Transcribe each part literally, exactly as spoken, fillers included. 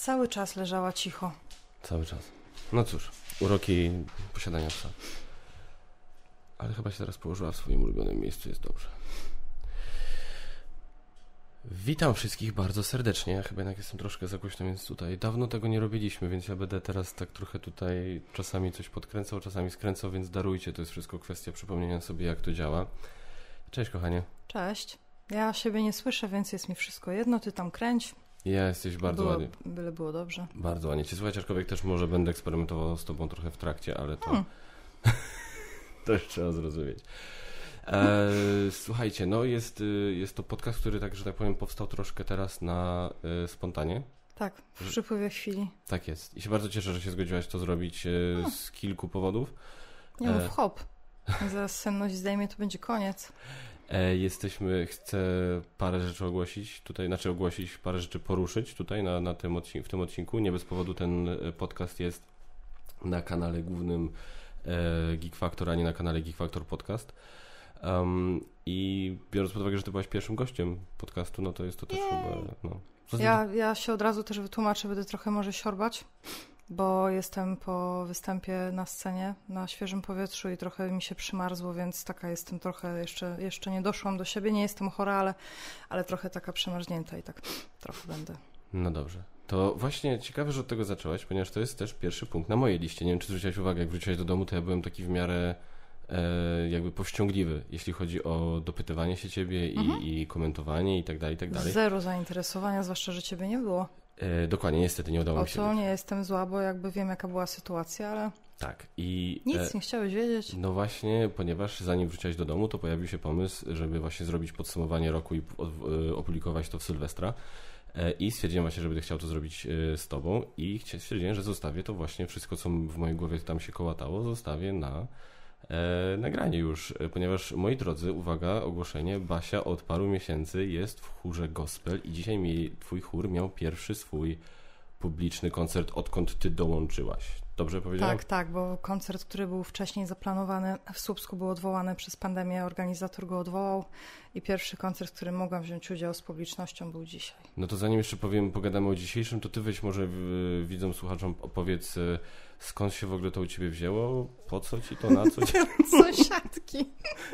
Cały czas leżała cicho. Cały czas. No cóż, uroki posiadania psa. Ale chyba się teraz położyła w swoim ulubionym miejscu, jest dobrze. Witam wszystkich bardzo serdecznie. Ja chyba jednak jestem troszkę za głośno, więc tutaj dawno tego nie robiliśmy, więc ja będę teraz tak trochę tutaj czasami coś podkręcał, czasami skręcał, więc darujcie, to jest wszystko kwestia przypomnienia sobie, jak to działa. Cześć, kochanie. Cześć. Ja siebie nie słyszę, więc jest mi wszystko jedno, ty tam kręć. Ja jesteś bardzo było, ładnie. Byle było dobrze. Bardzo ładnie cię słuchać, aczkolwiek też może będę eksperymentował z tobą trochę w trakcie, ale to Hmm. też trzeba zrozumieć. E, słuchajcie, no jest, jest to podcast, który tak, że tak powiem, powstał troszkę teraz na e, spontanie. Tak, w przypływie chwili. Tak jest. I się bardzo cieszę, że się zgodziłaś to zrobić e, Hmm. z kilku powodów. Nie E, mów hop. Jak zaraz senność zdejmie, to będzie koniec. E, jesteśmy, chcę parę rzeczy ogłosić tutaj, znaczy ogłosić, parę rzeczy poruszyć tutaj na, na tym odcinku, w tym odcinku. Nie bez powodu ten podcast jest na kanale głównym e, Geek Factor, a nie na kanale Geek Factor Podcast. Um, I biorąc pod uwagę, że ty byłaś pierwszym gościem podcastu, no to jest to też Jej. chyba... No. Ja, ja się od razu też wytłumaczę, będę trochę może siorbać, bo jestem po występie na scenie, na świeżym powietrzu i trochę mi się przymarzło, więc taka jestem trochę, jeszcze, jeszcze nie doszłam do siebie, nie jestem chora, ale, ale trochę taka przemarznięta i tak trochę będę. No dobrze. To właśnie ciekawe, że od tego zaczęłaś, ponieważ to jest też pierwszy punkt na mojej liście. Nie wiem, czy zwróciłaś uwagę, jak wróciłaś do domu, to ja byłem taki w miarę e, jakby powściągliwy, jeśli chodzi o dopytywanie się ciebie i, Mhm. i komentowanie i tak dalej, i tak dalej. Zero zainteresowania, zwłaszcza, że ciebie nie było. E, dokładnie, niestety nie udało O mi się. co nie jestem zła, bo jakby wiem, jaka była sytuacja, ale Tak. I nic e, nie chciałeś wiedzieć. no właśnie, ponieważ zanim wróciłaś do domu, to pojawił się pomysł, żeby właśnie zrobić podsumowanie roku i o- opublikować to w Sylwestra. E, I stwierdziłem właśnie, że będę chciał to zrobić e, z tobą i chcia- stwierdziłem, że zostawię to właśnie wszystko, co w mojej głowie tam się kołatało, zostawię na e, nagranie już, e, ponieważ moi drodzy, uwaga, ogłoszenie, Basia od paru miesięcy jest w chórze gospel i dzisiaj mi twój chór miał pierwszy swój publiczny koncert, odkąd ty dołączyłaś. Dobrze powiedziałem? Tak, tak, bo koncert, który był wcześniej zaplanowany w Słupsku, był odwołany przez pandemię, organizator go odwołał i pierwszy koncert, w którym mogłam wziąć udział z publicznością, był dzisiaj. No to zanim jeszcze powiem, pogadamy o dzisiejszym, to ty weź może w, widzom, słuchaczom opowiedz, e, skąd się w ogóle to u ciebie wzięło, po co ci to, na co ci... Sąsiadki.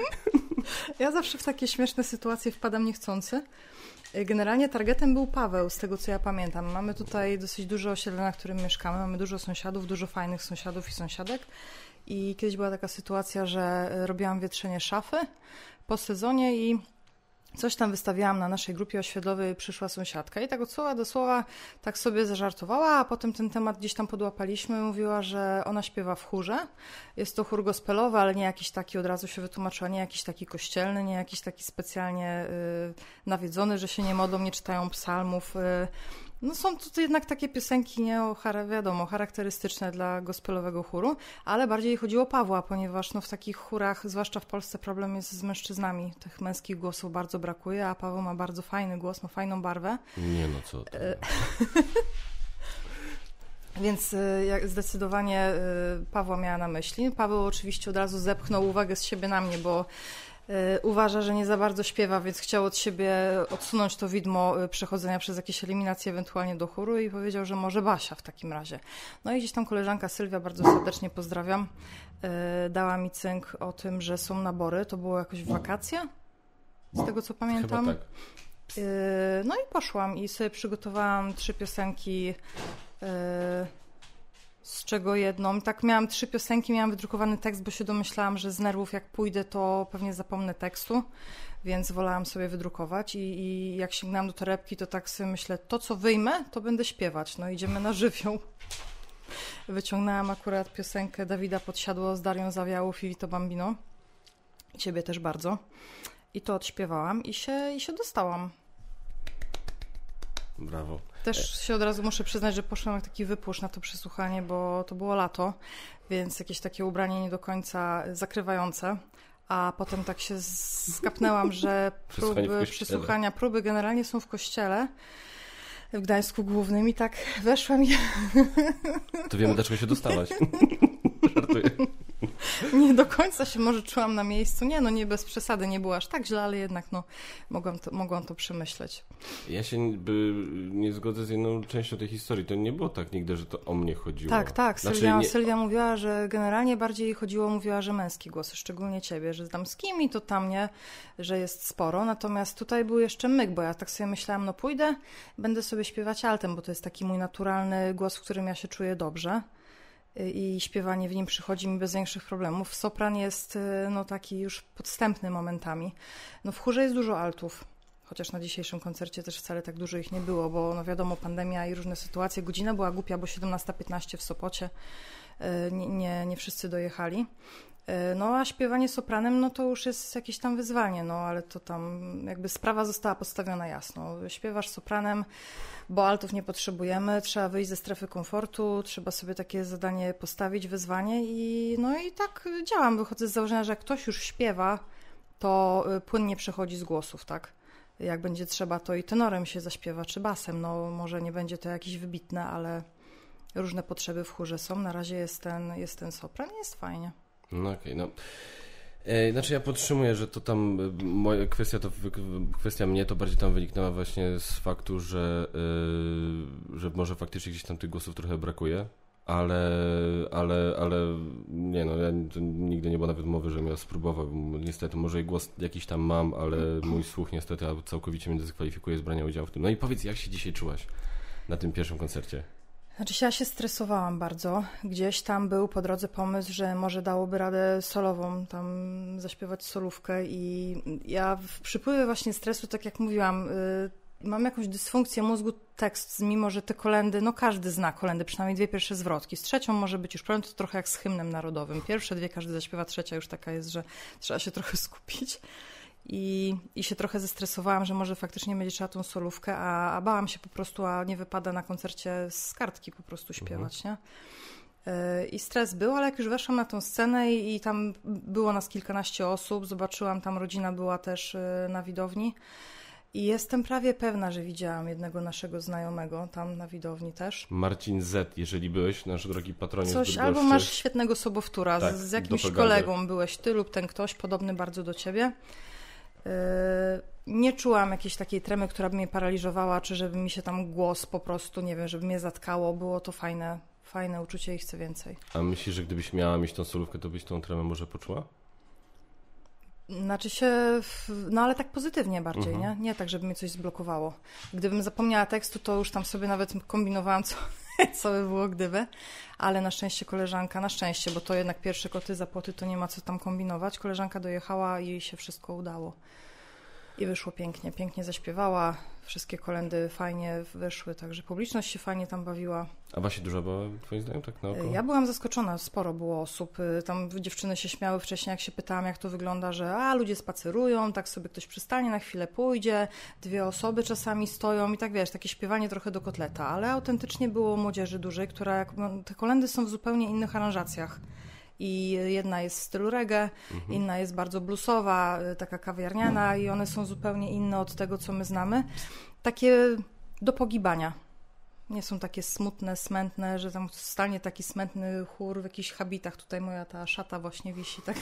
Ja zawsze w takie śmieszne sytuacje wpadam niechcący. Generalnie targetem był Paweł, z tego co ja pamiętam. Mamy tutaj dosyć duże osiedle, na którym mieszkamy. Mamy dużo sąsiadów, dużo fajnych sąsiadów i sąsiadek. I kiedyś była taka sytuacja, że robiłam wietrzenie szafy po sezonie i coś tam wystawiałam na naszej grupie osiedlowej, przyszła sąsiadka i tak od słowa do słowa tak sobie zażartowała, a potem ten temat gdzieś tam podłapaliśmy. Mówiła, że ona śpiewa w chórze. Jest to chór gospelowy, ale nie jakiś taki, od razu się wytłumaczyła, nie jakiś taki kościelny, nie jakiś taki specjalnie y, nawiedzony, że się nie modlą, nie czytają psalmów. Y, No są to jednak takie piosenki, nie o, wiadomo, charakterystyczne dla gospelowego chóru, ale bardziej chodziło o Pawła, ponieważ no, w takich chórach, zwłaszcza w Polsce, problem jest z mężczyznami. Tych męskich głosów bardzo brakuje, a Paweł ma bardzo fajny głos, ma fajną barwę. Nie no, co to? Więc y, jak zdecydowanie y, Pawła miała na myśli. Paweł oczywiście od razu zepchnął uwagę z siebie na mnie, bo y, uważa, że nie za bardzo śpiewa, więc chciał od siebie odsunąć to widmo y, przechodzenia przez jakieś eliminacje ewentualnie do chóru i powiedział, że może Basia w takim razie. No i gdzieś tam koleżanka Sylwia, bardzo serdecznie pozdrawiam, y, dała mi cynk o tym, że są nabory. To było jakoś w wakacje, z tego co pamiętam. Chyba tak. Y, no i poszłam i sobie przygotowałam trzy piosenki, z czego jedną. Tak miałam trzy piosenki, miałam wydrukowany tekst, bo się domyślałam, że z nerwów jak pójdę, to pewnie zapomnę tekstu, więc wolałam sobie wydrukować i, i jak sięgnęłam do torebki, to tak sobie myślę, to co wyjmę, to będę śpiewać. No idziemy na żywioł. Wyciągnęłam akurat piosenkę Dawida Podsiadło z Darią Zawiałów i Vito Bambino. I ciebie też bardzo. I to odśpiewałam i się, i się dostałam. Brawo. Też się od razu muszę przyznać, że poszłam jak taki wypusz na to przesłuchanie, bo to było lato, więc jakieś takie ubranie nie do końca zakrywające, a potem tak się skapnęłam, że próby przesłuchania, próby generalnie są w kościele w Gdańsku Głównym i tak weszłam i... To wiemy, dlaczego się dostałaś. Żartuję. nie do końca się może czułam na miejscu. Nie, no nie bez przesady, nie było aż tak źle, ale jednak no, mogłam, to, mogłam to przemyśleć. Ja się by nie zgodzę z jedną częścią tej historii. To nie było tak nigdy, że to o mnie chodziło. Tak, tak. Znaczy, Sylwia, nie... Sylwia mówiła, że generalnie bardziej chodziło, mówiła, że męskie głosy, szczególnie ciebie, że tam z kimi to tam nie, że jest sporo. Natomiast tutaj był jeszcze myk, bo ja tak sobie myślałam, no pójdę, będę sobie śpiewać altem, bo to jest taki mój naturalny głos, w którym ja się czuję dobrze. I śpiewanie w nim przychodzi mi bez większych problemów. Sopran jest no, taki już podstępny momentami. No, w chórze jest dużo altów, chociaż na dzisiejszym koncercie też wcale tak dużo ich nie było, bo no, wiadomo, pandemia i różne sytuacje. Godzina była głupia, bo siedemnasta piętnaście w Sopocie. Nie, nie, nie wszyscy dojechali. No a śpiewanie sopranem, no to już jest jakieś tam wyzwanie, no ale to tam jakby sprawa została postawiona jasno. Śpiewasz sopranem, bo altów nie potrzebujemy, trzeba wyjść ze strefy komfortu, trzeba sobie takie zadanie postawić, wyzwanie i no i tak działam. Wychodzę z założenia, że jak ktoś już śpiewa, to płynnie przechodzi z głosów, tak? Jak będzie trzeba, to i tenorem się zaśpiewa, czy basem. No może nie będzie to jakieś wybitne, ale różne potrzeby w chórze są. Na razie jest ten, jest ten sopran i jest fajnie. No okej, okay, no. E, znaczy ja podtrzymuję, że to tam moja kwestia, to kwestia mnie to bardziej tam wyniknęła właśnie z faktu, że, yy, że może faktycznie gdzieś tam tych głosów trochę brakuje, ale, ale, ale nie no, ja to nigdy nie było nawet mowy, żebym ja spróbował. Niestety, może i głos jakiś tam mam, ale mój słuch niestety całkowicie mnie dyskwalifikuje z brania udziału w tym. No i powiedz, jak się dzisiaj czułaś na tym pierwszym koncercie? Znaczy ja się stresowałam bardzo. Gdzieś tam był po drodze pomysł, że może dałoby radę solową tam zaśpiewać solówkę i ja w przypływie właśnie stresu, tak jak mówiłam, yy, mam jakąś dysfunkcję mózgu tekst, mimo że te kolendy, no każdy zna kolendy, przynajmniej dwie pierwsze zwrotki. Z trzecią może być już problem, to trochę jak z hymnem narodowym. Pierwsze dwie każdy zaśpiewa, trzecia już taka jest, że trzeba się trochę skupić. I, I się trochę zestresowałam, że może faktycznie będzie trzeba tą solówkę, a, a bałam się po prostu, a nie wypada na koncercie z kartki po prostu śpiewać, mhm. nie? Yy, I stres był, ale jak już weszłam na tą scenę i, i tam było nas kilkanaście osób, zobaczyłam, tam rodzina była też yy, na widowni i jestem prawie pewna, że widziałam jednego naszego znajomego tam na widowni też. Marcin Z, jeżeli byłeś, nasz drogi patronie Coś, z albo masz świetnego sobowtóra, tak, z, z jakimś kolegą byłeś ty lub ten ktoś, podobny bardzo do ciebie. Nie czułam jakiejś takiej tremy, która by mnie paraliżowała, czy żeby mi się tam głos po prostu, nie wiem, żeby mnie zatkało. Było to fajne, fajne uczucie i chcę więcej. A myślisz, że gdybyś miała mieć tą solówkę, to byś tą tremę może poczuła? Znaczy się, no ale tak pozytywnie bardziej, mhm. nie? Nie tak, żeby mnie coś zblokowało. Gdybym zapomniała tekstu, to już tam sobie nawet kombinowałam, co, co by było gdyby. Ale na szczęście koleżanka, na szczęście, bo to jednak pierwsze koty za płoty, to nie ma co tam kombinować. Koleżanka dojechała i jej się wszystko udało. I wyszło pięknie, pięknie zaśpiewała, wszystkie kolendy fajnie wyszły, także publiczność się fajnie tam bawiła. A właśnie dużo było, twoim zdaniem, tak naokoło? Ja byłam zaskoczona, sporo było osób, tam dziewczyny się śmiały wcześniej, jak się pytałam, jak to wygląda, że a, ludzie spacerują, tak sobie ktoś przystanie, na chwilę pójdzie, dwie osoby czasami stoją i tak wiesz, takie śpiewanie trochę do kotleta, ale autentycznie było młodzieży dużej, która, jak, no, te kolendy są w zupełnie innych aranżacjach. I jedna jest w stylu reggae, mhm. inna jest bardzo bluesowa, taka kawiarniana i one są zupełnie inne od tego, co my znamy. Takie do pogibania. Nie są takie smutne, smętne, że tam stanie taki smętny chór w jakichś habitach. Tutaj moja ta szata właśnie wisi, tak?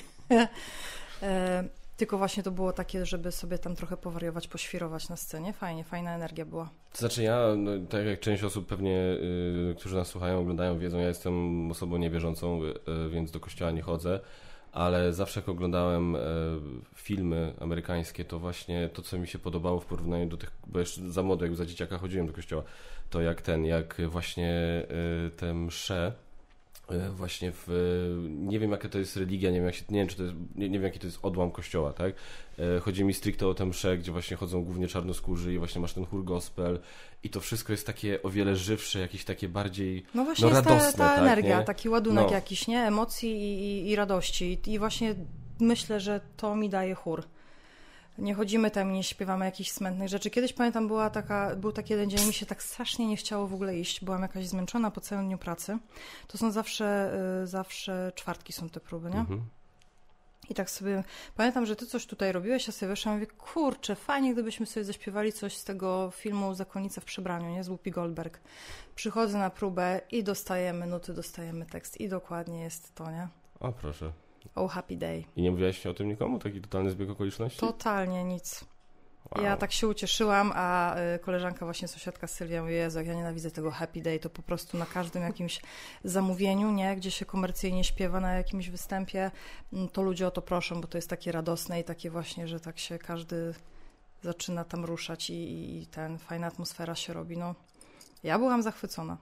e, tylko właśnie to było takie, żeby sobie tam trochę powariować, poświrować na scenie. Fajnie, fajna energia była. To znaczy ja, no, tak jak część osób pewnie, y, którzy nas słuchają, oglądają, wiedzą, ja jestem osobą niewierzącą, y, więc do kościoła nie chodzę, ale zawsze jak oglądałem y, filmy amerykańskie, to właśnie to, co mi się podobało w porównaniu do tych, bo jeszcze za młodo, jak za dzieciaka chodziłem do kościoła, to jak ten, jak właśnie y, te msze, właśnie w, nie wiem jaka to jest religia, nie wiem, jak się, nie wiem czy to jest, nie, nie wiem jaki to jest odłam kościoła, tak? Chodzi mi stricte o tę mszę, gdzie właśnie chodzą głównie czarnoskórzy i właśnie masz ten chór gospel i to wszystko jest takie o wiele żywsze, jakieś takie bardziej no właśnie no, jest radosne, ta, ta tak, energia, nie? taki ładunek no. jakiś, nie? Emocji i, i, i radości i właśnie myślę, że to mi daje chór. Nie chodzimy tam i nie śpiewamy jakichś smętnych rzeczy. Kiedyś pamiętam, była taka, był taki jeden dzień, mi się tak strasznie nie chciało w ogóle iść. Byłam jakaś zmęczona po całym dniu pracy. To są zawsze, y, zawsze czwartki są te próby, nie? Mhm. I tak sobie, pamiętam, że ty coś tutaj robiłeś, ja sobie wyszłam i mówię, kurczę, fajnie, gdybyśmy sobie zaśpiewali coś z tego filmu Zakonnica w przebraniu, nie? Z Whoopi Goldberg. Przychodzę na próbę i dostajemy nuty, dostajemy tekst i dokładnie jest to, nie? O, proszę. Oh, happy day. I nie mówiłaś o tym nikomu? Taki totalny zbieg okoliczności? Totalnie nic. Wow. Ja tak się ucieszyłam, a koleżanka właśnie, sąsiadka Sylwia mówi, Jezu, jak ja nienawidzę tego happy day, to po prostu na każdym jakimś zamówieniu, nie, gdzie się komercyjnie śpiewa na jakimś występie, to ludzie o to proszą, bo to jest takie radosne i takie właśnie, że tak się każdy zaczyna tam ruszać i, i ten, fajna atmosfera się robi, no. Ja byłam zachwycona.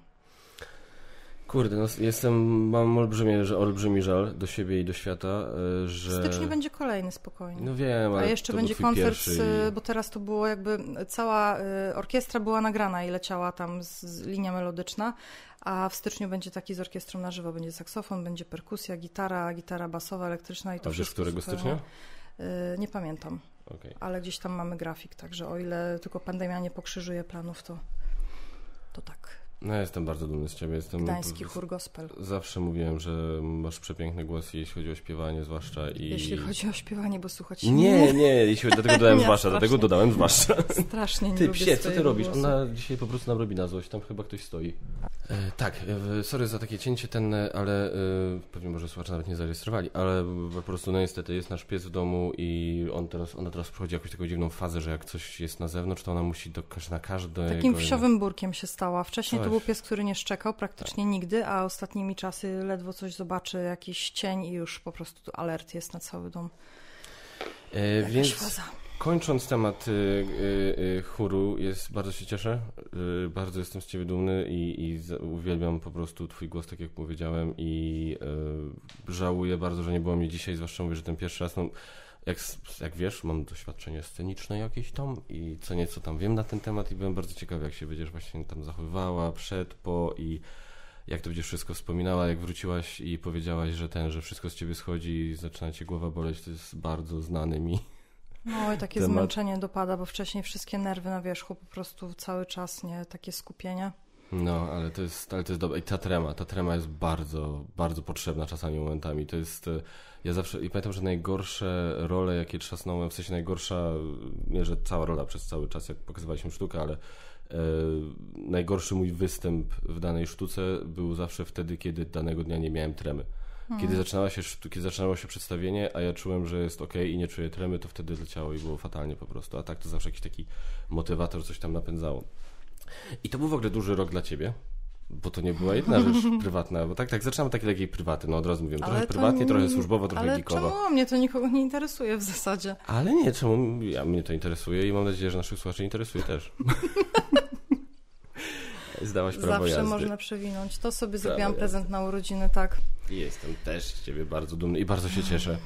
Kurde, no jestem, mam olbrzymie, że olbrzymi żal do siebie i do świata, że... W styczniu będzie kolejny, spokojnie. No wiem, ale A jeszcze to będzie był koncert, pierwszy... bo teraz to było jakby, cała orkiestra była nagrana i leciała tam z, z linia melodyczna, a w styczniu będzie taki z orkiestrą na żywo, będzie saksofon, będzie perkusja, gitara, gitara basowa, elektryczna i to A wiesz, którego super... stycznia? Nie pamiętam, okay. Ale gdzieś tam mamy grafik, także o ile tylko pandemia nie pokrzyżuje planów, to, to tak. No ja jestem bardzo dumny z ciebie. Jestem, Gdański chór gospel. Zawsze mówiłem, że masz przepiękny głos, jeśli chodzi o śpiewanie zwłaszcza. I... Jeśli chodzi o śpiewanie, bo słuchać się nie. Nie, nie, jeśli, dlatego dodałem zwłaszcza, strasznie. dlatego dodałem zwłaszcza. Strasznie nie Ty, lubię psie, co ty robisz? głosu. Ona dzisiaj po prostu nam robi na złość, tam chyba ktoś stoi. E, tak, e, sorry za takie cięcie tenne, ale e, pewnie może słuchacze nawet nie zarejestrowali, ale po prostu no niestety jest nasz pies w domu i on teraz, ona teraz przechodzi jakąś taką dziwną fazę, że jak coś jest na zewnątrz, to ona musi do, na każde... Takim jego... wsiowym burkiem się stała. Wcześniej Coś. to był pies, który nie szczekał praktycznie tak. nigdy, a ostatnimi czasy ledwo coś zobaczy, jakiś cień i już po prostu alert jest na cały dom. E, więc faza. Kończąc temat y, y, y, chóru, jest, bardzo się cieszę, y, bardzo jestem z ciebie dumny i, i z, uwielbiam po prostu twój głos, tak jak powiedziałem i y, żałuję bardzo, że nie było mnie dzisiaj, zwłaszcza mówię, że ten pierwszy raz, no, jak, jak wiesz, mam doświadczenie sceniczne jakieś tam i co nieco tam wiem na ten temat i byłem bardzo ciekawy, jak się będziesz właśnie tam zachowywała przed, po i jak to będziesz wszystko wspominała, jak wróciłaś i powiedziałaś, że ten, że wszystko z ciebie schodzi i zaczyna cię głowa boleć, to jest bardzo znany mi. No i takie temat. Zmęczenie dopada, bo wcześniej wszystkie nerwy na wierzchu, po prostu cały czas, nie, takie skupienie. No, ale to jest, ale to jest dobre. I ta trema, ta trema jest bardzo, bardzo potrzebna czasami momentami. To jest, ja zawsze, i pamiętam, że najgorsze role, jakie trzasnąłem, w sensie najgorsza, nie, że cała rola przez cały czas, jak pokazywaliśmy sztukę, ale e, najgorszy mój występ w danej sztuce był zawsze wtedy, kiedy danego dnia nie miałem tremy. Kiedy, hmm. zaczynała się, kiedy zaczynało się przedstawienie, a ja czułem, że jest okej i nie czuję tremy, to wtedy leciało i było fatalnie po prostu. A tak to zawsze jakiś taki motywator, coś tam napędzało. I to był w ogóle duży rok dla ciebie, bo to nie była jedna rzecz prywatna, bo tak, tak zaczynam takie takiej prywaty, no od razu mówię, trochę prywatnie, nie, trochę służbowo, trochę ale geekowo. Ale czemu? Mnie to nikogo nie interesuje w zasadzie. Ale nie, czemu? Ja, mnie to interesuje i mam nadzieję, że naszych słuchaczy interesuje też. Zdałaś prawo Zawsze jazdy. można przewinąć. To sobie prawo zrobiłam jazdy. Prezent na urodziny, tak. I jestem też z ciebie bardzo dumny i bardzo się cieszę.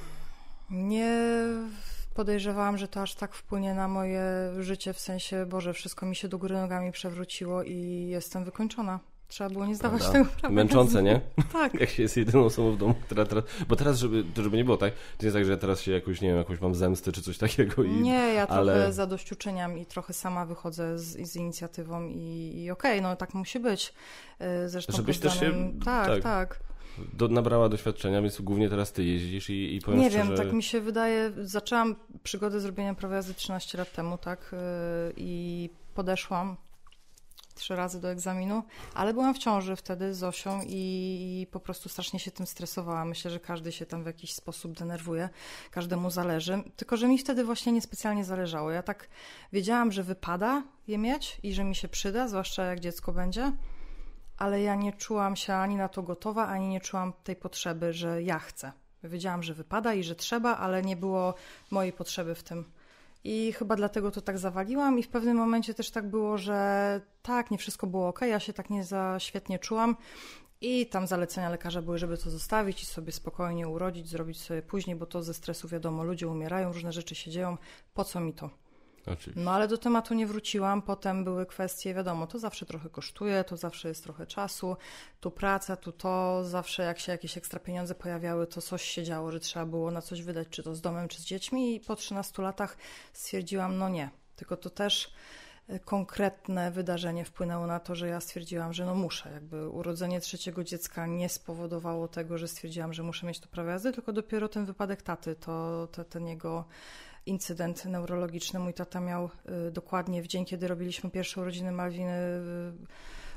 Nie podejrzewałam, że to aż tak wpłynie na moje życie, w sensie, Boże, wszystko mi się do góry nogami przewróciło i jestem wykończona. Trzeba było nie zdawać Prawda? tego prawa. Męczące, nie? Tak. Jak się jest jedyną osobą w domu, która teraz... Bo teraz, żeby, żeby nie było tak, to jest tak, że ja teraz się jakoś, nie wiem, jakąś mam zemstę czy coś takiego i... Nie, ja ale... trochę zadośćuczyniam i trochę sama wychodzę z, z inicjatywą i, i okej, okay, no tak musi być. Zresztą Żebyś też się... Tak, tak. tak. Do, nabrała doświadczenia, więc głównie teraz ty jeździsz i, i powiem Nie szczerze... wiem, tak mi się wydaje, zaczęłam przygodę zrobienia prawa jazdy trzynaście lat temu, tak, yy, i podeszłam trzy razy do egzaminu, ale byłam w ciąży wtedy z Zosią i, i po prostu strasznie się tym stresowałam. Myślę, że każdy się tam w jakiś sposób denerwuje, każdemu zależy, tylko że mi wtedy właśnie niespecjalnie zależało. Ja tak wiedziałam, że wypada je mieć i że mi się przyda, zwłaszcza jak dziecko będzie, ale ja nie czułam się ani na to gotowa, ani nie czułam tej potrzeby, że ja chcę. Wiedziałam, że wypada i że trzeba, ale nie było mojej potrzeby w tym. I chyba dlatego to tak zawaliłam i w pewnym momencie też tak było, że tak, nie wszystko było okej, ja się tak nie za świetnie czułam i tam zalecenia lekarza były, żeby to zostawić i sobie spokojnie urodzić, zrobić sobie później, bo to ze stresu wiadomo, ludzie umierają, różne rzeczy się dzieją, po co mi to? Oczywiście. No ale do tematu nie wróciłam, potem były kwestie, wiadomo, to zawsze trochę kosztuje, to zawsze jest trochę czasu, tu praca, tu to, zawsze jak się jakieś ekstra pieniądze pojawiały, to coś się działo, że trzeba było na coś wydać, czy to z domem, czy z dziećmi i po trzynastu latach stwierdziłam, no nie, tylko to też konkretne wydarzenie wpłynęło na to, że ja stwierdziłam, że no muszę, jakby urodzenie trzeciego dziecka nie spowodowało tego, że stwierdziłam, że muszę mieć to prawo jazdy, tylko dopiero ten wypadek taty, to, to ten jego incydent neurologiczny. Mój tata miał y, dokładnie w dzień, kiedy robiliśmy pierwsze urodziny Malwiny, y,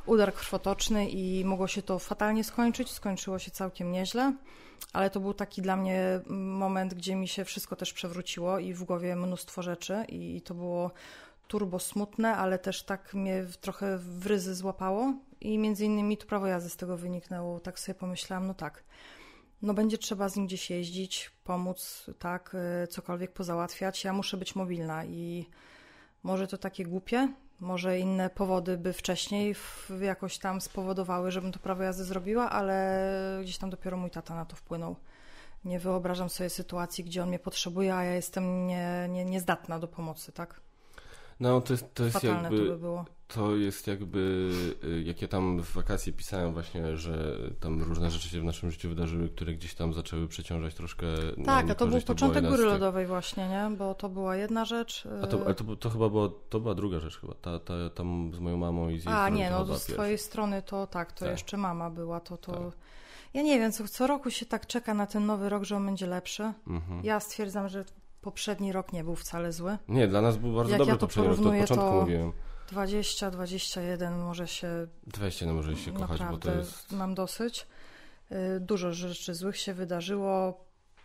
udar krwotoczny i mogło się to fatalnie skończyć. Skończyło się całkiem nieźle, ale to był taki dla mnie moment, gdzie mi się wszystko też przewróciło i w głowie mnóstwo rzeczy i to było turbo smutne, ale też tak mnie trochę w ryzy złapało i między innymi to prawo jazdy z tego wyniknęło. Tak sobie pomyślałam, no tak, no będzie trzeba z nim gdzieś jeździć, pomóc, tak, cokolwiek pozałatwiać. Ja muszę być mobilna i może to takie głupie, może inne powody by wcześniej jakoś tam spowodowały, żebym to prawo jazdy zrobiła, ale gdzieś tam dopiero mój tata na to wpłynął. Nie wyobrażam sobie sytuacji, gdzie on mnie potrzebuje, a ja jestem nie, nie, niezdatna do pomocy, tak? No to jest, to jest Fatalne jakby, to by było. To jest jakby, jak ja tam w wakacje pisałem właśnie, że tam różne rzeczy się w naszym życiu wydarzyły, które gdzieś tam zaczęły przeciążać troszkę. Tak, a to był początek to góry lodowej właśnie, nie? Bo to była jedna rzecz. A to, ale to, to chyba było, to była druga rzecz chyba, ta, ta, tam z moją mamą i z jej A strony nie, no z pierwsza. twojej strony to tak, to tak. jeszcze mama była, to to... Tak. Ja nie wiem, co, co roku się tak czeka na ten nowy rok, że on będzie lepszy. Mhm. Ja stwierdzam, że poprzedni rok nie był wcale zły. Nie, dla nas był bardzo Jak dobry ja to poprzedni rok, to od początku to mówiłem. dwadzieścia, dwadzieścia jeden może się... dwadzieścia jeden może się kochać, naprawdę bo to jest... mam dosyć. Dużo rzeczy złych się wydarzyło.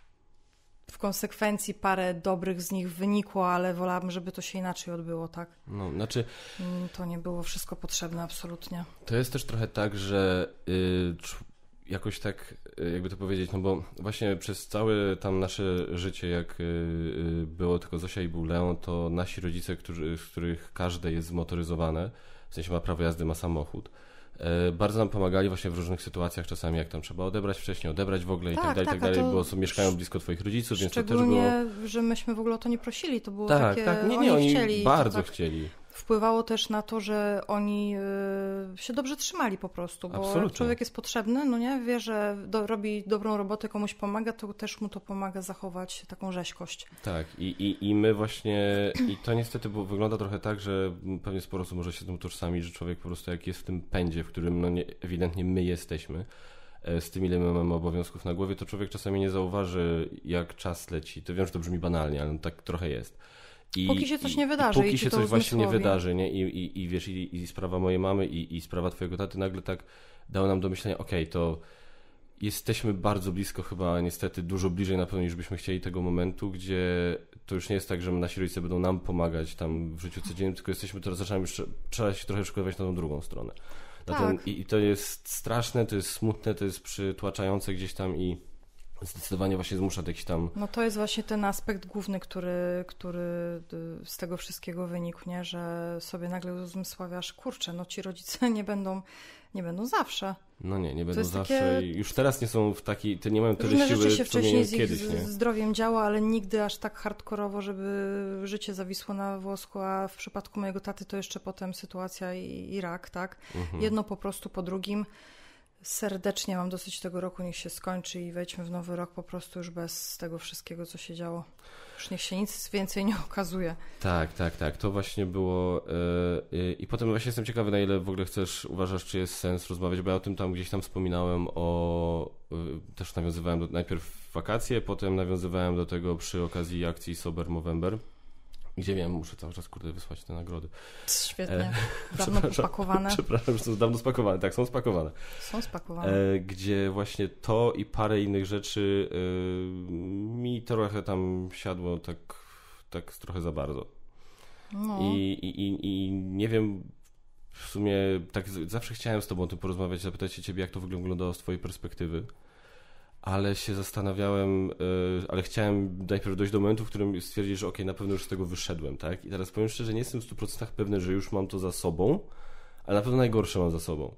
W konsekwencji parę dobrych z nich wynikło, ale wolałabym, żeby to się inaczej odbyło, tak? No, znaczy... To nie było wszystko potrzebne, absolutnie. To jest też trochę tak, że yy, jakoś tak, yy, jakby to powiedzieć, no bo właśnie przez całe tam nasze życie, jak yy, było tylko Zosia i był Leon, to nasi rodzice, którzy, z których każde jest zmotoryzowane, w sensie ma prawo jazdy, ma samochód, yy, bardzo nam pomagali właśnie w różnych sytuacjach, czasami jak tam trzeba odebrać wcześniej, odebrać w ogóle i tak, tak dalej, tak, tak dalej, to bo są, mieszkają blisko twoich rodziców, więc to też było... Szczególnie, że myśmy w ogóle o to nie prosili, to było tak, takie, tak, nie, nie, oni, oni chcieli. bardzo tak chcieli. Wpływało też na to, że oni y, się dobrze trzymali po prostu, bo Absolutnie. jak człowiek jest potrzebny, no nie, wie, że do, robi dobrą robotę, komuś pomaga, to też mu to pomaga zachować taką rzeźkość. Tak, i, i, i my właśnie, i to niestety było, wygląda trochę tak, że pewnie sporo osób może się z tym utożsamić, że człowiek po prostu jak jest w tym pędzie, w którym no nie, ewidentnie my jesteśmy, z tym ile my mamy obowiązków na głowie, to człowiek czasami nie zauważy, jak czas leci. To wiem, że to brzmi banalnie, ale tak trochę jest. I, póki się coś nie i, wydarzy. I póki i się to coś właśnie nie uzmysłowi. wydarzy, nie? I, i, i wiesz, i, i sprawa mojej mamy, i, i sprawa twojego taty nagle tak dało nam do myślenia, okej, okay, to jesteśmy bardzo blisko chyba, niestety dużo bliżej na pewno niż byśmy chcieli tego momentu, gdzie to już nie jest tak, że nasi rodzice będą nam pomagać tam w życiu codziennym, tylko jesteśmy teraz, zaczynamy już, trzeba się trochę przekonywać na tą drugą stronę. Na tak. ten, i, I to jest straszne, to jest smutne, to jest przytłaczające gdzieś tam i zdecydowanie właśnie zmusza do jakiś tam... No to jest właśnie ten aspekt główny, który, który z tego wszystkiego wynikł, nie? Że sobie nagle uzmysławiasz, kurczę, no ci rodzice nie będą, nie będą zawsze. No nie, nie będą jest zawsze takie... i już teraz nie są w takiej, te nie mają tyle Różne siły, rzeczy się co wcześniej z ich kiedyś, nie? zdrowiem działo, ale nigdy aż tak hardkorowo, żeby życie zawisło na włosku, a w przypadku mojego taty to jeszcze potem sytuacja i, i rak, tak? Mhm. Jedno po prostu po drugim. Serdecznie mam dosyć tego roku, niech się skończy i wejdźmy w nowy rok po prostu już bez tego wszystkiego, co się działo. Już niech się nic więcej nie okazuje. Tak, tak, tak. To właśnie było yy, yy, i potem właśnie jestem ciekawy, na ile w ogóle chcesz, uważasz, czy jest sens rozmawiać, bo ja o tym tam gdzieś tam wspominałem, o yy, też nawiązywałem do, najpierw wakacje, potem nawiązywałem do tego przy okazji akcji Sober Movember, gdzie wiem, muszę cały czas, kurde, wysłać te nagrody. Świetnie. E, Dawno spakowane. Przepraszam, że są dawno spakowane. Tak, są spakowane. Są spakowane. E, gdzie właśnie to i parę innych rzeczy e, mi trochę tam siadło tak, tak trochę za bardzo. No. I, i, i, I nie wiem, w sumie tak z, zawsze chciałem z tobą o tym porozmawiać, zapytać się ciebie, jak to wyglądało z twojej perspektywy. Ale się zastanawiałem, yy, ale chciałem najpierw dojść do momentu, w którym stwierdzić, że okej, okay, na pewno już z tego wyszedłem, tak? I teraz powiem szczerze, nie jestem w stu procentach pewny, że już mam to za sobą, ale na pewno najgorsze mam za sobą.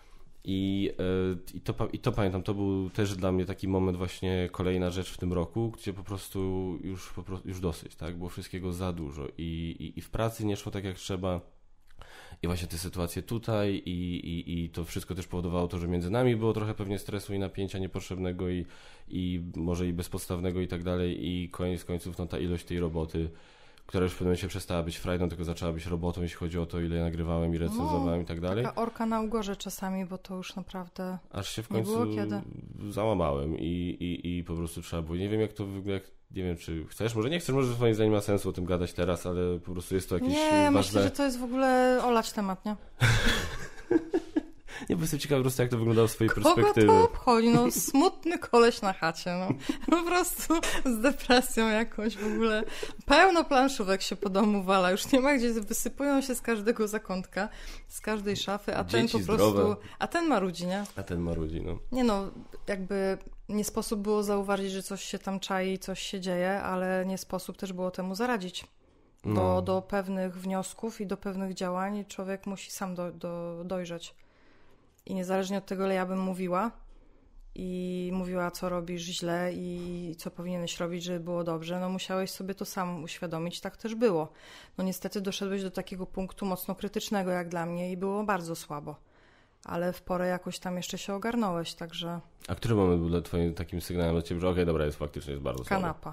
I, yy, i, to, I to pamiętam, to był też dla mnie taki moment właśnie, kolejna rzecz w tym roku, gdzie po prostu już, po prostu, już dosyć, tak? Było wszystkiego za dużo i, i, i w pracy nie szło tak jak trzeba. I właśnie te sytuacje tutaj i, i, i to wszystko też powodowało to, że między nami było trochę pewnie stresu i napięcia niepotrzebnego i, i może i bezpodstawnego i tak dalej i koniec końców no ta ilość tej roboty, która już w pewnym momencie przestała być frajdą, tylko zaczęła być robotą, jeśli chodzi o to, ile nagrywałem i recenzowałem no, i tak dalej. Taka orka na ugorze czasami, bo to już naprawdę aż się w nie końcu było kiedy. załamałem i, i, i po prostu trzeba było. Nie wiem jak to wygląda, nie wiem czy chcesz, może nie chcesz, może moim zdaniem ma sensu o tym gadać teraz, ale po prostu jest to jakieś nie, ważne... myślę, że to jest w ogóle olać temat, nie? Nie, bo jestem ciekawy po prostu, jak to wyglądało z twojej Kogo perspektywy. to obchodzi? No smutny koleś na chacie, no. Po prostu z depresją jakąś w ogóle. Pełno planszówek się po domu wala, już nie ma gdzie, wysypują się z każdego zakątka, z każdej szafy, a ten Dzieci po prostu... zdrowe. A ten marudzi, nie? A ten marudzi, no. Nie no, jakby nie sposób było zauważyć, że coś się tam czai, coś się dzieje, ale nie sposób też było temu zaradzić. Bo No. do pewnych wniosków i do pewnych działań człowiek musi sam do, do, dojrzeć. I niezależnie od tego, ile ja bym mówiła i mówiła, co robisz źle i co powinieneś robić, żeby było dobrze, no musiałeś sobie to sam uświadomić. Tak też było. No niestety doszedłeś do takiego punktu mocno krytycznego jak dla mnie i było bardzo słabo. Ale w porę jakoś tam jeszcze się ogarnąłeś, także... A który moment był dla twoim takim sygnałem do ciebie, że okej, okay, dobra, jest faktycznie jest bardzo słabo? Kanapa.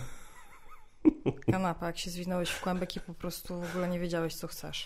Kanapa, jak się zwinąłeś w kłębek i po prostu w ogóle nie wiedziałeś, co chcesz.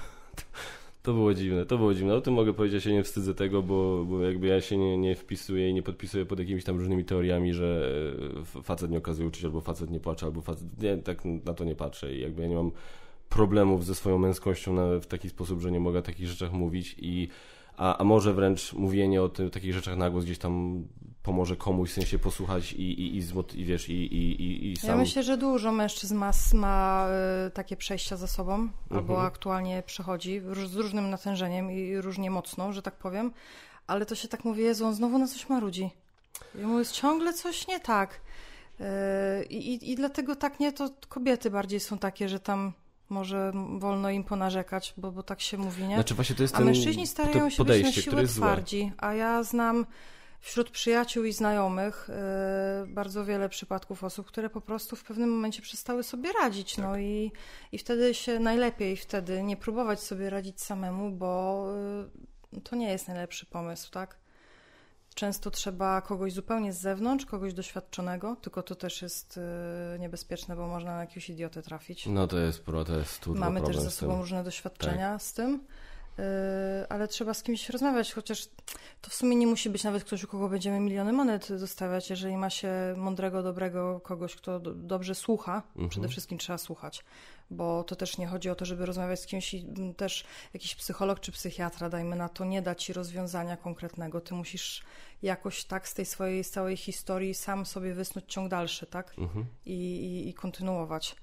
To było dziwne, to było dziwne. O tym mogę powiedzieć, ja się nie wstydzę tego, bo, bo jakby ja się nie, nie wpisuję i nie podpisuję pod jakimiś tam różnymi teoriami, że facet nie okazuje uczuć, albo facet nie płacze, albo facet... Nie, tak na to nie patrzę i jakby ja nie mam problemów ze swoją męskością na, w taki sposób, że nie mogę o takich rzeczach mówić i a, a może wręcz mówienie o tym, takich rzeczach na głos gdzieś tam pomoże komuś, w sensie posłuchać i, i, i, zmot- i wiesz, i, i, i, i sam... Ja myślę, że dużo mężczyzn ma, ma y, takie przejścia za sobą, mhm. albo aktualnie przechodzi róż, z różnym natężeniem i różnie mocno, że tak powiem, ale to się tak mówi, Jezu, on znowu na coś marudzi. I mu jest ciągle coś nie tak. Y, i, I dlatego tak nie, to kobiety bardziej są takie, że tam może wolno im ponarzekać, bo, bo tak się mówi, nie? Znaczy właśnie to jest a ten, mężczyźni starają się być na siłę twardzi, złe. A ja znam wśród przyjaciół i znajomych yy, bardzo wiele przypadków osób, które po prostu w pewnym momencie przestały sobie radzić, tak. no i, i wtedy się najlepiej wtedy nie próbować sobie radzić samemu, bo yy, to nie jest najlepszy pomysł, tak? Często trzeba kogoś zupełnie z zewnątrz, kogoś doświadczonego, tylko to też jest yy, niebezpieczne, bo można na jakiegoś idiotę trafić. No to jest pro, to jest turbo Mamy problem też za sobą z różne doświadczenia tak. z tym, yy, ale trzeba z kimś rozmawiać, chociaż to w sumie nie musi być nawet ktoś, u kogo będziemy miliony monet zostawiać. Jeżeli ma się mądrego, dobrego kogoś, kto do, dobrze słucha, mhm. przede wszystkim trzeba słuchać, bo to też nie chodzi o to, żeby rozmawiać z kimś i też jakiś psycholog czy psychiatra, dajmy na to, nie da ci rozwiązania konkretnego. Ty musisz jakoś tak z tej swojej z całej historii sam sobie wysnuć ciąg dalszy, tak? Mhm. I, i, i kontynuować.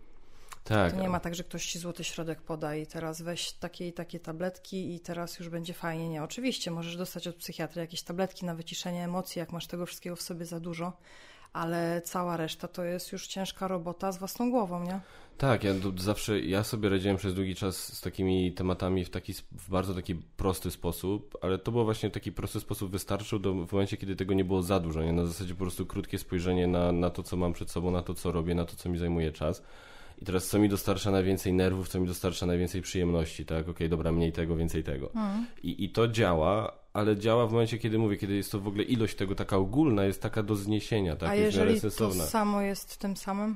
Tak. To nie ma tak, że ktoś ci złoty środek poda i teraz weź takie i takie tabletki i teraz już będzie fajnie. Nie, oczywiście możesz dostać od psychiatry jakieś tabletki na wyciszenie emocji, jak masz tego wszystkiego w sobie za dużo, ale cała reszta to jest już ciężka robota z własną głową, nie? Tak, ja zawsze, ja sobie radziłem przez długi czas z takimi tematami w taki, w bardzo taki prosty sposób, ale to był właśnie taki prosty sposób wystarczył do, w momencie, kiedy tego nie było za dużo, nie? Na zasadzie po prostu krótkie spojrzenie na, na to, co mam przed sobą, na to, co robię, na to, co mi zajmuje czas. I teraz co mi dostarcza najwięcej nerwów, co mi dostarcza najwięcej przyjemności, tak? Okej, okay, dobra, mniej tego, więcej tego. Mm. I, I to działa, ale działa w momencie, kiedy mówię, kiedy jest to w ogóle ilość tego taka ogólna, jest taka do zniesienia, tak? A jest jeżeli to sensowna. samo jest tym samym?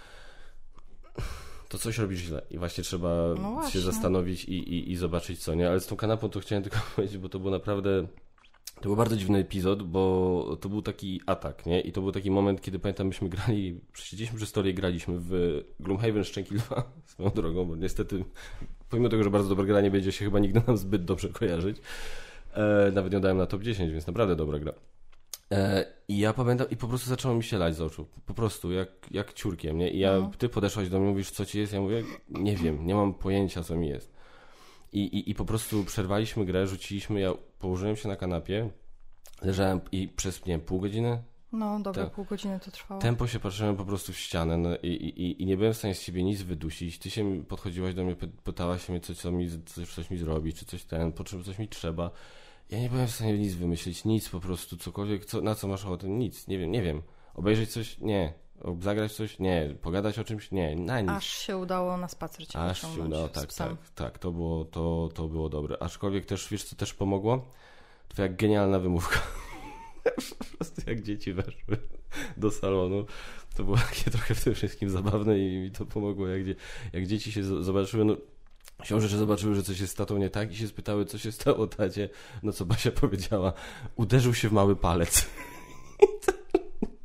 To coś robisz źle i właśnie trzeba no właśnie. się zastanowić i, i, i zobaczyć co, nie? Ale z tą kanapą to chciałem tylko powiedzieć, bo to było naprawdę... To był bardzo dziwny epizod, bo to był taki atak, nie? I to był taki moment, kiedy pamiętam, myśmy grali, siedzieliśmy przy stole i graliśmy w Gloomhaven Szczęki Lwa, swoją drogą, bo niestety, pomimo tego, że bardzo dobra gra, nie będzie się chyba nigdy nam zbyt dobrze kojarzyć. E, nawet nie dałem na top dziesięć, więc naprawdę dobra gra. E, I ja pamiętam, i po prostu zaczęło mi się lać z oczu, po prostu, jak, jak ciurkiem, nie? I ja, no. Ty podeszłaś do mnie, mówisz, co ci jest? Ja mówię, nie wiem, nie mam pojęcia, co mi jest. I, i, I po prostu przerwaliśmy grę, rzuciliśmy, ja położyłem się na kanapie, leżałem i przez, nie wiem, pół godziny? No, dobre te, pół godziny to trwało. Tempo się patrzyłem po prostu w ścianę no, i, i, i nie byłem w stanie z siebie nic wydusić. Ty się podchodziłaś do mnie, pytałaś się mnie, co, co mi, coś, coś mi zrobi, czy coś ten, po czym coś mi trzeba. Ja nie byłem w stanie nic wymyślić, nic po prostu, cokolwiek, co, na co masz ochotę, nic, nie wiem, nie wiem. Obejrzeć coś? Nie. Zagrać coś? Nie. Pogadać o czymś? Nie. Na nic. Aż się udało na spacer cię Aż się udało, tak, tak, tak. To było, to, to było dobre. Aczkolwiek też, wiesz co też pomogło? Twoja genialna wymówka. Po prostu jak dzieci weszły do salonu. To było takie trochę w tym wszystkim zabawne i mi to pomogło. Jak, jak dzieci się zobaczyły, no siłą rzeczy zobaczyły, że coś jest z tatą nie tak i się spytały, co się stało tacie. No co Basia powiedziała? Uderzył się w mały palec.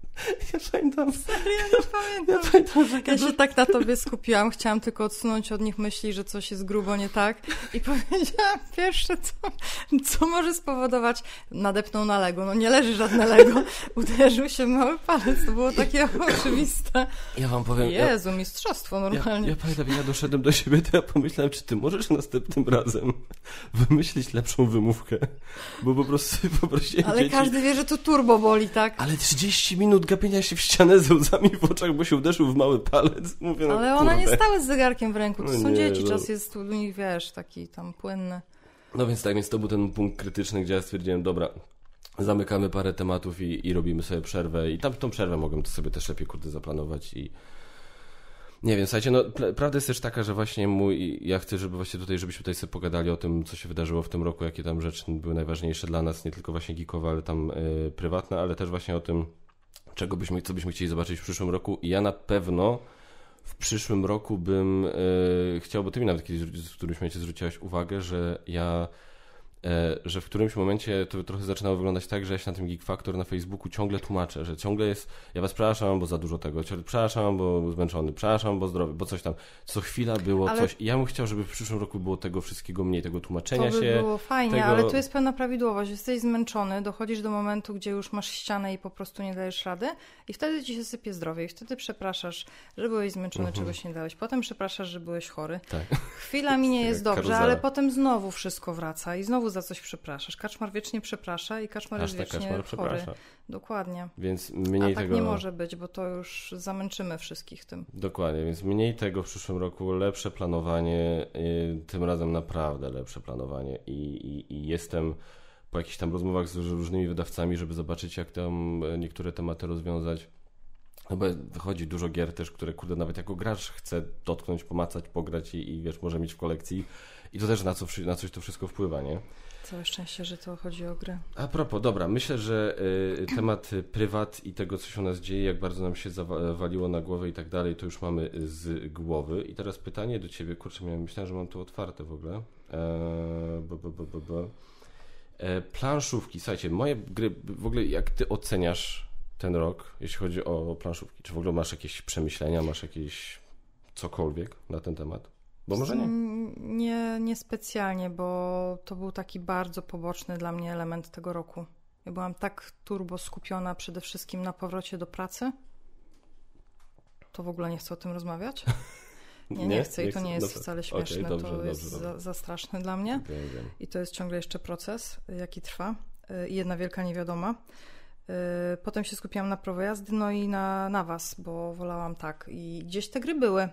Ja pamiętam. Serio, ja nie pamiętam. Ja, pamiętam, że ja się tak na tobie skupiłam, chciałam tylko odsunąć od nich myśli, że coś jest grubo nie tak i powiedziałam pierwsze, co, co może spowodować, nadepnął na Lego, no nie leży żadne Lego, uderzył się w mały palec, to było takie oczywiste. Ja wam powiem... Jezu, ja, mistrzostwo normalnie. Ja, ja pamiętam, ja doszedłem do siebie, to ja pomyślałem, czy ty możesz następnym razem wymyślić lepszą wymówkę, bo po prostu poprosiłem Ale dzieci... każdy wie, że to turbo boli, tak? Ale trzydzieści minut gapienia się w ścianę ze łzami w oczach, bo się uderzył w mały palec. Mówię, no, ale one one nie stały z zegarkiem w ręku, to no są nie, dzieci, no. czas jest u nich, wiesz, taki tam płynny. No więc tak, więc to był ten punkt krytyczny, gdzie ja stwierdziłem, dobra, zamykamy parę tematów i, i robimy sobie przerwę i tam tą przerwę mogłem to sobie też lepiej, kurde, zaplanować i nie wiem, słuchajcie, no prawda jest też taka, że właśnie mój, ja chcę, żeby właśnie tutaj, żebyśmy tutaj sobie pogadali o tym, co się wydarzyło w tym roku, jakie tam rzeczy były najważniejsze dla nas, nie tylko właśnie geekowe, ale tam y, prywatne, ale też właśnie o tym, czego byśmy, co byśmy chcieli zobaczyć w przyszłym roku i ja na pewno w przyszłym roku bym y, chciał, bo ty mi nawet kiedyś w którymś momencie zwróciłaś uwagę, że ja że w którymś momencie to trochę zaczynało wyglądać tak, że ja się na tym Geek Factor na Facebooku ciągle tłumaczę, że ciągle jest, ja was przepraszam, bo za dużo tego, przepraszam, bo zmęczony, przepraszam, bo zdrowy, bo coś tam. Co chwila było ale... coś i ja bym chciał, żeby w przyszłym roku było tego wszystkiego mniej, tego tłumaczenia się. To by się. było fajnie, tego... ale tu jest pewna prawidłowość, jesteś zmęczony, dochodzisz do momentu, gdzie już masz ścianę i po prostu nie dajesz rady i wtedy ci się sypie zdrowie i wtedy przepraszasz, że byłeś zmęczony, mhm. czegoś nie dałeś, potem przepraszasz, że byłeś chory. Tak. Chwila mi nie jest dobrze, karuzela. ale potem znowu wszystko wraca i znowu za coś przepraszasz. Kaczmar wiecznie przeprasza i Kaczmar Aż jest tak, wiecznie Kaczmar chory. przeprasza. Dokładnie. Więc mniej A tak tego... nie może być, bo to już zamęczymy wszystkich tym. Dokładnie, więc mniej tego w przyszłym roku, lepsze planowanie, yy, tym razem naprawdę lepsze planowanie i, i, i jestem po jakichś tam rozmowach z różnymi wydawcami, żeby zobaczyć, jak tam niektóre tematy rozwiązać. No bo wychodzi dużo gier też, które kurde nawet jako gracz chce dotknąć, pomacać, pograć i, i wiesz, może mieć w kolekcji i to też na, co, na coś to wszystko wpływa, nie? Całe szczęście, że to chodzi o grę. A propos, dobra, myślę, że y, temat prywat i tego, co się u nas dzieje, jak bardzo nam się zawaliło na głowę i tak dalej, to już mamy z głowy. I teraz pytanie do ciebie, kurczę, miałem, myślałem, że mam to otwarte w ogóle. E, b, b, b, b, b. E, planszówki, słuchajcie, moje gry, w ogóle jak ty oceniasz ten rok, jeśli chodzi o planszówki? Czy w ogóle masz jakieś przemyślenia, masz jakieś cokolwiek na ten temat? Bo może nie. Nie, nie specjalnie, bo to był taki bardzo poboczny dla mnie element tego roku. Ja byłam tak turbo skupiona przede wszystkim na powrocie do pracy. To w ogóle nie chcę o tym rozmawiać. Nie, nie, nie chcę i to nie jest wcale śmieszne. Okay, dobrze, to dobrze, jest dobrze. Za, za straszne dla mnie. Okay, okay. I to jest ciągle jeszcze proces, jaki trwa. I jedna wielka niewiadoma. Potem się skupiłam na prawo jazdy, no i na, na was, bo wolałam tak. I gdzieś te gry były.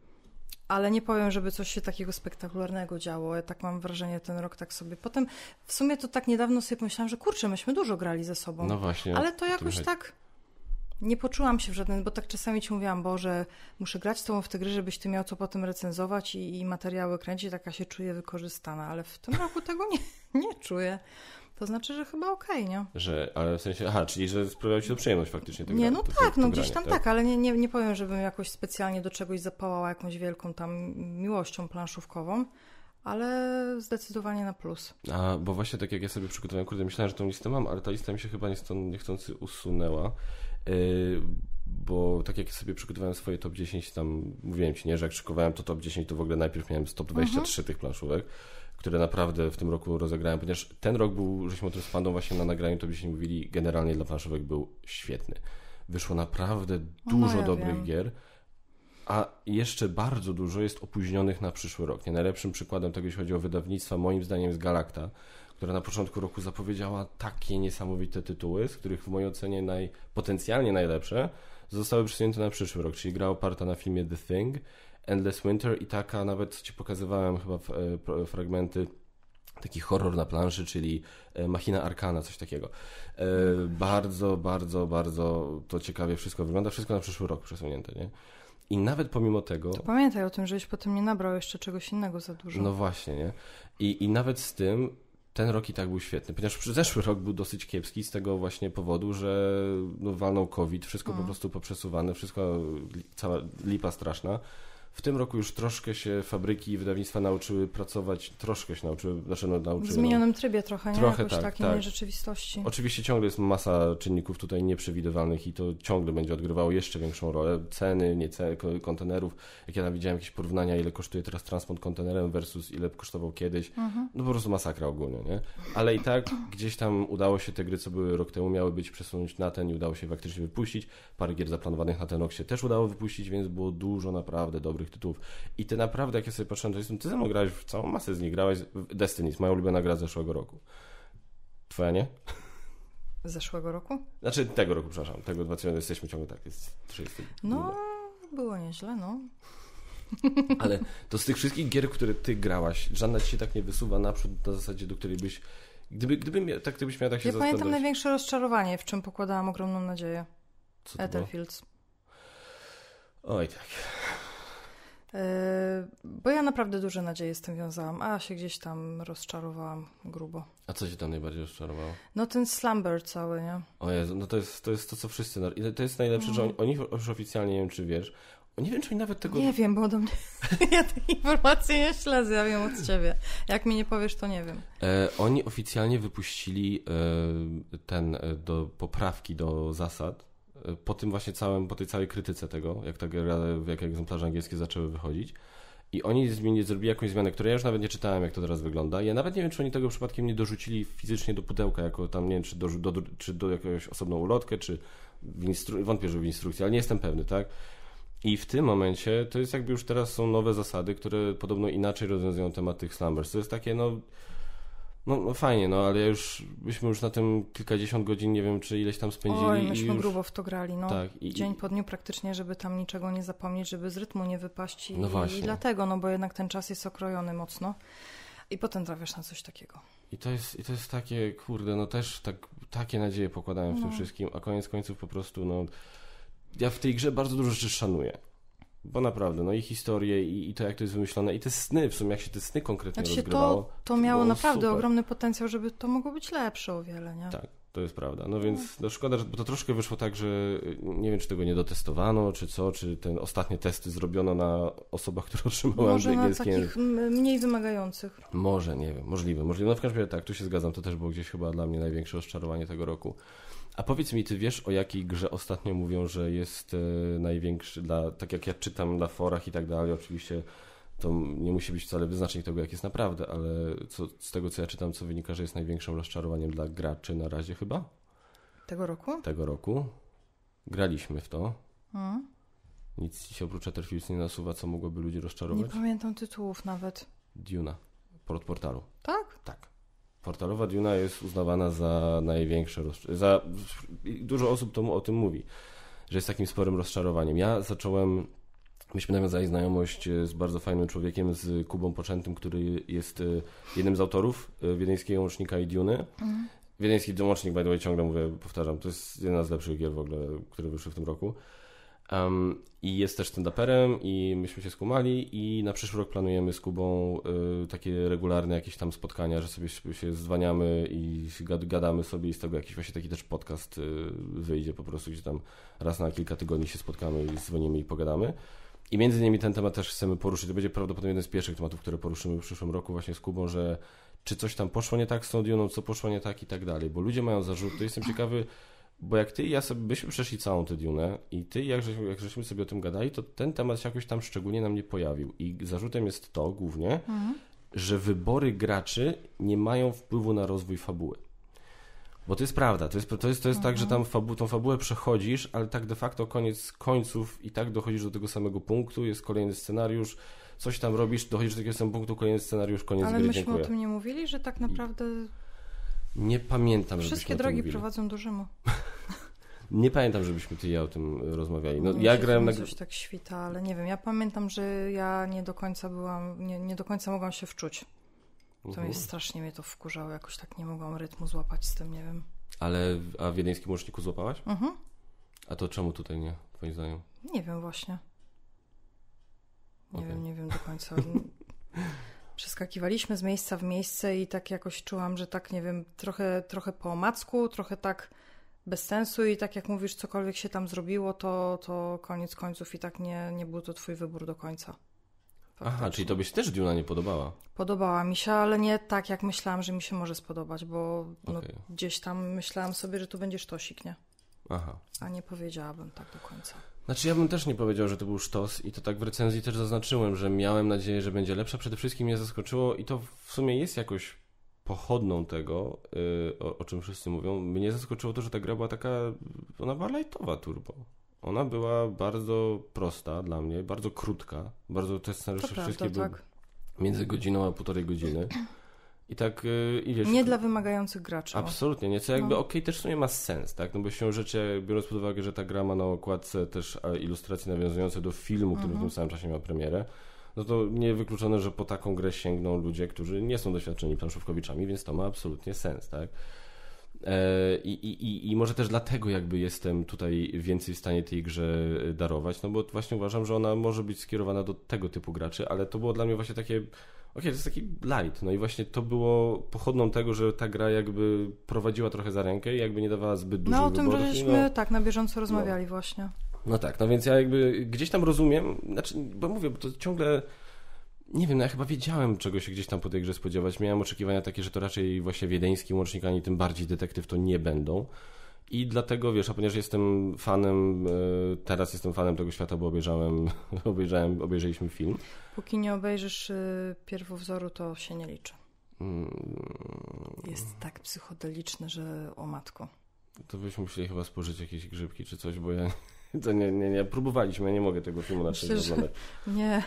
Ale nie powiem, żeby coś się takiego spektakularnego działo. Ja tak mam wrażenie ten rok tak sobie. Potem w sumie to tak niedawno sobie pomyślałam, że kurczę, myśmy dużo grali ze sobą. No właśnie. Ale to jakoś to tak nie poczułam się w żaden, bo tak czasami ci mówiłam, Boże, muszę grać z tobą w te gry, żebyś ty miał co potem recenzować i, i materiały kręcić. Taka się czuję wykorzystana, ale w tym roku tego nie, nie czuję. To znaczy, że chyba okej, okay, nie? Że, ale w sensie, aha, czyli że sprawiało ci to przyjemność faktycznie. Tego, nie, no to, tak, to, no to gdzieś granie, tam tak? tak, ale nie, nie, nie powiem, żebym jakoś specjalnie do czegoś zapałała jakąś wielką tam miłością planszówkową, ale zdecydowanie na plus. A, bo właśnie tak jak ja sobie przygotowałem, kurde, myślałem, że tą listę mam, ale ta lista mi się chyba niechcący usunęła, yy, bo tak jak sobie przygotowałem swoje top dziesięć, tam mówiłem ci, nie, że jak szykowałem to top dziesięć, to w ogóle najpierw miałem z top dwadzieścia trzy mhm. tych planszówek, które naprawdę w tym roku rozegrałem, ponieważ ten rok był, żeśmy o tym z Pandą właśnie na nagraniu to byśmy mówili, generalnie dla planszówek był świetny. Wyszło naprawdę dużo no, ja dobrych wiem. gier, a jeszcze bardzo dużo jest opóźnionych na przyszły rok. Nie? Najlepszym przykładem tego, jeśli chodzi o wydawnictwa, moim zdaniem jest Galacta, która na początku roku zapowiedziała takie niesamowite tytuły, z których w mojej ocenie naj, potencjalnie najlepsze zostały przesunięte na przyszły rok, czyli gra oparta na filmie The Thing, Endless Winter i taka, nawet ci pokazywałem chyba e, fragmenty, taki horror na planszy, czyli e, Machina Arcana, coś takiego. E, bardzo, bardzo, bardzo to ciekawie wszystko wygląda. Wszystko na przyszły rok przesunięte, nie? I nawet pomimo tego... To pamiętaj o tym, żebyś potem nie nabrał jeszcze czegoś innego za dużo. No właśnie, nie? I, i nawet z tym ten rok i tak był świetny, ponieważ zeszły rok był dosyć kiepski z tego właśnie powodu, że no, walnął COVID, wszystko mm. po prostu poprzesuwane, wszystko, cała lipa straszna. W tym roku już troszkę się fabryki i wydawnictwa nauczyły pracować, troszkę się nauczyły, znaczy no, nauczyły. W zmienionym trybie trochę, nie? Trochę Jakoś tak, takiej tak. rzeczywistości. Oczywiście ciągle jest masa czynników tutaj nieprzewidywalnych i to ciągle będzie odgrywało jeszcze większą rolę. Ceny, nie ceny kontenerów. Jak ja tam widziałem jakieś porównania, ile kosztuje teraz transport kontenerem versus ile kosztował kiedyś. Mhm. No po prostu masakra ogólnie, nie? Ale i tak gdzieś tam udało się te gry, co były rok temu, miały być przesunąć na ten i udało się faktycznie wypuścić. Parę gier zaplanowanych na ten rok się też udało wypuścić, więc było dużo naprawdę dobrych tytułów. I te naprawdę, jak ja sobie patrzyłem, to jestem, ty ze mną grałeś w całą masę z nich, grałeś w Destiny, jest moja ulubiona gra z zeszłego roku. Twoja nie? Z zeszłego roku? Znaczy tego roku, przepraszam, tego dwa tysiące, jesteśmy ciągle tak, jest trzydziesty. No, było nieźle, no. Ale to z tych wszystkich gier, które ty grałaś, żadna ci się tak nie wysuwa naprzód na zasadzie, do której byś, gdyby, gdyby mia, tak, gdybyś miała tak się ja zastanawiać. Ja pamiętam największe rozczarowanie, w czym pokładałam ogromną nadzieję. Co to Etherfields. Było? Oj tak. Yy, bo ja naprawdę duże nadzieje z tym wiązałam, a się gdzieś tam rozczarowałam grubo. A co cię tam najbardziej rozczarowało? No ten slumber cały, nie? O Jezu, no to jest to, jest to co wszyscy... I to jest najlepsze, mm. że oni, oni już oficjalnie, nie wiem czy wiesz, oni nie wiem, czy oni nawet tego... Nie wiem, bo do mnie... ja tej informacji nie śledzę, ja wiem od ciebie. Jak mi nie powiesz, to nie wiem. E, oni oficjalnie wypuścili e, ten e, do poprawki do zasad po tym właśnie całym, po tej całej krytyce tego, jak ta gra, jak egzemplarze angielskie zaczęły wychodzić. I oni zmienili, zrobili jakąś zmianę, której ja już nawet nie czytałem, jak to teraz wygląda. Ja nawet nie wiem, czy oni tego przypadkiem nie dorzucili fizycznie do pudełka, jako tam, nie wiem, czy do, do, czy do jakąś osobną ulotkę, czy w instru- wątpię, że w instrukcji, ale nie jestem pewny, tak? I w tym momencie to jest jakby już teraz są nowe zasady, które podobno inaczej rozwiązują temat tych slumbers. To jest takie, no... No, no fajnie, no ale już byśmy już na tym kilkadziesiąt godzin, nie wiem, czy ileś tam spędzili. Oj, myśmy i już... grubo w to grali, no. Tak, i... Dzień po dniu praktycznie, żeby tam niczego nie zapomnieć, żeby z rytmu nie wypaść i, no właśnie. i dlatego, no bo jednak ten czas jest okrojony mocno i potem trafiasz na coś takiego. I to jest, i to jest takie, kurde, no też tak, takie nadzieje pokładałem w no. tym wszystkim, a koniec końców po prostu, no ja w tej grze bardzo dużo rzeczy szanuję. Bo naprawdę, no i historię, i, i to jak to jest wymyślone, i te sny, w sumie jak się te sny konkretnie znaczy rozgrywało. To, to miało to naprawdę super. ogromny potencjał, żeby to mogło być lepsze o wiele, nie? Tak, to jest prawda. No więc no szkoda, że bo to troszkę wyszło tak, że nie wiem, czy tego nie dotestowano, czy co, czy te ostatnie testy zrobiono na osobach, które otrzymały Może na angielskie. takich mniej wymagających. Może, nie wiem, możliwe, możliwe. No w każdym razie tak, tu się zgadzam, to też było gdzieś chyba dla mnie największe rozczarowanie tego roku. A powiedz mi, ty wiesz, o jakiej grze ostatnio mówią, że jest e, największy, dla, tak jak ja czytam na forach i tak dalej, oczywiście to nie musi być wcale wyznacznik tego, jak jest naprawdę, ale co, z tego, co ja czytam, co wynika, że jest największym rozczarowaniem dla graczy na razie chyba? Tego roku? Tego roku. Graliśmy w to. Hmm? Nic ci się oprócz Etherfields nie nasuwa, co mogłoby ludzi rozczarować? Nie pamiętam tytułów nawet. Duna. Port portalu. Tak? Tak. Portalowa Duna jest uznawana za największe rozczarowanie. Za... Dużo osób to, o tym mówi, że jest takim sporym rozczarowaniem. Ja zacząłem, myśmy nawiązali znajomość z bardzo fajnym człowiekiem, z Kubą Poczętym, który jest jednym z autorów wiedeńskiego łącznika i Duny. Mhm. Wiedeński łącznik, by the way, ciągle mówię, powtarzam, to jest jedna z lepszych gier w ogóle, które wyszły w tym roku. Um, I jest też stand-uperem i myśmy się skumali i na przyszły rok planujemy z Kubą y, takie regularne jakieś tam spotkania, że sobie się zwaniamy i gad, gadamy sobie i z tego jakiś właśnie taki też podcast y, wyjdzie po prostu, gdzie tam raz na kilka tygodni się spotkamy i dzwonimy i pogadamy. I między innymi ten temat też chcemy poruszyć. To będzie prawdopodobnie jeden z pierwszych tematów, które poruszymy w przyszłym roku właśnie z Kubą, że czy coś tam poszło nie tak z tą Duną, co poszło nie tak i tak dalej, bo ludzie mają zarzuty. Jestem ciekawy, bo jak ty i ja sobie byśmy przeszli całą tę Dunę i ty jak, żeśmy, jak żeśmy sobie o tym gadali, to ten temat się jakoś tam szczególnie nam nie pojawił. I zarzutem jest to głównie, mhm. że wybory graczy nie mają wpływu na rozwój fabuły. Bo to jest prawda. To jest, to jest, to jest mhm. tak, że tam fabu, tą fabułę przechodzisz, ale tak de facto koniec końców i tak dochodzisz do tego samego punktu, jest kolejny scenariusz, coś tam robisz, dochodzisz do takiego samego punktu, kolejny scenariusz, koniec ale gry, myśmy dziękuję. o tym nie mówili, że tak naprawdę... Nie pamiętam, wszystkie drogi prowadzą do Rzymu. Nie pamiętam, żebyśmy ty i ja o tym rozmawiali. No, no, ja grałem na... coś tak świta, ale nie wiem. Ja pamiętam, że ja nie do końca byłam, nie, nie do końca mogłam się wczuć. To uh-huh. mnie strasznie mnie to wkurzało. Jakoś tak nie mogłam rytmu złapać z tym, nie wiem. Ale, a w wiedeńskim łączniku złapałaś? Mhm. Uh-huh. A to czemu tutaj nie, twoim zdaniem? Nie wiem właśnie. Nie okay. wiem, nie wiem do końca. Przeskakiwaliśmy z miejsca w miejsce i tak jakoś czułam, że tak, nie wiem, trochę, trochę po omacku, trochę tak bez sensu i tak jak mówisz, cokolwiek się tam zrobiło, to, to koniec końców i tak nie, nie był to twój wybór do końca. Faktycznie. Aha, czyli tobie się też Duna nie podobała? Podobała mi się, ale nie tak, jak myślałam, że mi się może spodobać, bo no, okay. gdzieś tam myślałam sobie, że tu będzie sztosik, nie? Aha. A nie powiedziałabym tak do końca. Znaczy ja bym też nie powiedział, że to był sztos i to tak w recenzji też zaznaczyłem, że miałem nadzieję, że będzie lepsza. Przede wszystkim mnie zaskoczyło i to w sumie jest jakoś pochodną tego, yy, o, o czym wszyscy mówią. Mnie zaskoczyło to, że ta gra była taka, ona była lightowa turbo. Ona była bardzo prosta dla mnie, bardzo krótka. Bardzo te scenariusze wszystkie były tak. między godziną a półtorej godziny. I tak, yy, i wiesz, nie dla wymagających graczy. Absolutnie, nie, co jakby no. okej, okay, też w sumie ma sens, tak, no bo się rzeczy, biorąc pod uwagę, że ta gra ma na okładce też ilustracje nawiązujące do filmu, który mhm. w tym samym czasie ma premierę, no to niewykluczone, że po taką grę sięgną ludzie, którzy nie są doświadczeni planszówkowiczami, więc to ma absolutnie sens, tak. I, i, I może też dlatego jakby jestem tutaj więcej w stanie tej grze darować, no bo właśnie uważam, że ona może być skierowana do tego typu graczy, ale to było dla mnie właśnie takie, okej, okay, to jest taki light, no i właśnie to było pochodną tego, że ta gra jakby prowadziła trochę za rękę i jakby nie dawała zbyt dużo wyborów. No o tym żeśmy no, tak na bieżąco rozmawiali no. właśnie. No tak, no więc ja jakby gdzieś tam rozumiem, znaczy, bo mówię, bo to ciągle... Nie wiem, no ja chyba wiedziałem, czego się gdzieś tam po tej grze spodziewać. Miałem oczekiwania takie, że to raczej właśnie wiedeński łącznik, ani tym bardziej detektyw to nie będą. I dlatego, wiesz, a ponieważ jestem fanem, teraz jestem fanem tego świata, bo obejrzałem, obejrzałem, obejrzeliśmy film. Póki nie obejrzysz pierwowzoru, to się nie liczy. Jest tak psychodeliczny, że o matko. To byśmy musieli chyba spożyć jakieś grzybki czy coś, bo ja... To nie, nie, nie. Próbowaliśmy, ja nie mogę tego filmu na szczęście oglądać. Nie.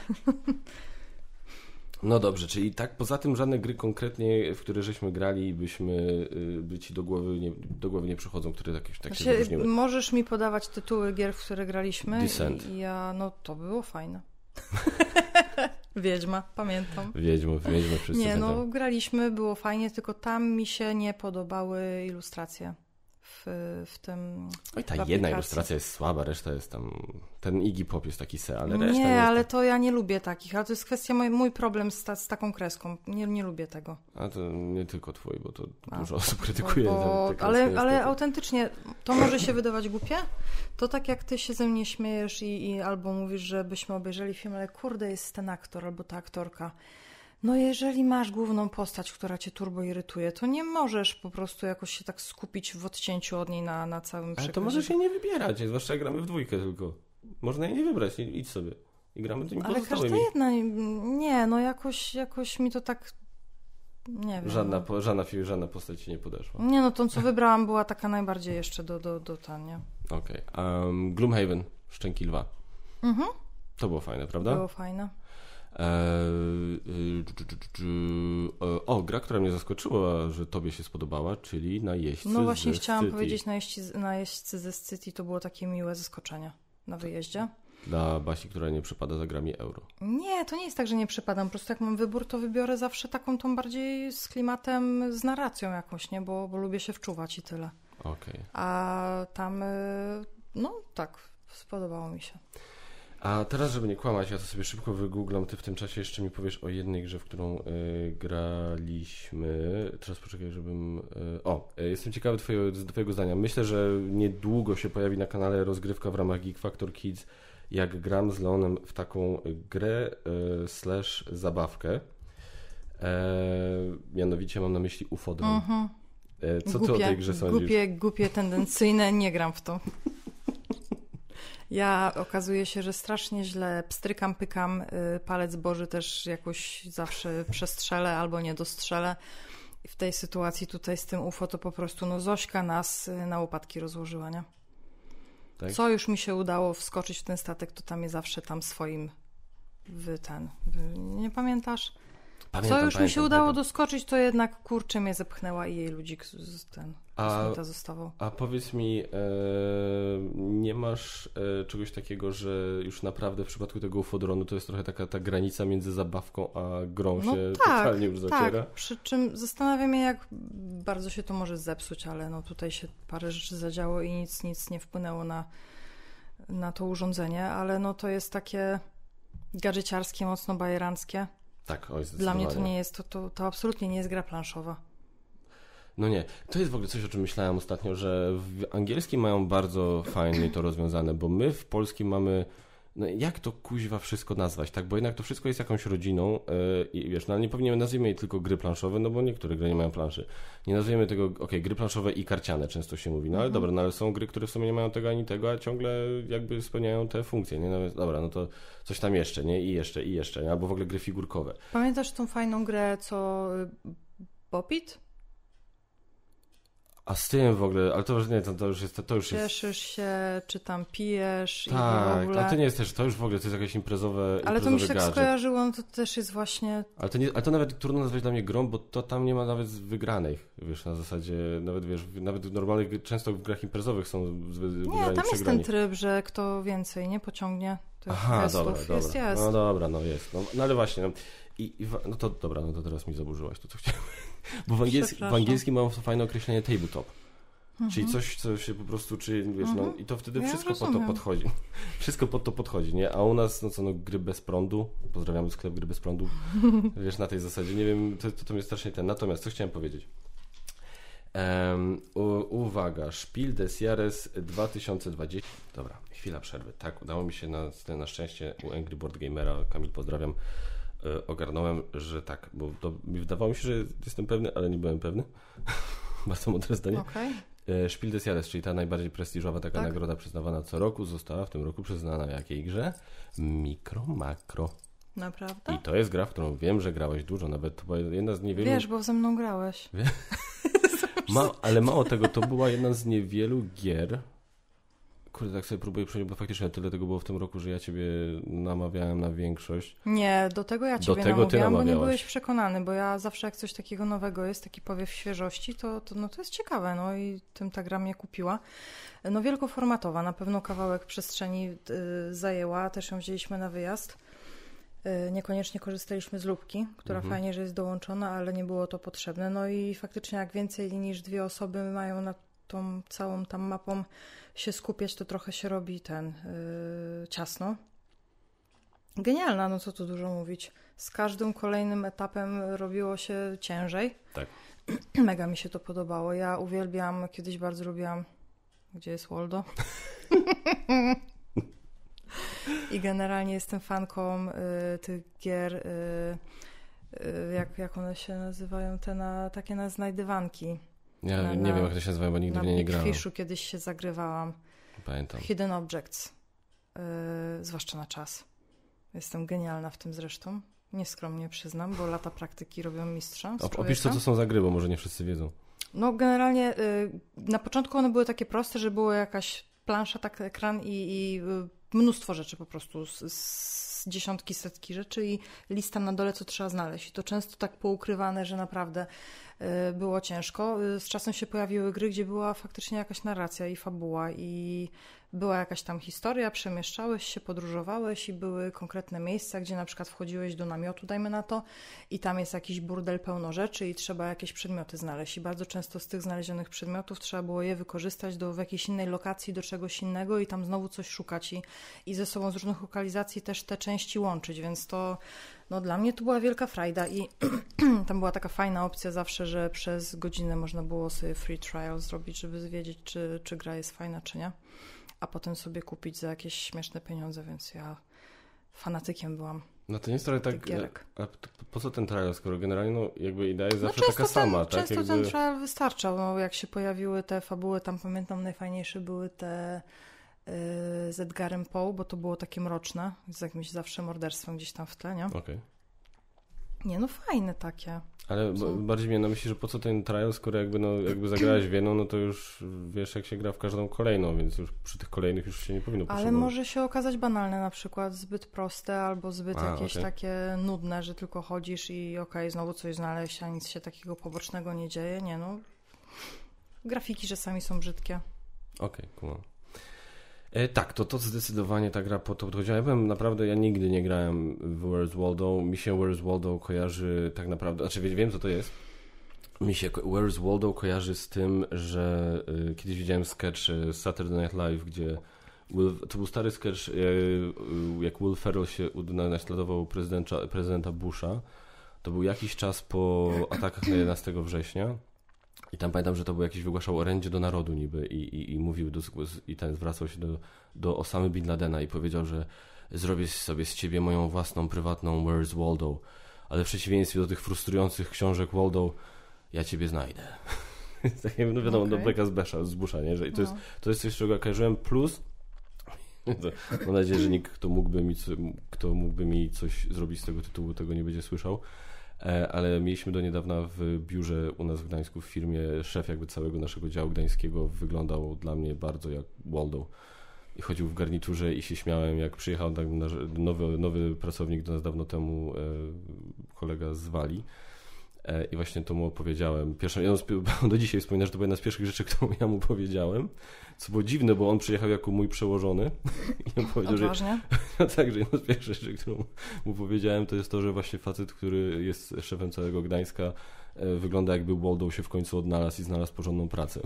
No dobrze, czyli tak poza tym żadne gry konkretnie, w które żeśmy grali, byśmy by ci do głowy nie, do głowy nie przychodzą, które tak, tak znaczy, się wyróżniły. Możesz mi podawać tytuły gier, w które graliśmy. Descent. I ja, no to było fajne. Wiedźma, pamiętam. Wiedźma, Wiedźma wszyscy Nie, pamiętam. no graliśmy, było fajnie, tylko tam mi się nie podobały ilustracje. W, w tym Oj, ta jedna ilustracja jest słaba, reszta jest tam... Ten Iggy Pop jest taki se, ale reszta nie... Nie, ale tak... to ja nie lubię takich, ale to jest kwestia, mój, mój problem z, ta, z taką kreską. Nie, nie lubię tego. A to nie tylko twój, bo to A, dużo osób krytykuje. Bo, bo, te, te ale, ale autentycznie, to może się wydawać głupie, to tak jak ty się ze mnie śmiejesz i, i albo mówisz, że byśmy obejrzeli film, ale kurde, jest ten aktor albo ta aktorka. No jeżeli masz główną postać, która cię turbo irytuje, to nie możesz po prostu jakoś się tak skupić w odcięciu od niej na, na całym przekazie. Ale to możesz jej nie wybierać, zwłaszcza jak gramy w dwójkę tylko. Można jej nie wybrać, idź sobie. I gramy tymi ale pozostałymi. Ale każda jedna, nie, no jakoś, jakoś mi to tak, nie wiem. Żadna, no. żadna, żadna postać ci nie podeszła. Nie, no tą co wybrałam była taka najbardziej jeszcze do, do, do tan, nie? Okej. Okay. Um, Gloomhaven, Szczęki Lwa. Mhm. To było fajne, prawda? Było fajne. O, gra, która mnie zaskoczyła, że tobie się spodobała, czyli Najeźdźcy No właśnie ze chciałam City. powiedzieć najeźdźcy, najeźdźcy ze City, to było takie miłe zaskoczenie na wyjeździe. Dla Basi, która nie przypada za grami euro. Nie, to nie jest tak, że nie przypadam. Po prostu jak mam wybór, to wybiorę zawsze taką tą bardziej z klimatem, z narracją jakąś, nie? Bo, bo lubię się wczuwać i tyle. Okej. Okay. A tam, no tak, spodobało mi się. A teraz, żeby nie kłamać, ja to sobie szybko wygooglam, ty w tym czasie jeszcze mi powiesz o jednej grze, w którą y, graliśmy. Teraz poczekaj, żebym... Y, o, y, jestem ciekawy twojego, twojego zdania. Myślę, że niedługo się pojawi na kanale rozgrywka w ramach Geek Factor Kids, jak gram z Leonem w taką grę y, slash zabawkę. E, mianowicie mam na myśli Ufodron. Mm-hmm. E, co głupie, ty o tej grze sądzisz? Głupie, głupie, tendencyjne, nie gram w to. Ja okazuje się, że strasznie źle pstrykam, pykam, palec Boży też jakoś zawsze przestrzelę albo nie dostrzelę. I w tej sytuacji tutaj z tym U F O to po prostu no Zośka nas na łopatki rozłożyła, nie? Tak? Co już mi się udało wskoczyć w ten statek, to tam jest zawsze tam swoim w ten... W, nie pamiętasz? Pamiętam, Co już pamiętam, mi się udało pamiętam. doskoczyć, to jednak kurczę mnie zepchnęła i jej ludzik z ten a, zostawał. A powiedz mi, e, nie masz e, czegoś takiego, że już naprawdę w przypadku tego Ufodronu to jest trochę taka ta granica między zabawką a grą no się tak, totalnie już zaciera? Tak, przy czym zastanawiam się, jak bardzo się to może zepsuć, ale no tutaj się parę rzeczy zadziało i nic, nic nie wpłynęło na, na to urządzenie, ale no to jest takie gadżeciarskie, mocno bajeranckie. Tak, oj, Dla mnie to nie jest, to, to, to absolutnie nie jest gra planszowa. No nie, to jest w ogóle coś, o czym myślałem ostatnio, że w angielskim mają bardzo fajnie to rozwiązane, bo my w polskim mamy, no jak to kuźwa wszystko nazwać, tak, bo jednak to wszystko jest jakąś rodziną yy, i wiesz, no nie powinienem, nazwijmy jej tylko gry planszowe, no bo niektóre gry nie mają planszy. Nie nazwijmy tego, okej, okay, gry planszowe i karciane często się mówi, no ale mhm. dobra, no ale są gry, które w sumie nie mają tego ani tego, a ciągle jakby spełniają te funkcje, nie, no więc dobra, no to coś tam jeszcze, nie, i jeszcze, i jeszcze, nie? Albo w ogóle gry figurkowe. Pamiętasz tą fajną grę, co Bopit? A z tym w ogóle, ale to już nie, to, to już jest... To już Cieszysz jest... się, czy tam pijesz tak, i w ogóle... ale to nie jest też, to już w ogóle, to jest jakieś imprezowe Ale to mi się tak gadżet. skojarzyło, no to też jest właśnie... Ale to, nie, ale to nawet trudno nazwać dla mnie grą, bo to tam nie ma nawet wygranych, wiesz, na zasadzie, nawet wiesz, nawet w normalnych, często w grach imprezowych są wygrani. Nie, tam jest ten tryb, że kto więcej nie pociągnie tych Aha, gestów. dobra, dobra. Jest, jest. No dobra, no jest. No, no ale właśnie, no, i, i, no to dobra, no to teraz mi zaburzyłaś to, co chciałem. Bo w, angielski, w angielskim mam fajne określenie tabletop. Mhm. Czyli coś, co się po prostu, czy wiesz, mhm. no i to wtedy ja wszystko rozumiem. pod to podchodzi. Wszystko pod to podchodzi, nie? A u nas, no co, no gry bez prądu, pozdrawiamy sklep gry bez prądu, wiesz, na tej zasadzie, nie wiem, to, to, to mnie strasznie ten, natomiast co chciałem powiedzieć? Um, u, uwaga, Spiel des Jahres dwa tysiące dwudziesty. Dobra, chwila przerwy. Tak, udało mi się na, na szczęście u Angry Board Gamera, Kamil, pozdrawiam, yy, ogarnąłem, że tak, bo to mi wydawało mi się, że jestem pewny, ale nie byłem pewny. Bardzo mądre zdanie. Okay. Spiel des Jahres, czyli ta najbardziej prestiżowa taka tak? nagroda przyznawana co roku, została w tym roku przyznana jakiej grze? Mikro Makro. Naprawdę? I to jest gra, w którą wiem, że grałeś dużo, nawet to była jedna z niewielu... Wiesz, bo ze mną grałeś. Ma, ale mało tego, to była jedna z niewielu gier. Kurde, tak sobie próbuję przyjąć, bo faktycznie tyle tego było w tym roku, że ja ciebie namawiałem na większość. Nie, do tego ja ciebie do tego namawiałam, ty bo nie byłeś przekonany, bo ja zawsze jak coś takiego nowego jest, taki powiew świeżości, to, to, no to jest ciekawe, no i tym ta gra mnie kupiła. No wielkoformatowa, na pewno kawałek przestrzeni y, zajęła, też ją wzięliśmy na wyjazd. Y, niekoniecznie korzystaliśmy z lubki, która mhm. fajnie, że jest dołączona, ale nie było to potrzebne. No i faktycznie jak więcej niż dwie osoby mają nad tą całą tam mapą się skupiać, to trochę się robi ten yy, ciasno. Genialna, no co tu dużo mówić. Z każdym kolejnym etapem robiło się ciężej. Tak. Mega mi się to podobało. Ja uwielbiam, kiedyś bardzo lubiłam... Gdzie jest Waldo? I generalnie jestem fanką y, tych gier, y, y, jak, jak one się nazywają, te na, takie na znajdywanki. Ja na, nie wiem, jak to się nazywa, bo nigdy w nie nie grałem. Na Big Fishu kiedyś się zagrywałam. Pamiętam. Hidden Objects. Yy, zwłaszcza na czas. Jestem genialna w tym zresztą. Nieskromnie przyznam, bo lata praktyki robią mistrza. Opisz, co to są za gry, bo może nie wszyscy wiedzą. No generalnie yy, na początku one były takie proste, że była jakaś plansza, tak ekran i, i yy, mnóstwo rzeczy po prostu. Z, z dziesiątki, setki rzeczy i lista na dole, co trzeba znaleźć. I to często tak poukrywane, że naprawdę było ciężko. Z czasem się pojawiły gry, gdzie była faktycznie jakaś narracja i fabuła i była jakaś tam historia, przemieszczałeś się, podróżowałeś i były konkretne miejsca, gdzie na przykład wchodziłeś do namiotu, dajmy na to, i tam jest jakiś burdel pełno rzeczy i trzeba jakieś przedmioty znaleźć. I bardzo często z tych znalezionych przedmiotów trzeba było je wykorzystać do, w jakiejś innej lokacji, do czegoś innego i tam znowu coś szukać i, i ze sobą z różnych lokalizacji też te części łączyć, więc to no dla mnie to była wielka frajda i tam była taka fajna opcja zawsze, że przez godzinę można było sobie free trial zrobić, żeby wiedzieć, czy, czy gra jest fajna, czy nie. A potem sobie kupić za jakieś śmieszne pieniądze, więc ja fanatykiem byłam. No to nie jest trochę tak, a po co ten trial, skoro generalnie no, jakby idea jest zawsze no taka ten, sama, tak? Często jakby... ten trial wystarczał, no, jak się pojawiły te fabuły, tam pamiętam najfajniejsze były te yy, z Edgarem Poe, bo to było takie mroczne, z jakimś zawsze morderstwem gdzieś tam w tle, nie? Okej. Okay. Nie, no fajne takie. Ale b- bardziej mnie na myśli, że po co ten trial, skoro jakby, no, jakby zagrałeś w jedną, no to już wiesz, jak się gra w każdą kolejną, więc już przy tych kolejnych już się nie powinno potrzebować. Ale może się okazać banalne, na przykład zbyt proste albo zbyt A, jakieś okay. takie nudne, że tylko chodzisz i okej, okay, znowu coś znaleźć, a nic się takiego pobocznego nie dzieje. Nie no, grafiki czasami są brzydkie. Okej, okay, cool. E, tak, to, to zdecydowanie ta gra po to podchodziła. Ja byłem naprawdę, ja nigdy nie grałem w Where's Waldo. Mi się Where's Waldo kojarzy tak naprawdę, znaczy wiem co to jest. Mi się Where's Waldo kojarzy z tym, że y, kiedyś widziałem sketch z Saturday Night Live, gdzie Will, to był stary sketch, y, jak Will Ferrell się naśladował prezydenta, prezydenta Busha. To był jakiś czas po atakach na jedenastego września. I tam pamiętam, że to był jakiś, wygłaszał orędzie do narodu niby i, i, i mówił, do, i ten zwracał się do, do Osamy Bin Ladena i powiedział, że zrobię sobie z ciebie moją własną, prywatną Where's Waldo, ale w przeciwieństwie do tych frustrujących książek Waldo, ja ciebie znajdę. Takie, no wiadomo, okay. do beka z, Besza, z Busha, nie? Że, i to, no. jest, to jest coś, czego kojarzyłem, plus mam nadzieję, że nikt, kto mógłby, mi, kto mógłby mi coś zrobić z tego tytułu, tego nie będzie słyszał. Ale mieliśmy do niedawna w biurze u nas w Gdańsku, w firmie, szef jakby całego naszego działu gdańskiego wyglądał dla mnie bardzo jak Waldo. I chodził w garniturze i się śmiałem, jak przyjechał tak nowy, nowy pracownik do nas dawno temu, kolega z Walii. I właśnie to mu opowiedziałem. Pierwszą, ja do dzisiaj wspominam, że to była jedna z pierwszych rzeczy, którą ja mu powiedziałem. Co było dziwne, bo on przyjechał jako mój przełożony. I on powiedział, Odważnie. że, tak, że jedna z pierwszych rzeczy, którą mu powiedziałem, to jest to, że właśnie facet, który jest szefem całego Gdańska, wygląda jakby Waldo się w końcu odnalazł i znalazł porządną pracę.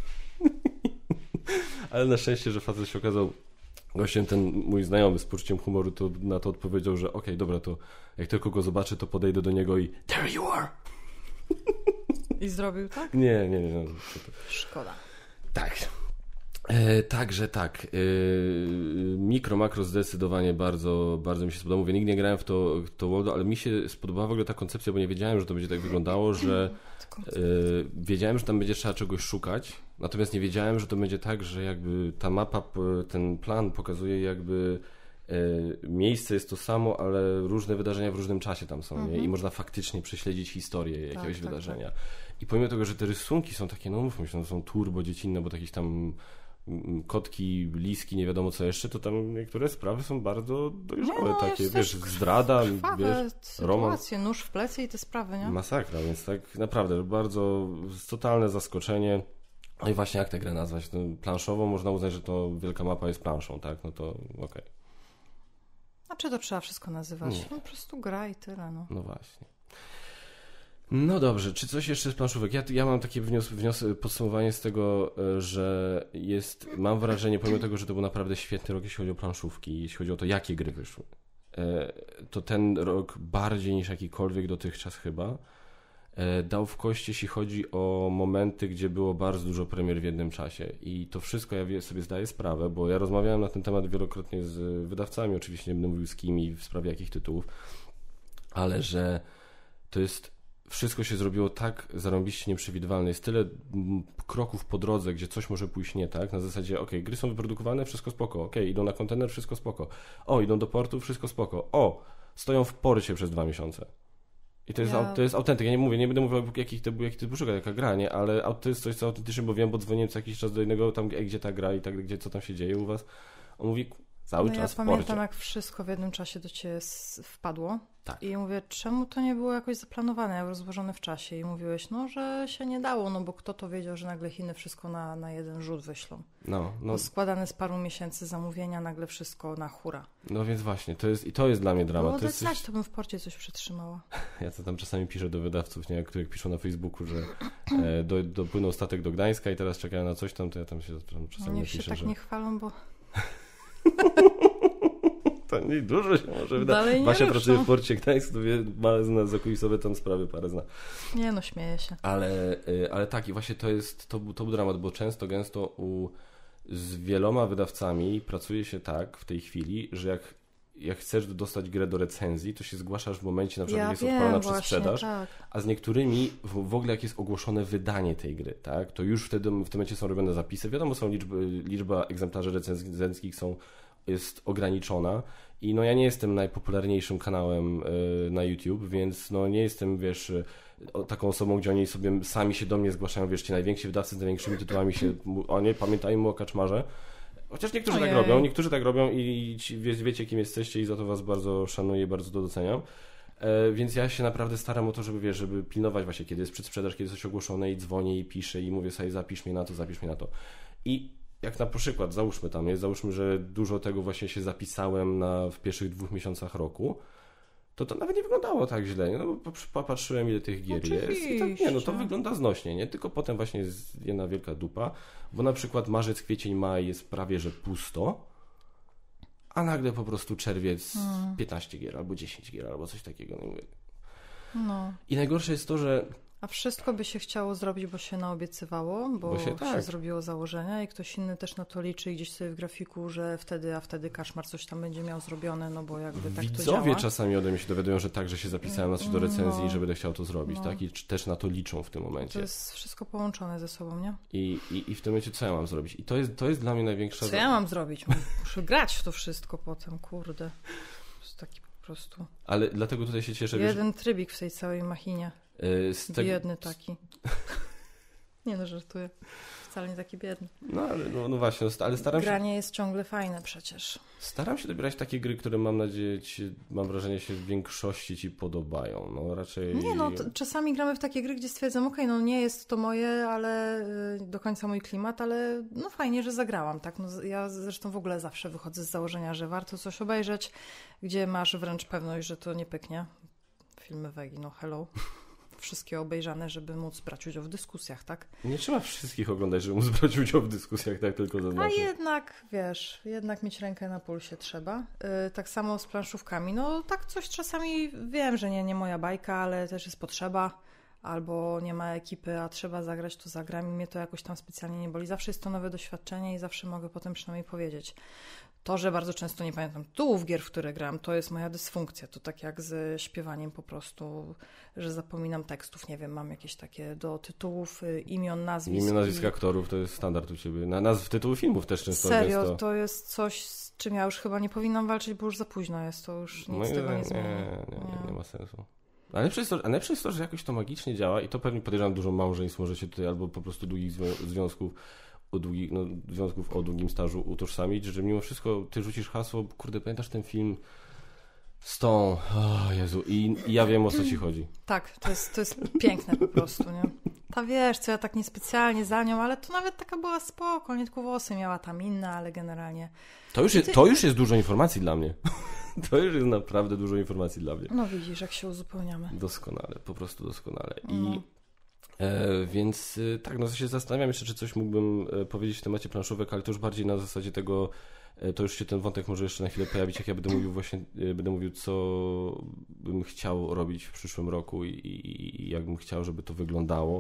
Ale na szczęście, że facet się okazał gościem, ten mój znajomy z poczuciem humoru, to na to odpowiedział, że okej, okay, dobra, to jak tylko go zobaczę, to podejdę do niego i there you are! I zrobił tak? Nie, nie, nie. No, Szkoda. Tak. E, także tak. E, mikro, makro zdecydowanie bardzo, bardzo mi się spodobało. Mówię, nigdy nie grałem w to, w to Waldo, ale mi się spodobała w ogóle ta koncepcja, bo nie wiedziałem, że to będzie tak wyglądało, że e, wiedziałem, że tam będzie trzeba czegoś szukać, natomiast nie wiedziałem, że to będzie tak, że jakby ta mapa, ten plan pokazuje jakby e, miejsce jest to samo, ale różne wydarzenia w różnym czasie tam są, mhm. nie? I można faktycznie prześledzić historię jakiegoś tak, wydarzenia. Tak, tak. I pomimo tego, że te rysunki są takie, no mówmy się, no, są turbo dziecinne, bo jakieś tam kotki, liski, nie wiadomo co jeszcze, to tam niektóre sprawy są bardzo dojrzałe, no, takie, wiesz, zdrada, wiesz, romans. Nóż w plecy i te sprawy, nie? Masakra, więc tak naprawdę bardzo totalne zaskoczenie. No i właśnie jak tę grę nazwać? No, planszową można uznać, że to wielka mapa jest planszą, tak? No to okej. Okay. A czy to trzeba wszystko nazywać? No, po prostu gra i tyle, no. No właśnie. No dobrze, czy coś jeszcze z planszówek? Ja, ja mam takie wnios, wnios, podsumowanie z tego, że jest, mam wrażenie, pomimo tego, że to był naprawdę świetny rok, jeśli chodzi o planszówki, jeśli chodzi o to, jakie gry wyszły, to ten rok bardziej niż jakikolwiek dotychczas chyba dał w kość, jeśli chodzi o momenty, gdzie było bardzo dużo premier w jednym czasie. I to wszystko ja sobie zdaję sprawę, bo ja rozmawiałem na ten temat wielokrotnie z wydawcami, oczywiście nie będę mówił z kim i w sprawie jakich tytułów, ale że to jest wszystko się zrobiło tak zarąbiście nieprzewidywalne. Jest tyle kroków po drodze, gdzie coś może pójść nie tak. Na zasadzie, ok, gry są wyprodukowane, wszystko spoko. Ok, idą na kontener, wszystko spoko. O, idą do portu, wszystko spoko. O, stoją w porcie przez dwa miesiące. I to jest, ja... to jest autentyk. Ja nie mówię, nie będę mówił, jakich to był, jaki to był szukać, jaka gra, nie? Ale to jest coś, co autentycznie, bo wiem, bo dzwoniłem co jakiś czas do innego, tam, gdzie ta gra i tak, gdzie co tam się dzieje u was. On mówi, cały no czas ja w porcie. pamiętam, jak wszystko w jednym czasie do ciebie wpadło. Tak. I mówię, czemu to nie było jakoś zaplanowane, rozłożone w czasie? I mówiłeś, no, że się nie dało, no bo kto to wiedział, że nagle Chiny wszystko na, na jeden rzut wyślą. No, no. Składane z paru miesięcy zamówienia, nagle wszystko na hura. No więc właśnie, to jest, i to jest dla mnie dramat. Było to jest coś... to bym w porcie coś przetrzymała. Ja to tam czasami piszę do wydawców, nie, jak, jak piszą na Facebooku, że e, do, dopłynął statek do Gdańska i teraz czekają na coś tam, to ja tam się tam czasami no niech napiszę, się tak że... nie chwalą, bo... To nie dużo się może wyda. Basia pracuje w porcie Gdańsk, to wie, ma zna zakulisowe tam sprawy parę zna. Nie no, śmieję się. Ale, ale tak i właśnie to jest, to był, to był dramat, bo często, gęsto u, z wieloma wydawcami pracuje się tak w tej chwili, że jak, jak chcesz dostać grę do recenzji, to się zgłaszasz w momencie, na przykład ja jak jest wiem, odpalona właśnie, przez sprzedaż, tak. A z niektórymi w, w ogóle jak jest ogłoszone wydanie tej gry, tak, to już wtedy w tym momencie są robione zapisy. Wiadomo, są liczby, liczba egzemplarzy recenzenckich są jest ograniczona i no ja nie jestem najpopularniejszym kanałem y, na YouTube, więc no nie jestem, wiesz, y, taką osobą, gdzie oni sobie sami się do mnie zgłaszają, wiesz, ci najwięksi wydawcy z największymi tytułami się, o nie, pamiętajmy o Kaczmarze. Chociaż niektórzy Ojej. tak robią, niektórzy tak robią i ci, wie, wiecie, kim jesteście i za to was bardzo szanuję i bardzo to doceniam. E, więc ja się naprawdę staram o to, żeby, wiesz, żeby pilnować właśnie, kiedy jest przedsprzedaż, kiedy jest coś ogłoszone i dzwonię i piszę i mówię sobie, zapisz mnie na to, zapisz mnie na to. I jak na przykład, załóżmy tam, jest, załóżmy, że dużo tego właśnie się zapisałem na, w pierwszych dwóch miesiącach roku, to to nawet nie wyglądało tak źle, no bo popatrzyłem, ile tych gier Oczywiście. jest i tak, nie, no to wygląda znośnie, nie? Tylko potem właśnie jest jedna wielka dupa, bo na przykład marzec, kwiecień, maj jest prawie, że pusto, a nagle po prostu czerwiec hmm. piętnaście gier, albo dziesięć gier, albo coś takiego. No. No. I najgorsze jest to, że A wszystko by się chciało zrobić, bo się naobiecywało, bo, bo się, tak. się zrobiło założenia i ktoś inny też na to liczy i gdzieś sobie w grafiku, że wtedy, a wtedy Kaszmar coś tam będzie miał zrobione, no bo jakby tak Widzowie to działa. Widzowie czasami ode mnie się dowiadują, że tak, że się zapisałem na coś do recenzji i no, że będę chciał to zrobić, no. tak? I też na to liczą w tym momencie. To jest wszystko połączone ze sobą, nie? I, i, i w tym momencie co ja mam zrobić? I to jest, to jest dla mnie największa... Co ja mam zrobić? Muszę grać w to wszystko potem, kurde. To jest taki po prostu... Ale dlatego tutaj się cieszę... Jeden wiesz... trybik w tej całej machinie. Z te... Biedny taki. Nie no, żartuję. Wcale nie taki biedny. No, ale, no, no właśnie, ale staram się... Granie jest ciągle fajne przecież. Staram się dobierać takie gry, które mam nadzieję, ci, mam wrażenie, się w większości ci podobają. No raczej... Nie no, to, czasami gramy w takie gry, gdzie stwierdzam, okej, okay, no nie jest to moje, ale y, do końca mój klimat, ale no fajnie, że zagrałam, tak? No, ja zresztą w ogóle zawsze wychodzę z założenia, że warto coś obejrzeć, gdzie masz wręcz pewność, że to nie pyknie. Filmy Wegi, no hello. Wszystkie obejrzane, żeby móc brać udział w dyskusjach, tak? Nie trzeba wszystkich oglądać, żeby móc brać udział w dyskusjach, tak tylko zaznaczę. A jednak, wiesz, jednak mieć rękę na pulsie trzeba. Yy, tak samo z planszówkami. No tak coś czasami wiem, że nie, nie moja bajka, ale też jest potrzeba. Albo nie ma ekipy, a trzeba zagrać, to zagram i mnie to jakoś tam specjalnie nie boli. Zawsze jest to nowe doświadczenie i zawsze mogę potem przynajmniej powiedzieć. To, że bardzo często nie pamiętam tytułów gier, w które gram, to jest moja dysfunkcja. To tak jak ze śpiewaniem po prostu, że zapominam tekstów. Nie wiem, mam jakieś takie do tytułów, imion, nazwisk. Imion, nazwisk aktorów to jest standard u ciebie. Na nazw tytułu filmów też często. Serio, to... to jest coś, z czym ja już chyba nie powinnam walczyć, bo już za późno jest. To już nic no z tego nie, nie zmieni. Nie, nie, nie, nie ma sensu. A najlepsze jest, to, a najlepsze jest to, że jakoś to magicznie działa i to pewnie podejrzewam dużo małżeństw może się tutaj albo po prostu długich związków o długich, no, związków o długim stażu utożsamić, że mimo wszystko ty rzucisz hasło, kurde, pamiętasz ten film z tą, o Jezu, i, i ja wiem, o co ci chodzi. Tak, to jest, to jest piękne po prostu, nie? Ta wiesz, co ja tak niespecjalnie za nią, ale to nawet taka była spoko, nie tylko włosy miała tam inne, ale generalnie... To już, jest, ty... to już jest dużo informacji dla mnie. To już jest naprawdę dużo informacji dla mnie. No widzisz, jak się uzupełniamy. Doskonale, po prostu doskonale. I no. e, więc e, tak, no się zastanawiam jeszcze, czy coś mógłbym e, powiedzieć w temacie planszówek, ale to już bardziej na zasadzie tego, e, to już się ten wątek może jeszcze na chwilę pojawić, jak ja będę mówił właśnie, e, będę mówił, co bym chciał robić w przyszłym roku i, i, i jak bym chciał, żeby to wyglądało.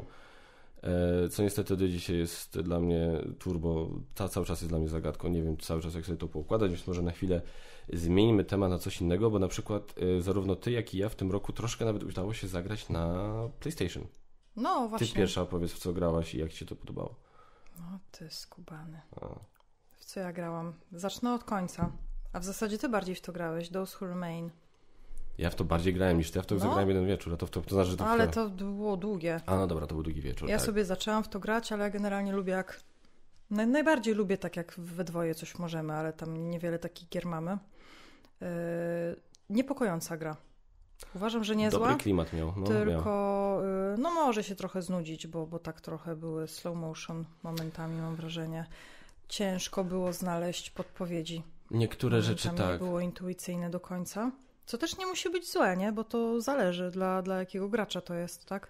E, co niestety do dzisiaj jest dla mnie turbo, ta, cały czas jest dla mnie zagadką, nie wiem cały czas jak sobie to poukładać, więc może na chwilę zmieńmy temat na coś innego, bo na przykład y, zarówno ty, jak i ja w tym roku troszkę nawet udało się zagrać na PlayStation. No właśnie. Ty pierwsza opowiedz, w co grałaś i jak ci się to podobało. No ty skubany. A. W co ja grałam? Zacznę od końca. A w zasadzie ty bardziej w to grałeś, Those Who Remain. Ja w to bardziej grałem niż ty, ja w to no. zagrałem jeden wieczór, a to, w to, to znaczy, że to Ale w to było długie. A no dobra, to był długi wieczór. Ja tak. sobie zaczęłam w to grać, ale ja generalnie lubię jak... Naj, najbardziej lubię tak jak we dwoje coś możemy, ale tam niewiele takich gier mamy. Yy, niepokojąca gra. Uważam, że niezła. Dobry klimat miał. No, tylko yy, no może się trochę znudzić, bo, bo tak trochę były slow motion momentami, mam wrażenie. Ciężko było znaleźć podpowiedzi. Niektóre rzeczy tak. Nie było intuicyjne do końca. Co też nie musi być złe, nie? Bo to zależy dla, dla jakiego gracza to jest, tak?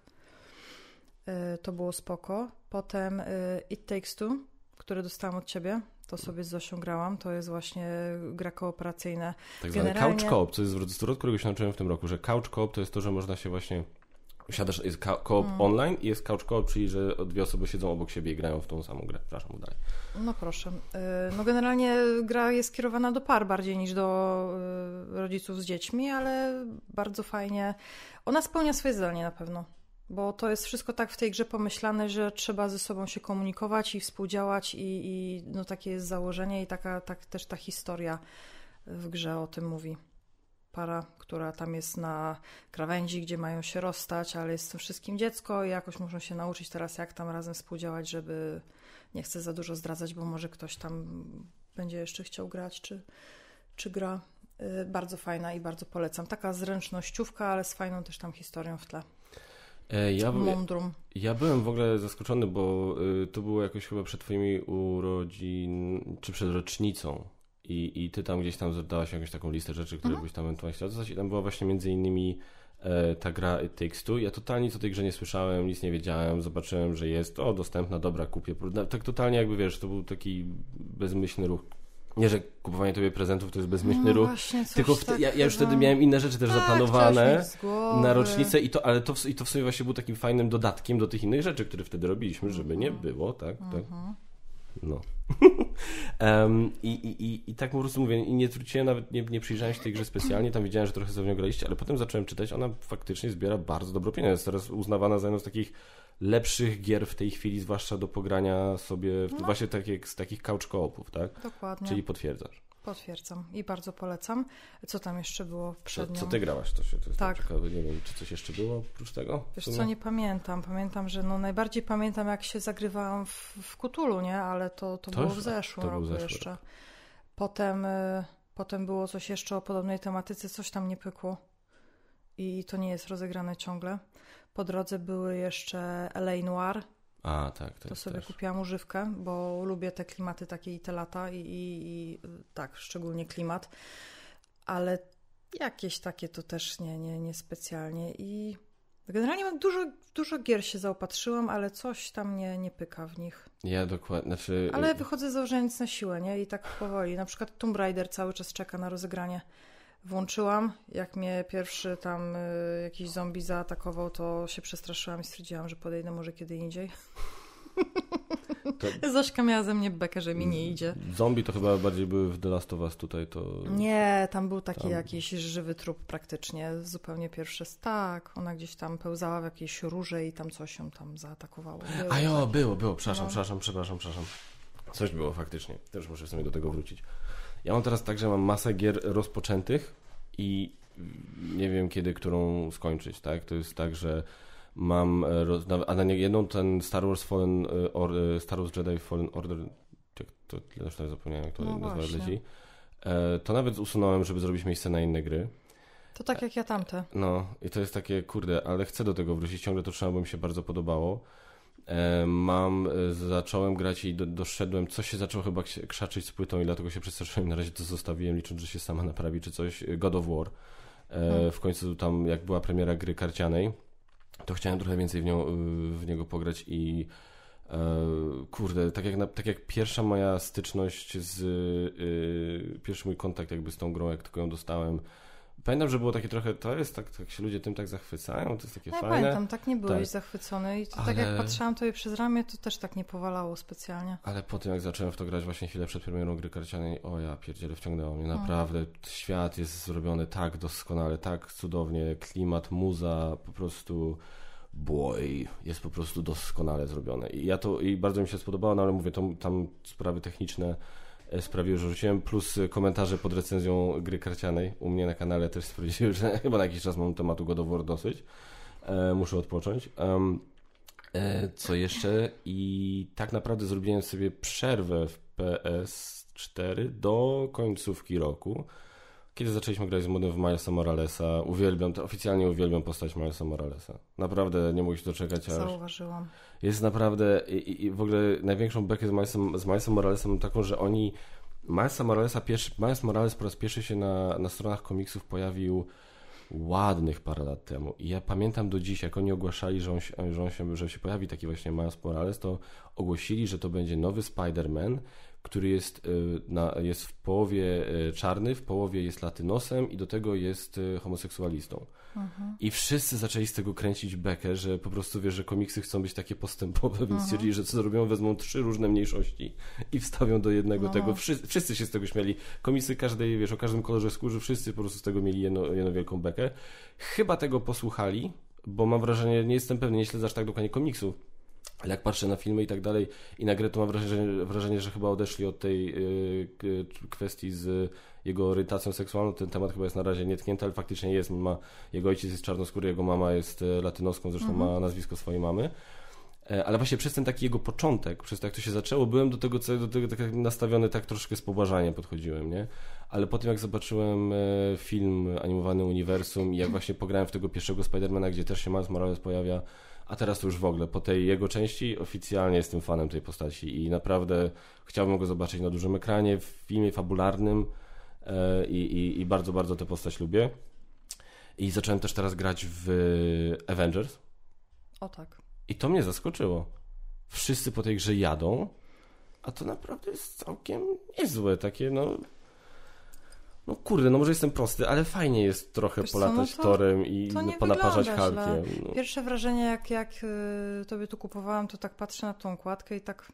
Yy, to było spoko. Potem yy, It Takes Two, które dostałam od ciebie. To sobie z Zosią grałam. To jest właśnie gra kooperacyjna. Tak zwany Generalnie... couch co-op, to jest zwrot, którego się nauczyłem w tym roku, że couch co-op to jest to, że można się właśnie... Siadasz, jest co-op mm. online i jest couch co-op, czyli że dwie osoby siedzą obok siebie i grają w tą samą grę. Przepraszam, dalej. No proszę. No generalnie gra jest skierowana do par bardziej niż do rodziców z dziećmi, ale bardzo fajnie. Ona spełnia swoje zadanie na pewno. Bo to jest wszystko tak w tej grze pomyślane, że trzeba ze sobą się komunikować i współdziałać i, i no takie jest założenie i taka tak, też ta historia w grze o tym mówi. Para, która tam jest na krawędzi, gdzie mają się rozstać, ale jest z tym wszystkim dziecko i jakoś muszą się nauczyć teraz, jak tam razem współdziałać, żeby nie chcę za dużo zdradzać, bo może ktoś tam będzie jeszcze chciał grać, czy, czy gra. Yy, bardzo fajna i bardzo polecam. Taka zręcznościówka, ale z fajną też tam historią w tle. Ja, Mądrum. Ja byłem w ogóle zaskoczony, bo y, to było jakoś chyba przed twoimi urodzin, czy przed rocznicą i, i ty tam gdzieś tam dałaś jakąś taką listę rzeczy, które mhm. byś tam ewentualnie chciał. W zasadzie tam była właśnie między innymi e, ta gra It Takes Two. Ja totalnie nic o tej grze nie słyszałem, nic nie wiedziałem, zobaczyłem, że jest, o dostępna, dobra, kupię. Tak totalnie jakby wiesz, to był taki bezmyślny ruch. Nie, że kupowanie tobie prezentów to jest bezmyślny no ruch, właśnie, tylko w, tak ja, ja już chyba... wtedy miałem inne rzeczy też tak, zaplanowane głowy. na rocznicę, i to, ale to, i to w sumie właśnie był takim fajnym dodatkiem do tych innych rzeczy, które wtedy robiliśmy, żeby mm-hmm. nie było, tak? Mm-hmm. tak. No. um, i, i, i, I tak po prostu mówię, i nie zwróciłem nawet, nie, nie przyjrzałem się tej grze specjalnie, tam widziałem, że trochę sobie w nią graliście, ale potem zacząłem czytać, ona faktycznie zbiera bardzo dobrą pieniądze, jest teraz uznawana za jedną z takich lepszych gier w tej chwili, zwłaszcza do pogrania sobie, w, no. właśnie tak jak, z takich couch co-opów, tak? Dokładnie. Czyli potwierdzasz. Potwierdzam i bardzo polecam. Co tam jeszcze było przed nią? Co, co ty grałaś? To, się, to jest tak. ciekawe. Nie wiem, czy coś jeszcze było oprócz tego? Wiesz co, nie pamiętam. Pamiętam, że no najbardziej pamiętam, jak się zagrywałam w, w Cthulhu, nie? Ale to, to, to było już, w zeszłym roku zeszły. jeszcze. Potem, y, potem było coś jeszcze o podobnej tematyce, coś tam nie pykło. I to nie jest rozegrane ciągle. Po drodze były jeszcze L A Noir. A, tak, tak. To sobie też. kupiłam używkę, bo lubię te klimaty takie i te lata i, i, i tak, szczególnie klimat, ale jakieś takie to też nie, nie, nie specjalnie i generalnie mam dużo, dużo gier się zaopatrzyłam, ale coś tam nie, nie pyka w nich. Ja dokładnie, znaczy... Ale wychodzę z założenia nic na siłę, nie? I tak powoli. Na przykład Tomb Raider cały czas czeka na rozegranie. Włączyłam, jak mnie pierwszy tam y, jakiś zombie zaatakował, to się przestraszyłam i stwierdziłam, że podejdę może kiedy indziej. To... Zośka miała ze mnie bekę, że mi nie idzie. Zombie to chyba bardziej były w The Last of Us tutaj, to... Nie, tam był taki tam... jakiś żywy trup praktycznie, zupełnie pierwszy. Tak, ona gdzieś tam pełzała w jakiejś rurze i tam coś ją tam zaatakowało. Było A jo, było, było, przepraszam, no. przepraszam, przepraszam, przepraszam. Coś było faktycznie, też muszę sobie do tego wrócić. Ja mam teraz tak, że mam masę gier rozpoczętych i nie wiem kiedy którą skończyć, tak? To jest tak, że mam, a na jedną ten Star Wars Fallen, or, Star Wars Jedi Fallen Order, jak to zresztą zapomniałem jak to no nazwa leci, to nawet usunąłem, żeby zrobić miejsce na inne gry. To tak jak ja tamte. No i to jest takie, kurde, ale chcę do tego wrócić, ciągle to trzeba, bo mi się bardzo podobało. Mam, zacząłem grać i do, doszedłem, coś się zaczęło chyba krzaczyć z płytą i dlatego się przestraszyłem, na razie to zostawiłem, licząc, że się sama naprawi czy coś. God of War. Hmm. W końcu tam, jak była premiera gry karcianej, to chciałem trochę więcej w, nią, w niego pograć i kurde, tak jak, na, tak jak pierwsza moja styczność z yy, pierwszy mój kontakt jakby z tą grą, jak tylko ją dostałem. Pamiętam, że było takie trochę, to jest tak, tak się ludzie tym tak zachwycają, to jest takie ja fajne. Pamiętam, tak nie byłeś tak. zachwycony i to ale... tak jak patrzyłam tobie przez ramię, to też tak nie powalało specjalnie. Ale po tym jak zacząłem w to grać właśnie chwilę przed premierą gry karcianej, o ja pierdzielę, wciągnęło mnie, naprawdę. Hmm. Świat jest zrobiony tak doskonale, tak cudownie, klimat, muza, po prostu boy, jest po prostu doskonale zrobione. I ja to, i bardzo mi się spodobało, no ale mówię, to, tam sprawy techniczne sprawiły, że rzuciłem, plus komentarze pod recenzją gry karcianej u mnie na kanale też stwierdziły, że chyba na jakiś czas mam tematu God of War dosyć. E, muszę odpocząć. Um, e, co jeszcze? I tak naprawdę zrobiłem sobie przerwę w P S cztery do końcówki roku, kiedy zaczęliśmy grać z modem w Milesa Moralesa. Uwielbiam, to oficjalnie uwielbiam postać Milesa Moralesa. Naprawdę nie mogę się doczekać, aż... Zauważyłam. Jest naprawdę i, i w ogóle największą bekę z Milesem, z Milesem Moralesem mam taką, że oni Milesa Moralesa pierwszy, Miles Morales po raz pierwszy się na, na stronach komiksów pojawił ładnych parę lat temu i ja pamiętam do dziś, jak oni ogłaszali, że, on się, że, on się, że się pojawi taki właśnie Miles Morales, to ogłosili, że to będzie nowy Spider-Man, który jest, na, jest w połowie czarny, w połowie jest latynosem i do tego jest homoseksualistą. Mhm. I wszyscy zaczęli z tego kręcić bekę, że po prostu wiesz, że komiksy chcą być takie postępowe, więc mhm. stwierdzili, że co zrobią, wezmą trzy różne mniejszości i wstawią do jednego no. tego. Wszyscy, wszyscy się z tego śmiali. Komiksy każdej, wiesz, o każdym kolorze skóry, wszyscy po prostu z tego mieli jedną, jedną wielką bekę. Chyba tego posłuchali, bo mam wrażenie, nie jestem pewny, nie śledzę aż tak dokładnie komiksów, ale jak patrzę na filmy i tak dalej i na grę, to mam wrażenie, wrażenie że chyba odeszli od tej y, kwestii z jego orientacją seksualną. Ten temat chyba jest na razie nietknięty, ale faktycznie jest. Ma, jego ojciec jest czarnoskóry, jego mama jest latynoską, zresztą mhm. ma nazwisko swojej mamy. Ale właśnie przez ten taki jego początek, przez to jak to się zaczęło, byłem do tego, do tego tak nastawiony, tak troszkę z pobłażaniem podchodziłem, nie? Ale po tym jak zobaczyłem film animowany Uniwersum i jak właśnie pograłem w tego pierwszego Spidermana, gdzie też się Miles Morales pojawia, a teraz to już w ogóle, po tej jego części oficjalnie jestem fanem tej postaci i naprawdę chciałbym go zobaczyć na dużym ekranie, w filmie fabularnym i, i, i bardzo, bardzo tę postać lubię. I zacząłem też teraz grać w Avengers. O tak. I to mnie zaskoczyło. Wszyscy po tej grze jadą a to naprawdę jest całkiem niezłe, takie no... No kurde, no może jestem prosty, ale fajnie jest trochę Wiesz polatać co, no to, torem i no, ponaparzać halkiem. No. Pierwsze wrażenie, jak, jak y, tobie tu kupowałam, to tak patrzę na tą okładkę i tak...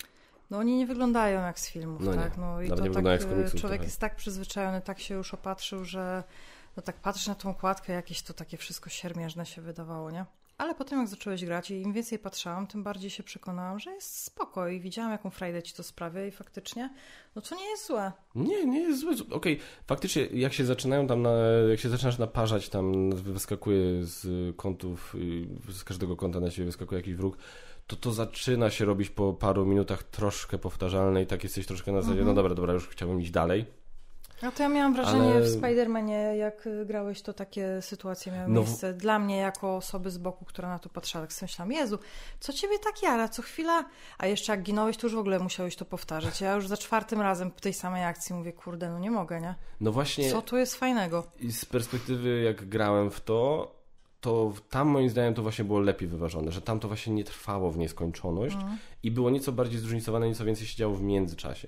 No oni nie wyglądają jak z filmów, no tak? No i Nawet to tak, jak z komiksów, człowiek trochę. Jest tak przyzwyczajony, tak się już opatrzył, że no tak patrzę na tą okładkę, jakieś to takie wszystko siermiężne się wydawało, nie? Ale potem jak zacząłeś grać i im więcej patrzałam, tym bardziej się przekonałam, że jest spoko i widziałam, jaką frajdę ci to sprawia i faktycznie, no to nie jest złe. Nie, nie jest złe. Okej, okay. Faktycznie jak się zaczynają tam, na, jak się zaczynasz naparzać, tam wyskakuje z kątów, z każdego kąta na siebie wyskakuje jakiś wróg, to to zaczyna się robić po paru minutach troszkę powtarzalne i tak jesteś troszkę na zasadzie, mhm. no dobra, dobra, już chciałbym iść dalej. No to ja miałam wrażenie ale... w Spider-Manie, jak grałeś, to takie sytuacje miały no... miejsce. Dla mnie, jako osoby z boku, która na to patrzyła, tak sobie myślałam, Jezu, co ciebie tak jara, co chwila, a jeszcze jak ginąłeś, to już w ogóle musiałeś to powtarzać. Ja już za czwartym razem po tej samej akcji mówię, kurde, no nie mogę, nie? No właśnie. Co tu jest fajnego? I z perspektywy, jak grałem w to, to tam moim zdaniem to właśnie było lepiej wyważone, że tam to właśnie nie trwało w nieskończoność mm. i było nieco bardziej zróżnicowane, nieco więcej się działo w międzyczasie.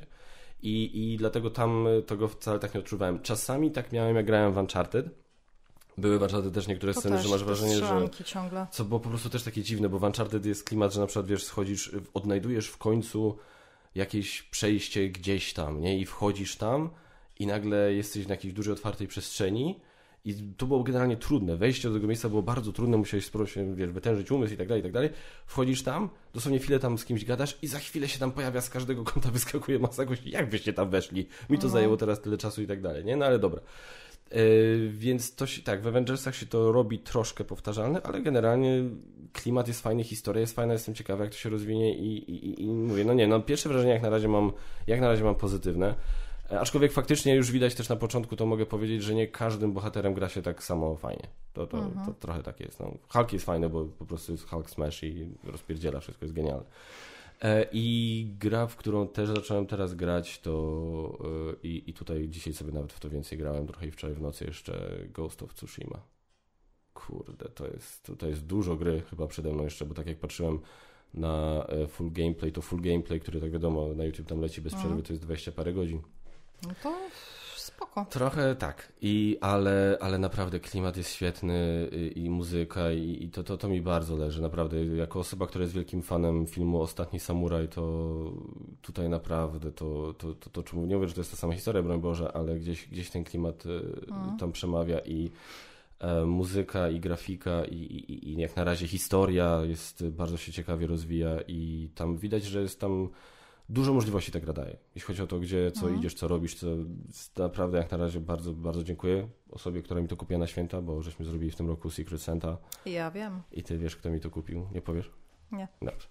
I, I dlatego tam tego wcale tak nie odczuwałem. Czasami tak miałem, jak grałem w Uncharted. Były w Uncharted też niektóre to sceny, też, że masz wrażenie, że... ciągle. Co było po prostu też takie dziwne, bo w Uncharted jest klimat, że na przykład, wiesz, schodzisz, odnajdujesz w końcu jakieś przejście gdzieś tam, nie? I wchodzisz tam i nagle jesteś na jakiejś dużej, otwartej przestrzeni i to było generalnie trudne. Wejście do tego miejsca było bardzo trudne, musiałeś sporo się, wiesz, wytężyć umysł i tak dalej, i tak dalej. Wchodzisz tam, dosłownie chwilę tam z kimś gadasz i za chwilę się tam pojawia, z każdego kąta wyskakuje masa gości. Jak byście tam weszli? Mi to zajęło teraz tyle czasu i tak dalej, nie? No ale dobra. Yy, więc to się, tak, w Avengersach się to robi troszkę powtarzalne, ale generalnie klimat jest fajny, historia jest fajna, jestem ciekawy, jak to się rozwinie i, i, i mówię, no nie, no pierwsze wrażenie jak na razie mam, jak na razie mam pozytywne. Aczkolwiek faktycznie już widać też na początku, to mogę powiedzieć, że nie każdym bohaterem gra się tak samo fajnie. To, to, mhm. to trochę tak jest. No. Hulk jest fajny, bo po prostu jest Hulk Smash i rozpierdziela, wszystko jest genialne. E, I gra, w którą też zacząłem teraz grać, to e, i, i tutaj dzisiaj sobie nawet w to więcej grałem, trochę i wczoraj w nocy jeszcze, Ghost of Tsushima. Kurde, to jest, to jest dużo gry chyba przede mną jeszcze, bo tak jak patrzyłem na full gameplay, to full gameplay, który tak wiadomo na YouTube tam leci bez przerwy, mhm. to jest dwadzieścia parę godzin. No to spoko. Trochę tak, I, ale, ale naprawdę klimat jest świetny i, i muzyka i, i to, to, to mi bardzo leży, naprawdę. Jako osoba, która jest wielkim fanem filmu Ostatni Samuraj, to tutaj naprawdę to, to, to, to czemu nie mówię, że to jest ta sama historia, broń Boże, ale gdzieś, gdzieś ten klimat mhm. tam przemawia i e, muzyka i grafika i, i, i jak na razie historia jest, bardzo się ciekawie rozwija i tam widać, że jest tam dużo możliwości ta gra daje. Jeśli chodzi o to, gdzie, co mhm. idziesz, co robisz, to naprawdę jak na razie bardzo, bardzo dziękuję osobie, która mi to kupiła na święta, bo żeśmy zrobili w tym roku Secret Santa. Ja wiem. I ty wiesz, kto mi to kupił. Nie powiesz? Nie. Dobrze.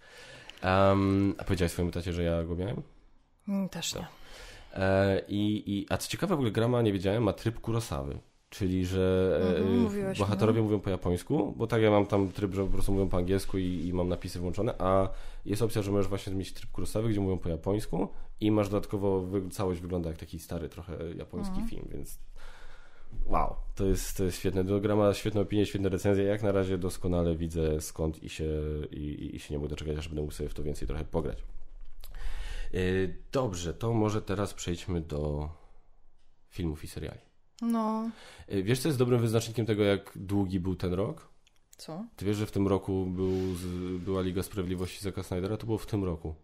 Um, a powiedziałeś swojemu tacie, że ja go miałem? Mm, też to. nie. E, i, i, a co ciekawe, w ogóle gra ma, nie wiedziałem, ma tryb Kurosawy. Czyli, że mhm, bohaterowie mi, no. mówią po japońsku, bo tak ja mam tam tryb, że po prostu mówią po angielsku i, i mam napisy włączone, a jest opcja, że możesz właśnie mieć tryb Kurosawy, gdzie mówią po japońsku i masz dodatkowo, wy, całość wygląda jak taki stary trochę japoński mhm. film, więc wow, to jest, to jest świetne. Gra ma świetną opinię, świetne recenzje, jak na razie doskonale widzę skąd i się, i, i się nie mogę doczekać, aż będę mógł sobie w to więcej trochę pograć. Yy, dobrze, to może teraz przejdźmy do filmów i seriali. No. Wiesz, co jest dobrym wyznacznikiem tego, jak długi był ten rok? Co? Ty wiesz, że w tym roku był, z, była Liga Sprawiedliwości Zacka Snydera? To było w tym roku.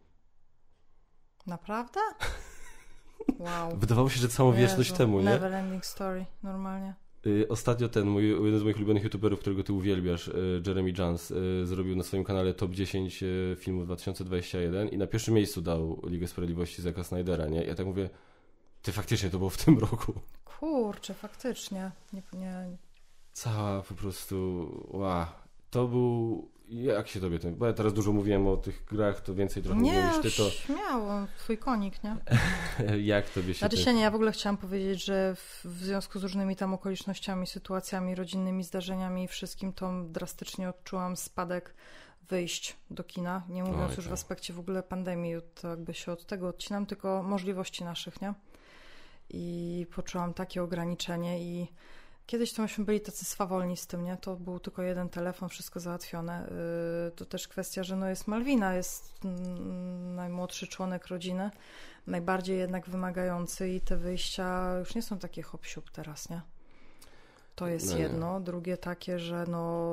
Naprawdę? Wow. Wydawało się, że całą Jezu, wieczność temu, nie? Never ending story, normalnie. Y, ostatnio ten, mój, jeden z moich ulubionych youtuberów, którego ty uwielbiasz, y, Jeremy Jans, y, zrobił na swoim kanale top dziesięć y, filmów dwa tysiące dwudziesty pierwszy i na pierwszym miejscu dał Ligę Sprawiedliwości Zacka Snydera, nie? Ja tak mówię, ty faktycznie to było w tym roku. Kurczę, faktycznie. Nie, nie. Cała po prostu, wow. To był, jak się tobie ten, bo ja teraz dużo mówiłem o tych grach, to więcej trochę nie, mówiłem niż ty, to... śmiało, twój konik, nie? Jak tobie się... Znaczy się nie, ja w ogóle chciałam powiedzieć, że w, w związku z różnymi tam okolicznościami, sytuacjami, rodzinnymi zdarzeniami i wszystkim, to drastycznie odczułam spadek wyjść do kina, nie mówiąc Oj, już tak. w aspekcie w ogóle pandemii, to jakby się od tego odcinam, tylko możliwości naszych, nie? I poczułam takie ograniczenie i Kiedyś to myśmy byli tacy swawolni z tym, nie? To był tylko jeden telefon, wszystko załatwione. Yy, to też kwestia, że no jest Malwina, jest mm, najmłodszy członek rodziny, najbardziej jednak wymagający i te wyjścia już nie są takie hop-siup teraz, nie? To jest no jedno. Drugie takie, że no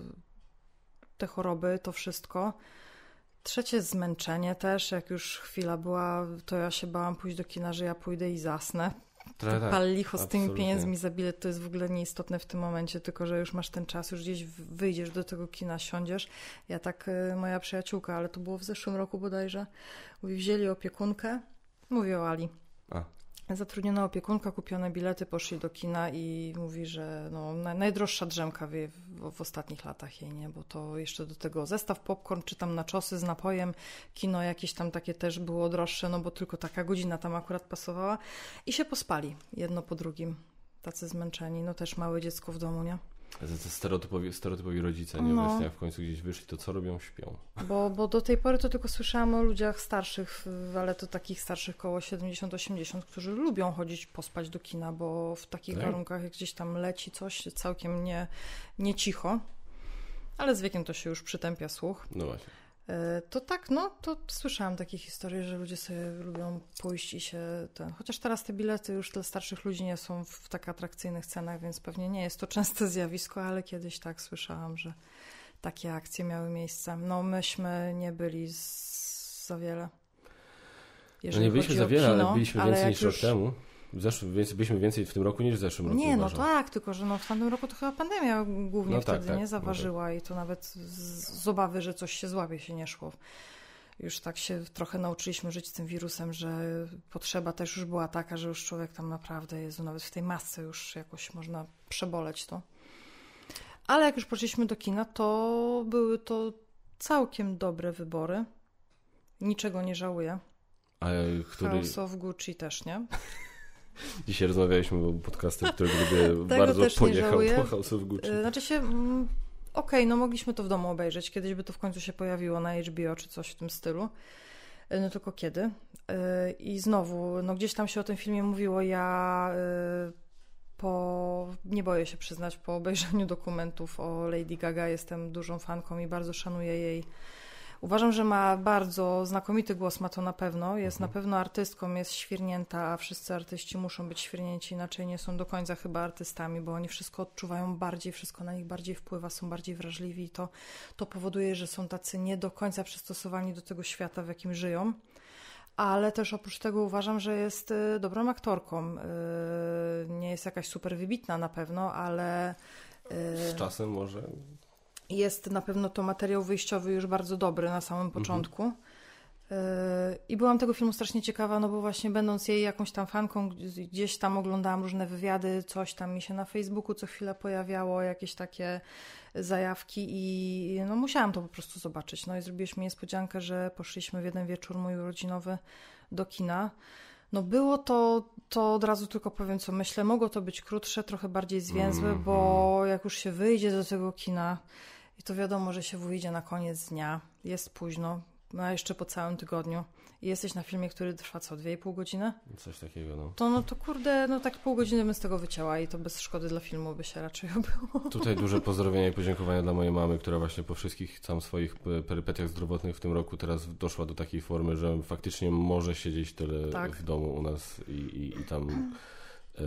te choroby, to wszystko. Trzecie zmęczenie też, jak już chwila była, to ja się bałam pójść do kina, że ja pójdę i zasnę. To tak, pal licho z tymi pieniędzmi za bilet, to jest w ogóle nieistotne w tym momencie, tylko że już masz ten czas, już gdzieś wyjdziesz do tego kina, siądziesz. Ja tak, moja przyjaciółka, ale to było w zeszłym roku bodajże, mówi, wzięli opiekunkę, mówię o Ali. A. Zatrudniona opiekunka, kupione bilety, poszli do kina i mówi, że no, najdroższa drzemka w, w, w ostatnich latach jej, nie? Bo to jeszcze do tego zestaw popcorn, czy tam naczosy z napojem, kino jakieś tam takie też było droższe, no bo tylko taka godzina tam akurat pasowała i się pospali jedno po drugim, tacy zmęczeni, no też małe dziecko w domu, nie? Stereotypowi, stereotypowi rodzice, nie? No. Jak w końcu gdzieś wyszli, to co robią? Śpią. Bo, bo do tej pory to tylko słyszałam o ludziach starszych, ale to takich starszych koło siedemdziesiąt osiemdziesiąt, którzy lubią chodzić pospać do kina, bo w takich tak? warunkach, jak gdzieś tam leci coś, całkiem nie, nie cicho, ale z wiekiem to się już przytępia słuch. No właśnie. To tak, no, to słyszałam takie historie, że ludzie sobie lubią pójść i się ten... Chociaż teraz te bilety już dla starszych ludzi nie są w tak atrakcyjnych cenach, więc pewnie nie jest to częste zjawisko, ale kiedyś tak słyszałam, że takie akcje miały miejsce. No myśmy nie byli z... za wiele. No nie byliśmy za wiele, kino, ale byliśmy więcej ale niż już... rok temu. W zeszłym, byliśmy więcej w tym roku niż w zeszłym roku. Nie, no uważam. tak, tylko że no w tamtym roku to chyba pandemia głównie no wtedy tak, tak, nie zaważyła no tak. I to nawet z, z obawy, że coś się złapie, się nie szło. Już tak się trochę nauczyliśmy żyć z tym wirusem, że potrzeba też już była taka, że już człowiek tam naprawdę jest, nawet w tej masce już jakoś można przeboleć to. Ale jak już poszliśmy do kina, to były to całkiem dobre wybory. Niczego nie żałuję. A który... House of Gucci też, nie? Dzisiaj rozmawialiśmy o podcastem, który lubię bardzo pojechał po House of Gucci. Znaczy się, okej, okay, no mogliśmy to w domu obejrzeć. Kiedyś by to w końcu się pojawiło na H B O czy coś w tym stylu. No tylko kiedy? I znowu, no gdzieś tam się o tym filmie mówiło. Ja po, nie boję się przyznać, po obejrzeniu dokumentów o Lady Gaga jestem dużą fanką i bardzo szanuję jej. Uważam, że ma bardzo znakomity głos, ma to na pewno. Jest mhm. na pewno artystką, jest świrnięta, a wszyscy artyści muszą być świrnięci, inaczej nie są do końca chyba artystami, bo oni wszystko odczuwają bardziej, wszystko na nich bardziej wpływa, są bardziej wrażliwi i to, to powoduje, że są tacy nie do końca przystosowani do tego świata, w jakim żyją. Ale też oprócz tego uważam, że jest dobrą aktorką. Nie jest jakaś super wybitna na pewno, ale... Z czasem może... Jest na pewno to materiał wyjściowy już bardzo dobry na samym początku. Mhm. I byłam tego filmu strasznie ciekawa, no bo właśnie będąc jej jakąś tam fanką, gdzieś tam oglądałam różne wywiady, coś tam mi się na Facebooku co chwilę pojawiało, jakieś takie zajawki i no musiałam to po prostu zobaczyć. No i zrobiliśmy niespodziankę, że poszliśmy w jeden wieczór mój urodzinowy do kina. No było to, to od razu tylko powiem co myślę, mogło to być krótsze, trochę bardziej zwięzłe, mm-hmm. bo jak już się wyjdzie do tego kina i to wiadomo, że się wyjdzie na koniec dnia, jest późno, a jeszcze po całym tygodniu i jesteś na filmie, który trwa co, dwie i pół godziny? Coś takiego, no. To no to kurde, no tak pół godziny bym z tego wycięła i to bez szkody dla filmu by się raczej obyło. Tutaj duże pozdrowienia i podziękowania dla mojej mamy, która właśnie po wszystkich tam swoich perypetiach zdrowotnych w tym roku teraz doszła do takiej formy, że faktycznie może siedzieć tyle tak. w domu u nas i, i, i tam e,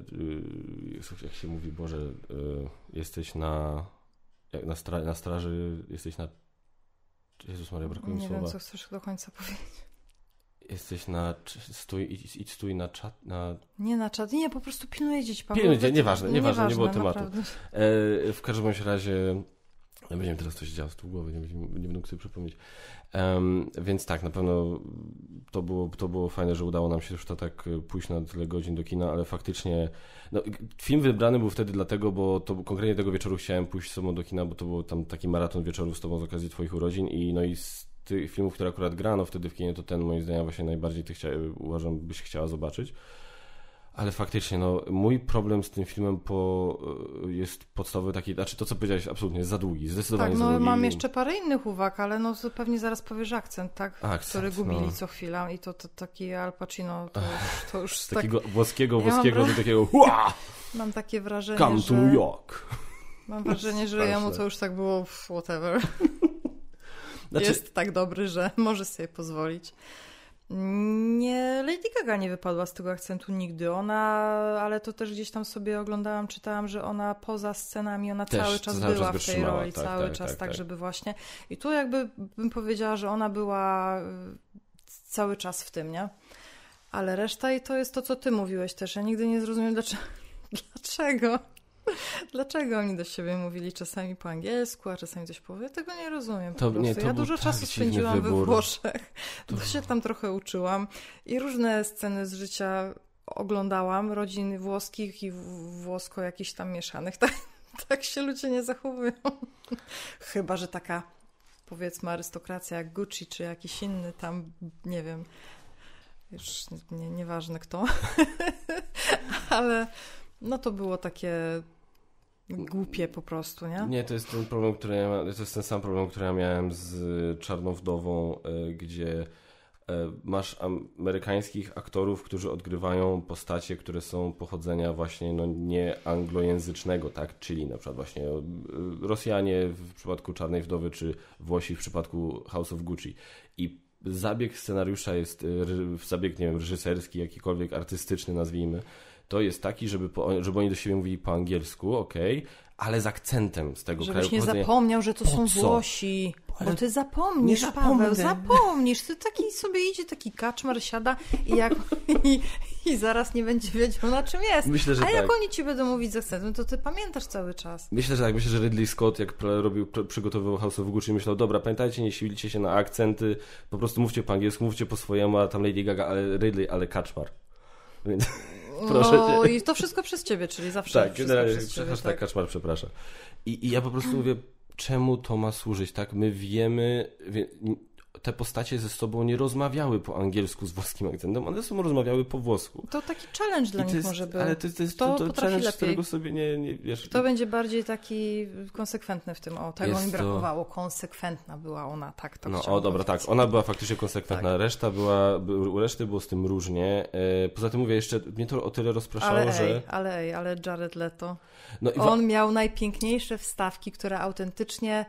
e, jak się mówi, Boże, e, jesteś na jak na, stra, na straży, jesteś na Jezus Maria, brakuje mi Nie słowa. wiem, co chcesz do końca powiedzieć. Jesteś na... Stój, idź, idź stój na czat... Na... Nie na czat, nie, po prostu pilnuję dzieci. Pilnuję dzieci, nieważne, nieważne, nie było tematu. E, w każdym bądź razie... Ja będziemy teraz coś działo z tyłu głowy, nie, nie będę mógł sobie przypomnieć. Um, więc tak, na pewno to było, to było fajne, że udało nam się już to tak pójść na tyle godzin do kina, ale faktycznie no, film wybrany był wtedy dlatego, bo to konkretnie tego wieczoru chciałem pójść z sobą do kina, bo to był tam taki maraton wieczorów z tobą z okazji twoich urodzin i no i z tych filmów, które akurat grano wtedy w kinie, to ten moim zdaniem właśnie najbardziej ty chcia, uważam, byś chciała zobaczyć. Ale faktycznie, no, mój problem z tym filmem po, jest podstawowy taki, znaczy to, co powiedziałeś, absolutnie jest za długi, zdecydowanie tak, no, za długi. Tak, no mam jeszcze parę innych uwag, ale no pewnie zaraz powiesz akcent, tak? Akcent, który gubili no. co chwilę i to, to taki Al Pacino, to, to już z tak... takiego włoskiego, włoskiego ja do takiego hua! Mam takie wrażenie, Come że... to New York. Mam wrażenie, że jemu to już tak było whatever. Znaczy... Jest tak dobry, że może sobie pozwolić. Nie, Lady Gaga nie wypadła z tego akcentu nigdy. Ona, ale to też gdzieś tam sobie oglądałam, czytałam, że ona poza scenami, ona też, cały czas cały była czas w tej roli, tak, cały tak, czas tak, tak, tak, żeby właśnie... I tu jakby bym powiedziała, że ona była cały czas w tym, nie? Ale reszta i to jest to, co ty mówiłeś też. Ja nigdy nie zrozumiem, dlaczego... Dlaczego? Dlaczego oni do siebie mówili czasami po angielsku, a czasami coś po... Ja tego nie rozumiem po to, prostu. Nie, to ja dużo tak czasu spędziłam wybór. we Włoszech. To... to się tam trochę uczyłam. I różne sceny z życia oglądałam, rodzin włoskich i włosko jakichś tam mieszanych. Tak, tak się ludzie nie zachowują. Chyba że taka, powiedzmy, arystokracja jak Gucci, czy jakiś inny tam, nie wiem, już nie, nieważne kto. Ale no to było takie... głupie po prostu, nie? Nie, to jest ten problem, który ja ma, to jest ten sam problem, który ja miałem z Czarną Wdową, gdzie masz amerykańskich aktorów, którzy odgrywają postacie, które są pochodzenia właśnie no, nie anglojęzycznego, tak? Czyli na przykład właśnie Rosjanie w przypadku Czarnej Wdowy, czy Włosi w przypadku House of Gucci. I zabieg scenariusza jest, zabieg, nie wiem, reżyserski, jakikolwiek artystyczny, nazwijmy, to jest taki, żeby, po, żeby oni do siebie mówili po angielsku, okej, okay, ale z akcentem z tego Żebyś kraju. Żebyś nie pochodzenia. zapomniał, że to po są co? Włosi. Ale bo ty zapomnisz, Paweł, zapomnisz. Ty taki sobie idzie, taki kaczmar siada i, jak, i, i zaraz nie będzie wiedział, na czym jest. Myślę, że A jak tak. oni ci będą mówić z akcentem, to ty pamiętasz cały czas. Myślę, że tak. Myślę, że Ridley Scott, jak robił, przygotowywał House of Gucci, myślał, dobra, pamiętajcie, nie silicie się na akcenty, po prostu mówcie po angielsku, mówcie po swojemu, a tam Lady Gaga, ale Ridley, ale kaczmar. Więc... Proszę no cię. i to wszystko przez ciebie, czyli zawsze tak, wszystko przez ciebie. Tak, tak, kaczmar, przepraszam. I, I ja po prostu mówię, czemu to ma służyć, tak? My wiemy, wie, te postacie ze sobą nie rozmawiały po angielsku z włoskim akcentem, one ze sobą rozmawiały po włosku. To taki challenge dla I nich jest, może był. Ale to, to jest to, to, to challenge, lepiej. z którego sobie nie, nie wiesz. To będzie bardziej taki konsekwentny w tym. O, tego jest mi brakowało. to... Konsekwentna była ona, tak to No o, dobra, powiedzieć. tak. Ona była faktycznie konsekwentna. Tak. Reszta była, u reszty było z tym różnie. Poza tym mówię jeszcze, mnie to o tyle rozpraszało, ale że... Ej, ale ej, ale Jared Leto. No i On miał najpiękniejsze wstawki, które autentycznie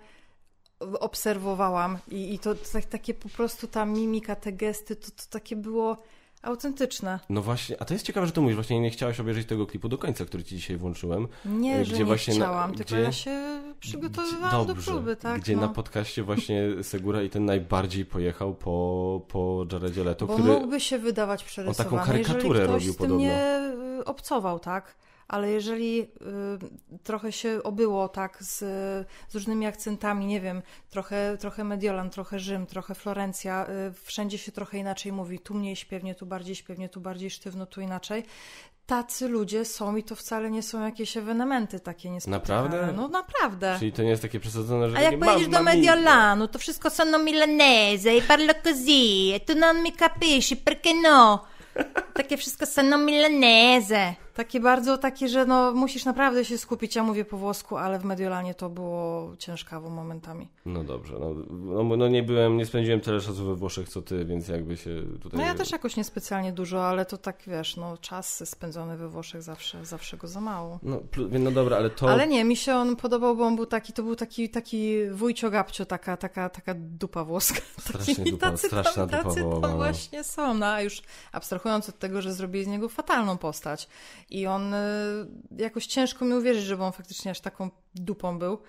obserwowałam i, i to tak, takie po prostu ta mimika, te gesty, to, to takie było autentyczne. No właśnie, a to jest ciekawe, że to mówisz, właśnie nie chciałaś obejrzeć tego klipu do końca, który ci dzisiaj włączyłem. Nie, gdzie że nie właśnie chciałam, na, tylko gdzie, ja się przygotowywałam dobrze, do próby, tak? Gdzie no. na podcaście właśnie Segura i ten najbardziej pojechał po, po Jaredzie Leto, Bo który... mógłby się wydawać przerysowany, on taką karykaturę jeżeli ktoś robił z tym podobno. nie obcował, tak? Ale jeżeli y, trochę się obyło tak z, z różnymi akcentami, nie wiem, trochę, trochę Mediolan, trochę Rzym, trochę Florencja, y, wszędzie się trochę inaczej mówi, tu mniej śpiewnie, tu bardziej śpiewnie, tu bardziej sztywno, tu inaczej. Tacy ludzie są i to wcale nie są jakieś ewenementy takie niespotykane. Naprawdę? No naprawdę. Czyli to nie jest takie przesadzone, że... A jak pojedziesz do Mediolanu, to wszystko sono milanese i parlo così, e tu non mi capisci, perché no? Takie wszystko sono milanese. Takie bardzo takie, że no musisz naprawdę się skupić. Ja mówię po włosku, ale w Mediolanie to było ciężkawo momentami. No dobrze, no, no, no nie byłem, nie spędziłem tyle czasu we Włoszech co ty, więc jakby się tutaj... No ja też jakoś niespecjalnie dużo, ale to tak wiesz, no czas spędzony we Włoszech zawsze, zawsze go za mało. No, no dobra, ale to... Ale nie, mi się on podobał, bo on był taki, to był taki, taki wujcio gabcio, taka, taka, taka dupa włoska. Strasznie dupa, tacy straszna tam, dupa tacy wołowa. tam właśnie są, no a już abstrahując od tego, że zrobili z niego fatalną postać i on y, jakoś ciężko mi uwierzyć, żeby on faktycznie aż taką dupą był.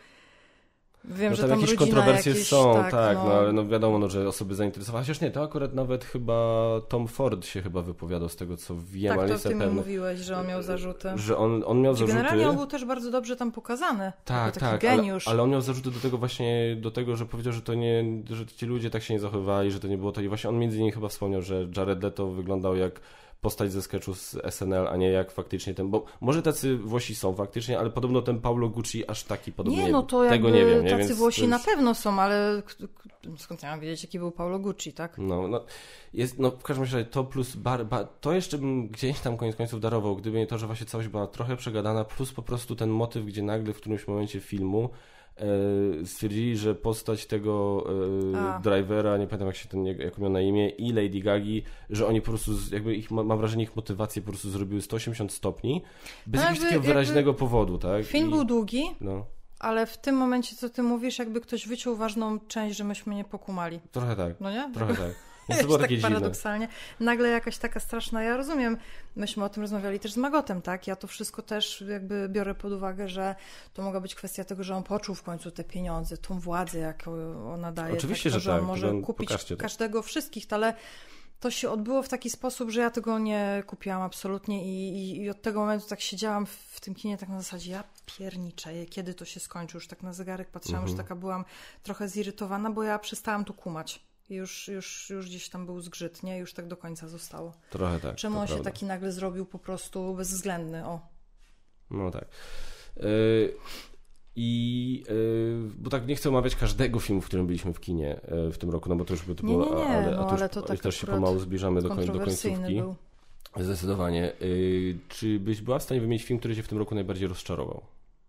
Wiem, no że tam, tam jakieś rodzina kontrowersje jakieś, są, tak, tak, no. no ale no wiadomo, no, że osoby zainteresowane. Chociaż nie, to akurat nawet chyba Tom Ford się chyba wypowiadał z tego, co wiem, tak, ale to jestem ty mi pewny, mówiłeś, że on miał zarzuty. Że on, on miał zarzuty. Generalnie on był też bardzo dobrze tam pokazany. Tak, taki tak, geniusz. ale, ale on miał zarzuty do tego właśnie, do tego, że powiedział, że to nie, że ci ludzie tak się nie zachowywali, że to nie było to. I właśnie on między innymi chyba wspomniał, że Jared Leto wyglądał jak postać ze sketchu z S N L, a nie jak faktycznie ten, bo może tacy Włosi są faktycznie, ale podobno ten Paulo Gucci aż taki podobnie, nie, no to tego nie wiem. Nie? Tacy Więc Włosi już... na pewno są, ale skąd ja mam wiedzieć, jaki był Paulo Gucci, tak? No, no, jest, no w każdym razie to plus, bar, bar, to jeszcze bym gdzieś tam koniec końców darował, gdyby nie to, że właśnie całość była trochę przegadana, plus po prostu ten motyw, gdzie nagle w którymś momencie filmu e, stwierdzili, że postać tego e, drivera, nie pamiętam jak się ten, jak miał na imię, i Lady Gagi, że oni po prostu, jakby ich, mam wrażenie, ich motywacje po prostu zrobiły sto osiemdziesiąt stopni, bez no jakiegoś takiego wyraźnego powodu, tak? Film I, był długi, no. ale w tym momencie, co ty mówisz, jakby ktoś wyciął ważną część, że myśmy nie pokumali. Trochę tak. No nie? Trochę tak. Jest to było takie tak paradoksalnie. Nagle jakaś taka straszna, ja rozumiem, myśmy o tym rozmawiali też z Magotem, tak? Ja to wszystko też jakby biorę pod uwagę, że to mogła być kwestia tego, że on poczuł w końcu te pieniądze, tą władzę, jaką ona daje. Oczywiście, tak, że, że tak. on może kupić każdego, wszystkich, ale to się odbyło w taki sposób, że ja tego nie kupiłam absolutnie i, i, i od tego momentu tak siedziałam w tym kinie tak na zasadzie, ja pierniczę, kiedy to się skończy, już tak na zegarek patrzyłam, mhm. że taka byłam trochę zirytowana, bo ja przestałam tu kumać. Już, już, już gdzieś tam był zgrzyt, nie? Już tak do końca zostało. Trochę tak. Czemu on prawda. się taki nagle zrobił po prostu bezwzględny, o. No tak. Yy, I yy, bo tak nie chcę omawiać każdego filmu, w którym byliśmy w kinie yy, w tym roku, no bo to już by to nie, było, nie, nie, ale, no, a to już, ale to tak też się pomału zbliżamy do, koń, do końcówki. Był. Zdecydowanie. Yy, czy byś była w stanie wymienić film, który cię w tym roku najbardziej rozczarował?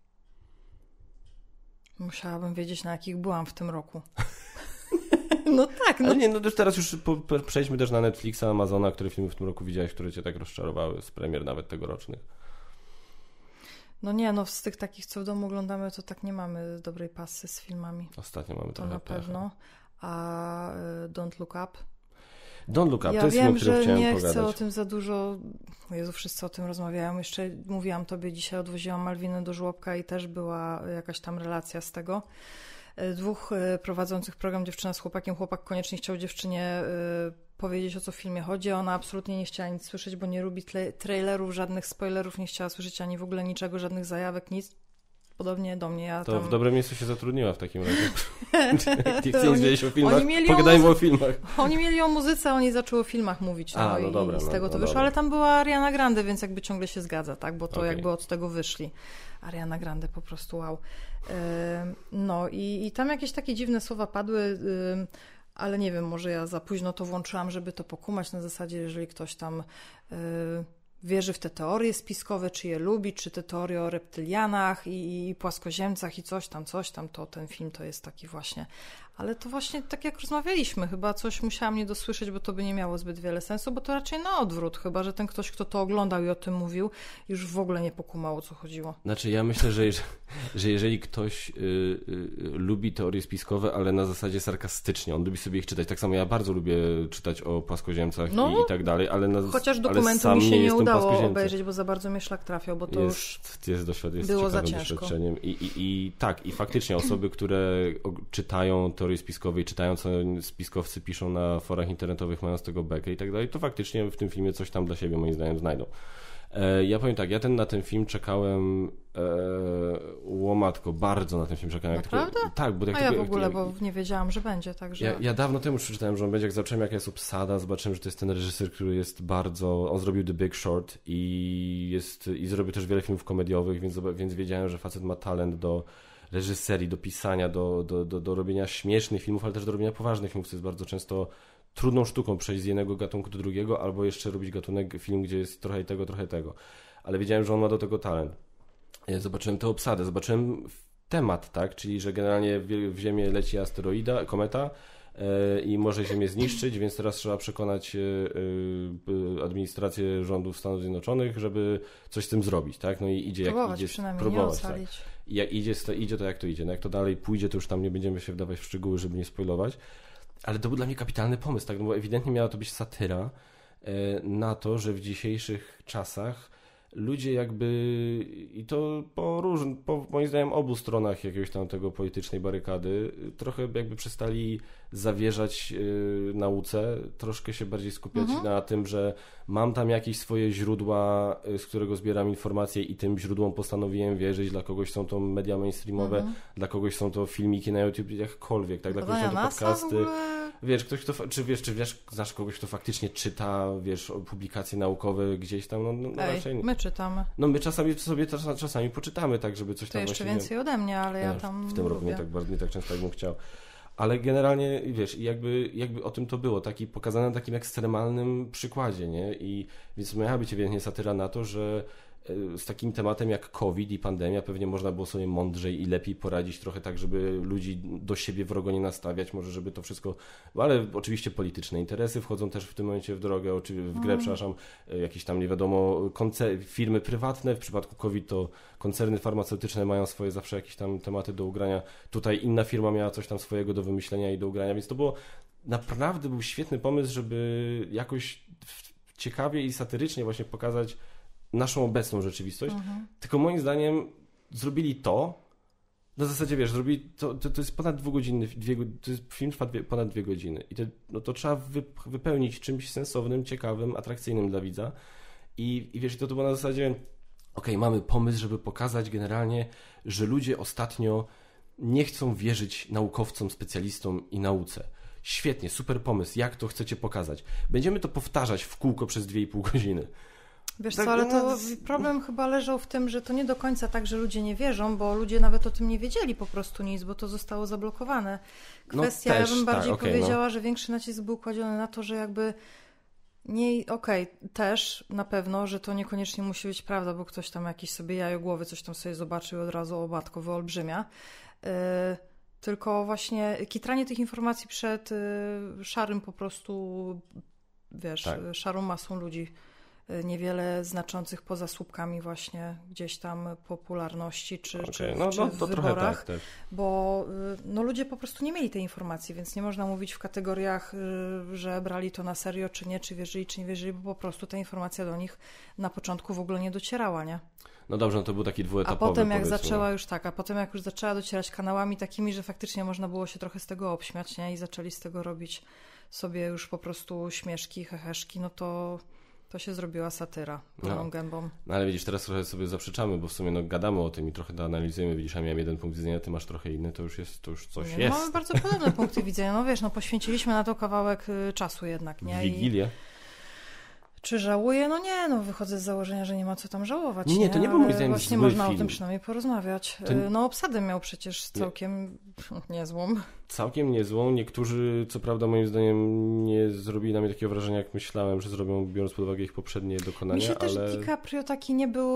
Musiałabym wiedzieć, na jakich byłam w tym roku. No tak. No. Ale nie, no też teraz już po, po, przejdźmy też na Netflixa, Amazona, które filmy w tym roku widziałeś, które cię tak rozczarowały z premier nawet tegorocznych. No nie, no z tych takich, co w domu oglądamy, to tak nie mamy dobrej pasy z filmami. Ostatnio mamy to trochę na pewno. A y, Don't Look Up? Don't Look Up, ja to jest wiem, film, o którym chciałem nie pogadać. chcę o tym za dużo. Jezu, wszyscy o tym rozmawiają. Jeszcze mówiłam tobie, dzisiaj odwoziłam Malwinę do żłobka i też była jakaś tam relacja z tego. Dwóch prowadzących program Dziewczyna z chłopakiem. Chłopak koniecznie chciał dziewczynie y, powiedzieć, o co w filmie chodzi. Ona absolutnie nie chciała nic słyszeć, bo nie lubi tle, trailerów, żadnych spoilerów, nie chciała słyszeć ani w ogóle niczego, żadnych zajawek, nic. Podobnie do mnie. Ja to tam... w dobrym miejscu się zatrudniła w takim razie. Nie chcę nic wiedzieć o filmach, oni pogadajmy o, o filmach. Oni mieli o muzyce, a oni zaczęły o filmach mówić. No, a, no i dobra, z tego no, to no wyszło. Dobra. Ale tam była Ariana Grande, więc jakby ciągle się zgadza, tak? Bo to okay. jakby od tego wyszli. Ariana Grande po prostu wow. Yy, no i, i tam jakieś takie dziwne słowa padły, yy, ale nie wiem, może ja za późno to włączyłam, żeby to pokumać na zasadzie, jeżeli ktoś tam yy, wierzy w te teorie spiskowe, czy je lubi, czy te teorie o reptylianach i, i płaskoziemcach i coś tam, coś tam, to ten film to jest taki właśnie. Ale to właśnie tak jak rozmawialiśmy, chyba coś musiałam nie dosłyszeć, bo to by nie miało zbyt wiele sensu, bo to raczej na odwrót, chyba że ten ktoś, kto to oglądał i o tym mówił, już w ogóle nie pokumał, o co chodziło. Znaczy ja myślę, że, jeżeli, że jeżeli ktoś y, y, lubi teorie spiskowe, ale na zasadzie sarkastycznie, on lubi sobie ich czytać, tak samo ja bardzo lubię czytać o płaskoziemcach no, i, i tak dalej, ale na, chociaż dokumentu ale mi się nie, nie udało obejrzeć, bo za bardzo mnie szlak trafiał, bo to jest, już jest, doświad, jest było za ciekawym ciężko. doświadczeniem. I, i, i tak, i faktycznie osoby, które czytają teorie spiskowe i czytają, co spiskowcy piszą na forach internetowych, mają z tego bekę i tak dalej, to faktycznie w tym filmie coś tam dla siebie moim zdaniem znajdą. E, ja powiem tak, ja ten, na ten film czekałem e, łomatko, bardzo na ten film czekałem. Naprawdę? Jak, tak, bo jak A ja w ogóle, jak, bo nie wiedziałam, że będzie, także... Ja, ja dawno temu przeczytałem, że on będzie, jak zobaczyłem jaka jest obsada, zobaczyłem, że to jest ten reżyser, który jest bardzo... On zrobił The Big Short i jest i zrobił też wiele filmów komediowych, więc, więc wiedziałem, że facet ma talent do reżyserii, do pisania, do, do, do, do robienia śmiesznych filmów, ale też do robienia poważnych filmów, co jest bardzo często trudną sztuką przejść z jednego gatunku do drugiego, albo jeszcze robić gatunek, film, gdzie jest trochę tego, trochę tego. Ale wiedziałem, że on ma do tego talent. Zobaczyłem tę obsadę, zobaczyłem temat, tak, czyli że generalnie w Ziemię leci asteroida, kometa yy, i może Ziemię zniszczyć, więc teraz trzeba przekonać yy, administrację rządów Stanów Zjednoczonych, żeby coś z tym zrobić, tak? No i idzie próbować, jak idzie, przynajmniej próbować, nie tak. I jak idzie, idzie to jak to idzie. No jak to dalej pójdzie, to już tam nie będziemy się wdawać w szczegóły, żeby nie spoilować. Ale to był dla mnie kapitalny pomysł, tak? No bo ewidentnie miała to być satyra yy, na to, że w dzisiejszych czasach ludzie jakby, i to po różnych, po moim zdaniem obu stronach jakiegoś tam tego politycznej barykady, trochę jakby przestali zawierzać yy, nauce, troszkę się bardziej skupiać mhm. na tym, że mam tam jakieś swoje źródła, yy, z którego zbieram informacje i tym źródłom postanowiłem wierzyć, dla kogoś są to media mainstreamowe, mhm. dla kogoś są to filmiki na YouTube, jakkolwiek, tak, dla kogoś są to podcasty. Wiesz, ktoś, kto, czy wiesz, czy wiesz, znasz kogoś, kto faktycznie czyta, wiesz, publikacje naukowe gdzieś tam, no, no Ej, raczej nie. My czytamy. No my czasami sobie czasami, czasami poczytamy, tak, żeby coś to tam jeszcze właśnie... więcej ode mnie, ale ja tam W tym roku nie tak bardzo, nie tak często, jak bym chciał. Ale generalnie, wiesz, jakby, jakby o tym to było, taki pokazane na takim ekstremalnym przykładzie, nie? I więc miała być ewidentnie satyra na to, że z takim tematem jak COVID i pandemia pewnie można było sobie mądrzej i lepiej poradzić trochę tak, żeby ludzi do siebie wrogo nie nastawiać, może żeby to wszystko, ale oczywiście polityczne interesy wchodzą też w tym momencie w drogę, w grę, mm. przepraszam, jakieś tam nie wiadomo, koncer- firmy prywatne, w przypadku COVID to koncerny farmaceutyczne mają swoje zawsze jakieś tam tematy do ugrania, tutaj inna firma miała coś tam swojego do wymyślenia i do ugrania, więc to było naprawdę był świetny pomysł, żeby jakoś ciekawie i satyrycznie właśnie pokazać naszą obecną rzeczywistość, mhm. tylko moim zdaniem zrobili to, na zasadzie wiesz, zrobili to, to, to jest ponad dwugodzinny, dwie, to jest, film trwa dwie, ponad dwie godziny i to, no to trzeba wy, wypełnić czymś sensownym, ciekawym, atrakcyjnym dla widza i, i wiesz, to, to było na zasadzie okej, okay, mamy pomysł, żeby pokazać generalnie, że ludzie ostatnio nie chcą wierzyć naukowcom, specjalistom i nauce. Świetnie, super pomysł, jak to chcecie pokazać? Będziemy to powtarzać w kółko przez dwie i pół godziny. Wiesz co, ale to problem chyba leżał w tym, że to nie do końca tak, że ludzie nie wierzą, bo ludzie nawet o tym nie wiedzieli po prostu nic, bo to zostało zablokowane. Kwestia, no też, ja bym bardziej tak, okay, powiedziała, no. że większy nacisk był kładziony na to, że jakby nie, okej, okay, też na pewno, że to niekoniecznie musi być prawda, bo ktoś tam jakiś sobie jajo głowy coś tam sobie zobaczył i od razu o matko wyolbrzymia. Yy, tylko właśnie kitranie tych informacji przed yy, szarym po prostu, wiesz, tak. szarą masą ludzi. Niewiele znaczących poza słupkami właśnie gdzieś tam popularności czy, okay. czy, no, czy no, w to wyborach, tak, bo no, ludzie po prostu nie mieli tej informacji, więc nie można mówić w kategoriach, że brali to na serio czy nie, czy wierzyli, czy nie wierzyli, bo po prostu ta informacja do nich na początku w ogóle nie docierała, nie? No dobrze, no to był taki dwuetapowy. A potem jak powiedzmy. zaczęła już tak, a potem jak już zaczęła docierać kanałami takimi, że faktycznie można było się trochę z tego obśmiać, nie? I zaczęli z tego robić sobie już po prostu śmieszki, heheszki, no to to się zrobiła satyra pełną no. gębą. No ale widzisz, teraz trochę sobie zaprzeczamy, bo w sumie no, gadamy o tym i trochę to analizujemy. Widzisz, ja miałem jeden punkt widzenia, ty masz trochę inny, to już jest, to już coś nie, jest. No, mamy bardzo podobne punkty widzenia. No wiesz, no poświęciliśmy na to kawałek y, czasu jednak, nie? Wigilię. Czy żałuję? No nie, no wychodzę z założenia, że nie ma co tam żałować. Nie, nie? to nie był moim zdaniem właśnie zły można film. o tym przynajmniej porozmawiać. To... No obsadę miał przecież całkiem nie. niezłą. Całkiem niezłą. Niektórzy, co prawda moim zdaniem nie zrobili na mnie takiego wrażenia, jak myślałem, że zrobią, biorąc pod uwagę ich poprzednie dokonania. Mi się ale... też DiCaprio taki nie był...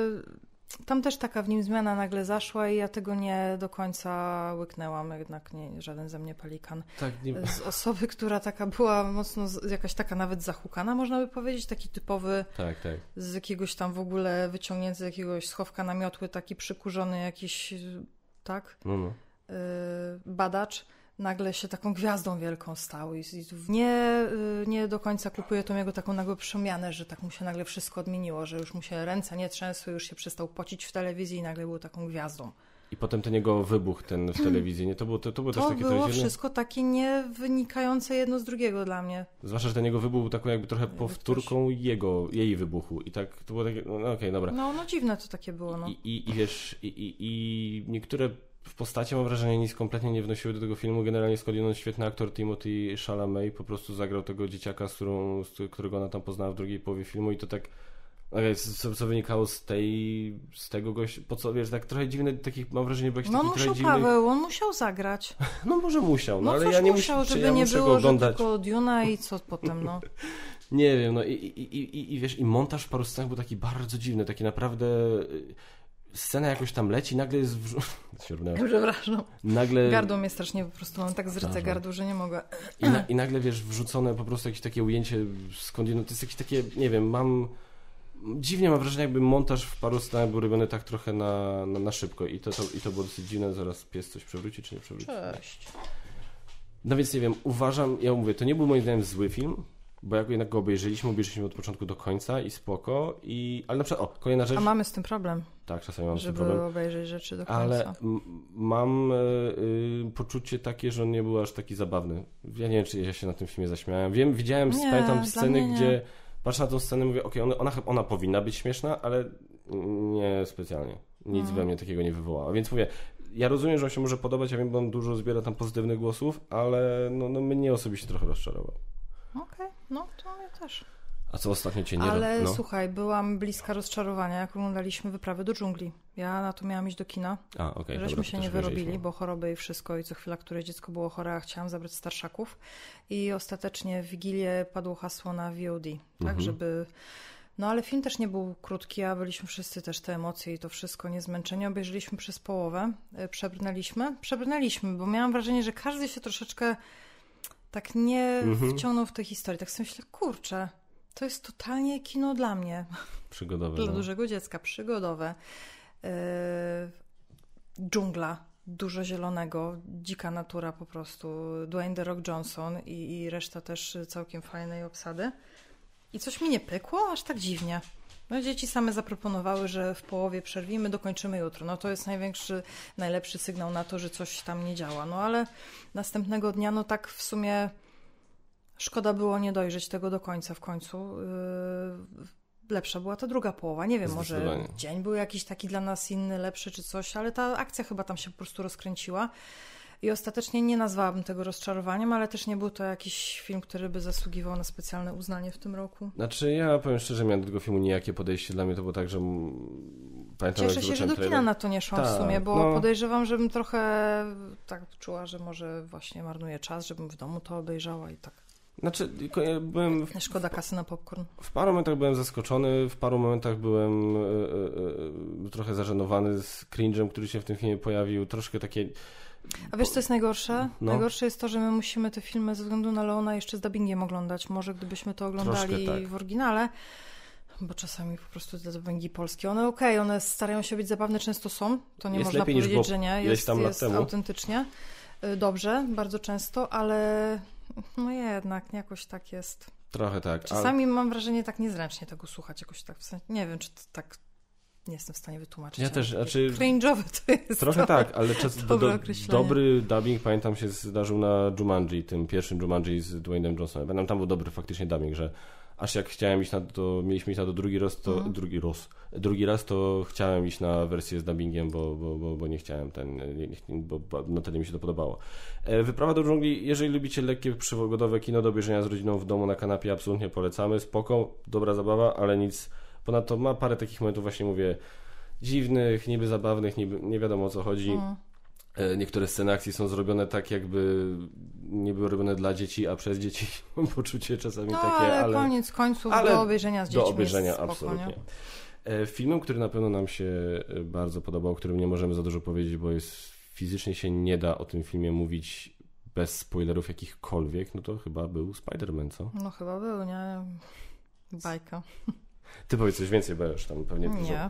Tam też taka w nim zmiana nagle zaszła i ja tego nie do końca łyknęłam, jednak nie, żaden ze mnie pelikan. Tak, nie... Z osoby, która taka była mocno, jakaś taka nawet zahukana, można by powiedzieć, taki typowy, tak, tak. z jakiegoś tam w ogóle wyciągnięty z jakiegoś schowka na miotły, taki przykurzony jakiś, tak, no, no. Yy, badacz. Nagle się taką gwiazdą wielką stał i nie, nie do końca kupuję tą jego taką nagłą przemianę, że tak mu się nagle wszystko odmieniło, że już mu się ręce nie trzęsły, już się przestał pocić w telewizji i nagle był taką gwiazdą. I potem ten jego wybuch ten w telewizji, nie? To było, to, to było to też takie... To było trochę wszystko takie nie wynikające jedno z drugiego dla mnie. Zwłaszcza, że ten jego wybuch był taką jakby trochę powtórką jego, jej wybuchu i tak to było takie, no okej, okay, dobra. No, no dziwne to takie było, no. I, i, i wiesz, i, i, i niektóre w postaci, mam wrażenie, nic kompletnie nie wnosiły do tego filmu. Generalnie skądinąd świetny aktor Timothée Chalamet po prostu zagrał tego dzieciaka, z, którą, z którego ona tam poznała w drugiej połowie filmu i to tak okay, co, co wynikało z tej z tego gościa, po co, wiesz, tak trochę dziwne, takich, mam wrażenie, było jakiś no, taki musiał, trochę dziwnych... Paweł, on musiał zagrać. No może musiał, no, no ale ja nie musiał, muszę, żeby ja nie muszę było, go oglądać. Że tylko Duna i co potem, no. Nie wiem, no i, i, i, i, i wiesz, i montaż w paru scenach był taki bardzo dziwny, taki naprawdę... Scena jakoś tam leci, nagle jest... Wrzu... Przepraszam. Nagle... Gardło mnie strasznie po prostu, mam tak zryte gardło, że nie mogę. I, na, I nagle, wiesz, wrzucone po prostu jakieś takie ujęcie skądinąd, to jest jakieś takie, nie wiem, mam... Dziwnie mam wrażenie, jakby montaż w paru scenach był robiony tak trochę na, na, na szybko i to, to, i to było dosyć dziwne. Zaraz pies coś przewróci, czy nie przewróci? Cześć. No więc nie wiem, uważam, ja mówię, to nie był moim zdaniem zły film, bo jak jednak go obejrzeliśmy, obejrzeliśmy od początku do końca i spoko, i... ale na przykład, o, kolejna rzecz... A mamy z tym problem. Tak, czasami mam z tym problem. Żeby obejrzeć rzeczy do końca. Ale m- mam y, y, poczucie takie, że on nie był aż taki zabawny. Ja nie wiem, czy ja się na tym filmie zaśmiałem. Wiem, widziałem, nie, pamiętam sceny, gdzie patrzę na tą scenę i mówię, okej, okay, ona, ona powinna być śmieszna, ale nie specjalnie. Nic mm. we mnie takiego nie wywołało. Więc mówię, ja rozumiem, że on się może podobać, ja wiem, bo on dużo zbiera tam pozytywnych głosów, ale no, no mnie osobiście trochę rozczarował. Okej, okay, no to mnie też. A co ostatnio cię nie... Ale no. słuchaj, byłam bliska rozczarowania, jak oglądaliśmy Wyprawy do dżungli. Ja na to miałam iść do kina. A, okay, Żeśmy dobra, się nie wyrobili, bo choroby i wszystko i co chwila, które dziecko było chore, a chciałam zabrać starszaków. I ostatecznie w Wigilię padło hasło na V O D, tak, mhm. żeby No ale film też nie był krótki, a byliśmy wszyscy też te emocje i to wszystko niezmęczenie. Obejrzeliśmy przez połowę, przebrnęliśmy, przebrnęliśmy, bo miałam wrażenie, że każdy się troszeczkę tak nie mhm. wciągnął w tę historię. Tak sobie myślę, kurczę, to jest totalnie kino dla mnie. Przygodowe. Dla no. dużego dziecka, przygodowe. Yy, dżungla, dużo zielonego, dzika natura po prostu. Dwayne The Rock Johnson i, i reszta też całkiem fajnej obsady. I coś mi nie pykło, aż tak dziwnie. No dzieci same zaproponowały, że w połowie przerwimy, dokończymy jutro. No to jest największy, najlepszy sygnał na to, że coś tam nie działa. No ale następnego dnia, no tak w sumie szkoda było nie dojrzeć tego do końca w końcu. Yy, lepsza była ta druga połowa. Nie wiem, może dzień był jakiś taki dla nas inny, lepszy czy coś, ale ta akcja chyba tam się po prostu rozkręciła. I ostatecznie nie nazwałabym tego rozczarowaniem, ale też nie był to jakiś film, który by zasługiwał na specjalne uznanie w tym roku. Znaczy ja powiem szczerze, miałem do tego filmu nijakie podejście. Dla mnie to było tak, że pamiętam, Cieszę się, że do kina na to nie szłam Ta, w sumie, bo no. podejrzewam, żebym trochę tak czuła, że może właśnie marnuję czas, żebym w domu to obejrzała i tak. Znaczy, ja byłem... W, Szkoda kasy na popcorn. W paru momentach byłem zaskoczony, w paru momentach byłem e, e, trochę zażenowany z cringe'em, który się w tym filmie pojawił. Troszkę takie... A wiesz, co jest najgorsze? No. Najgorsze jest to, że my musimy te filmy ze względu na Leona jeszcze z dubbingiem oglądać. Może gdybyśmy to oglądali tak. w oryginale, bo czasami po prostu te dubbingi polskie, one okej, okay, one starają się być zabawne, często są. To nie jest można lepiej powiedzieć, niż że nie. Jest, tam jest lat temu. autentycznie. Dobrze, bardzo często, ale no jednak jakoś tak jest. Trochę tak. Czasami ale... mam wrażenie tak niezręcznie tego słuchać, jakoś tak w sensie, nie wiem, czy to tak nie jestem w stanie wytłumaczyć. Ja też, znaczy... Cringe'owy to jest. Trochę to, tak, ale czas, do, do, dobry dubbing, pamiętam, się zdarzył na Jumanji, tym pierwszym Jumanji z Dwayne'em Johnsonem. Pamiętam, tam był dobry faktycznie dubbing, że aż jak chciałem iść na to, mieliśmy iść na to drugi raz, to mhm. drugi raz, drugi raz, to chciałem iść na wersję z dubbingiem, bo, bo, bo, bo nie chciałem ten, nie, nie, bo, bo na tyle mi się to podobało. Wyprawa do dżungli, jeżeli lubicie lekkie, przygodowe kino do obejrzenia z rodziną w domu na kanapie, absolutnie polecamy, spoko, dobra zabawa, ale nic. Ponadto ma parę takich momentów, właśnie mówię, dziwnych, niby zabawnych, niby nie wiadomo o co chodzi. Mm. Niektóre sceny akcji są zrobione tak, jakby nie były robione dla dzieci, a przez dzieci. Mam poczucie czasami no, takie, ale... ale koniec końców ale do obejrzenia z dziećmi do obejrzenia, jest spoko, absolutnie. Nie? Filmem, który na pewno nam się bardzo podobał, o którym nie możemy za dużo powiedzieć, bo jest fizycznie się nie da o tym filmie mówić bez spoilerów jakichkolwiek, no to chyba był Spider-Man, co? No chyba był, nie? Bajka. Ty powiedz coś więcej, bo już tam pewnie dużo. Nie.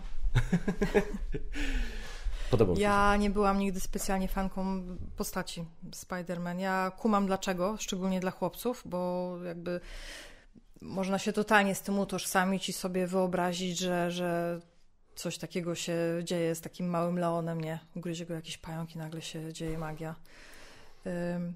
Podobał ja się. nie byłam nigdy specjalnie fanką postaci Spider-Man. Ja kumam dlaczego, szczególnie dla chłopców, bo jakby można się totalnie z tym utożsamić i sobie wyobrazić, że, że coś takiego się dzieje z takim małym Leonem, nie? Ugryzie go jakiś pająk i nagle się dzieje magia. Ym,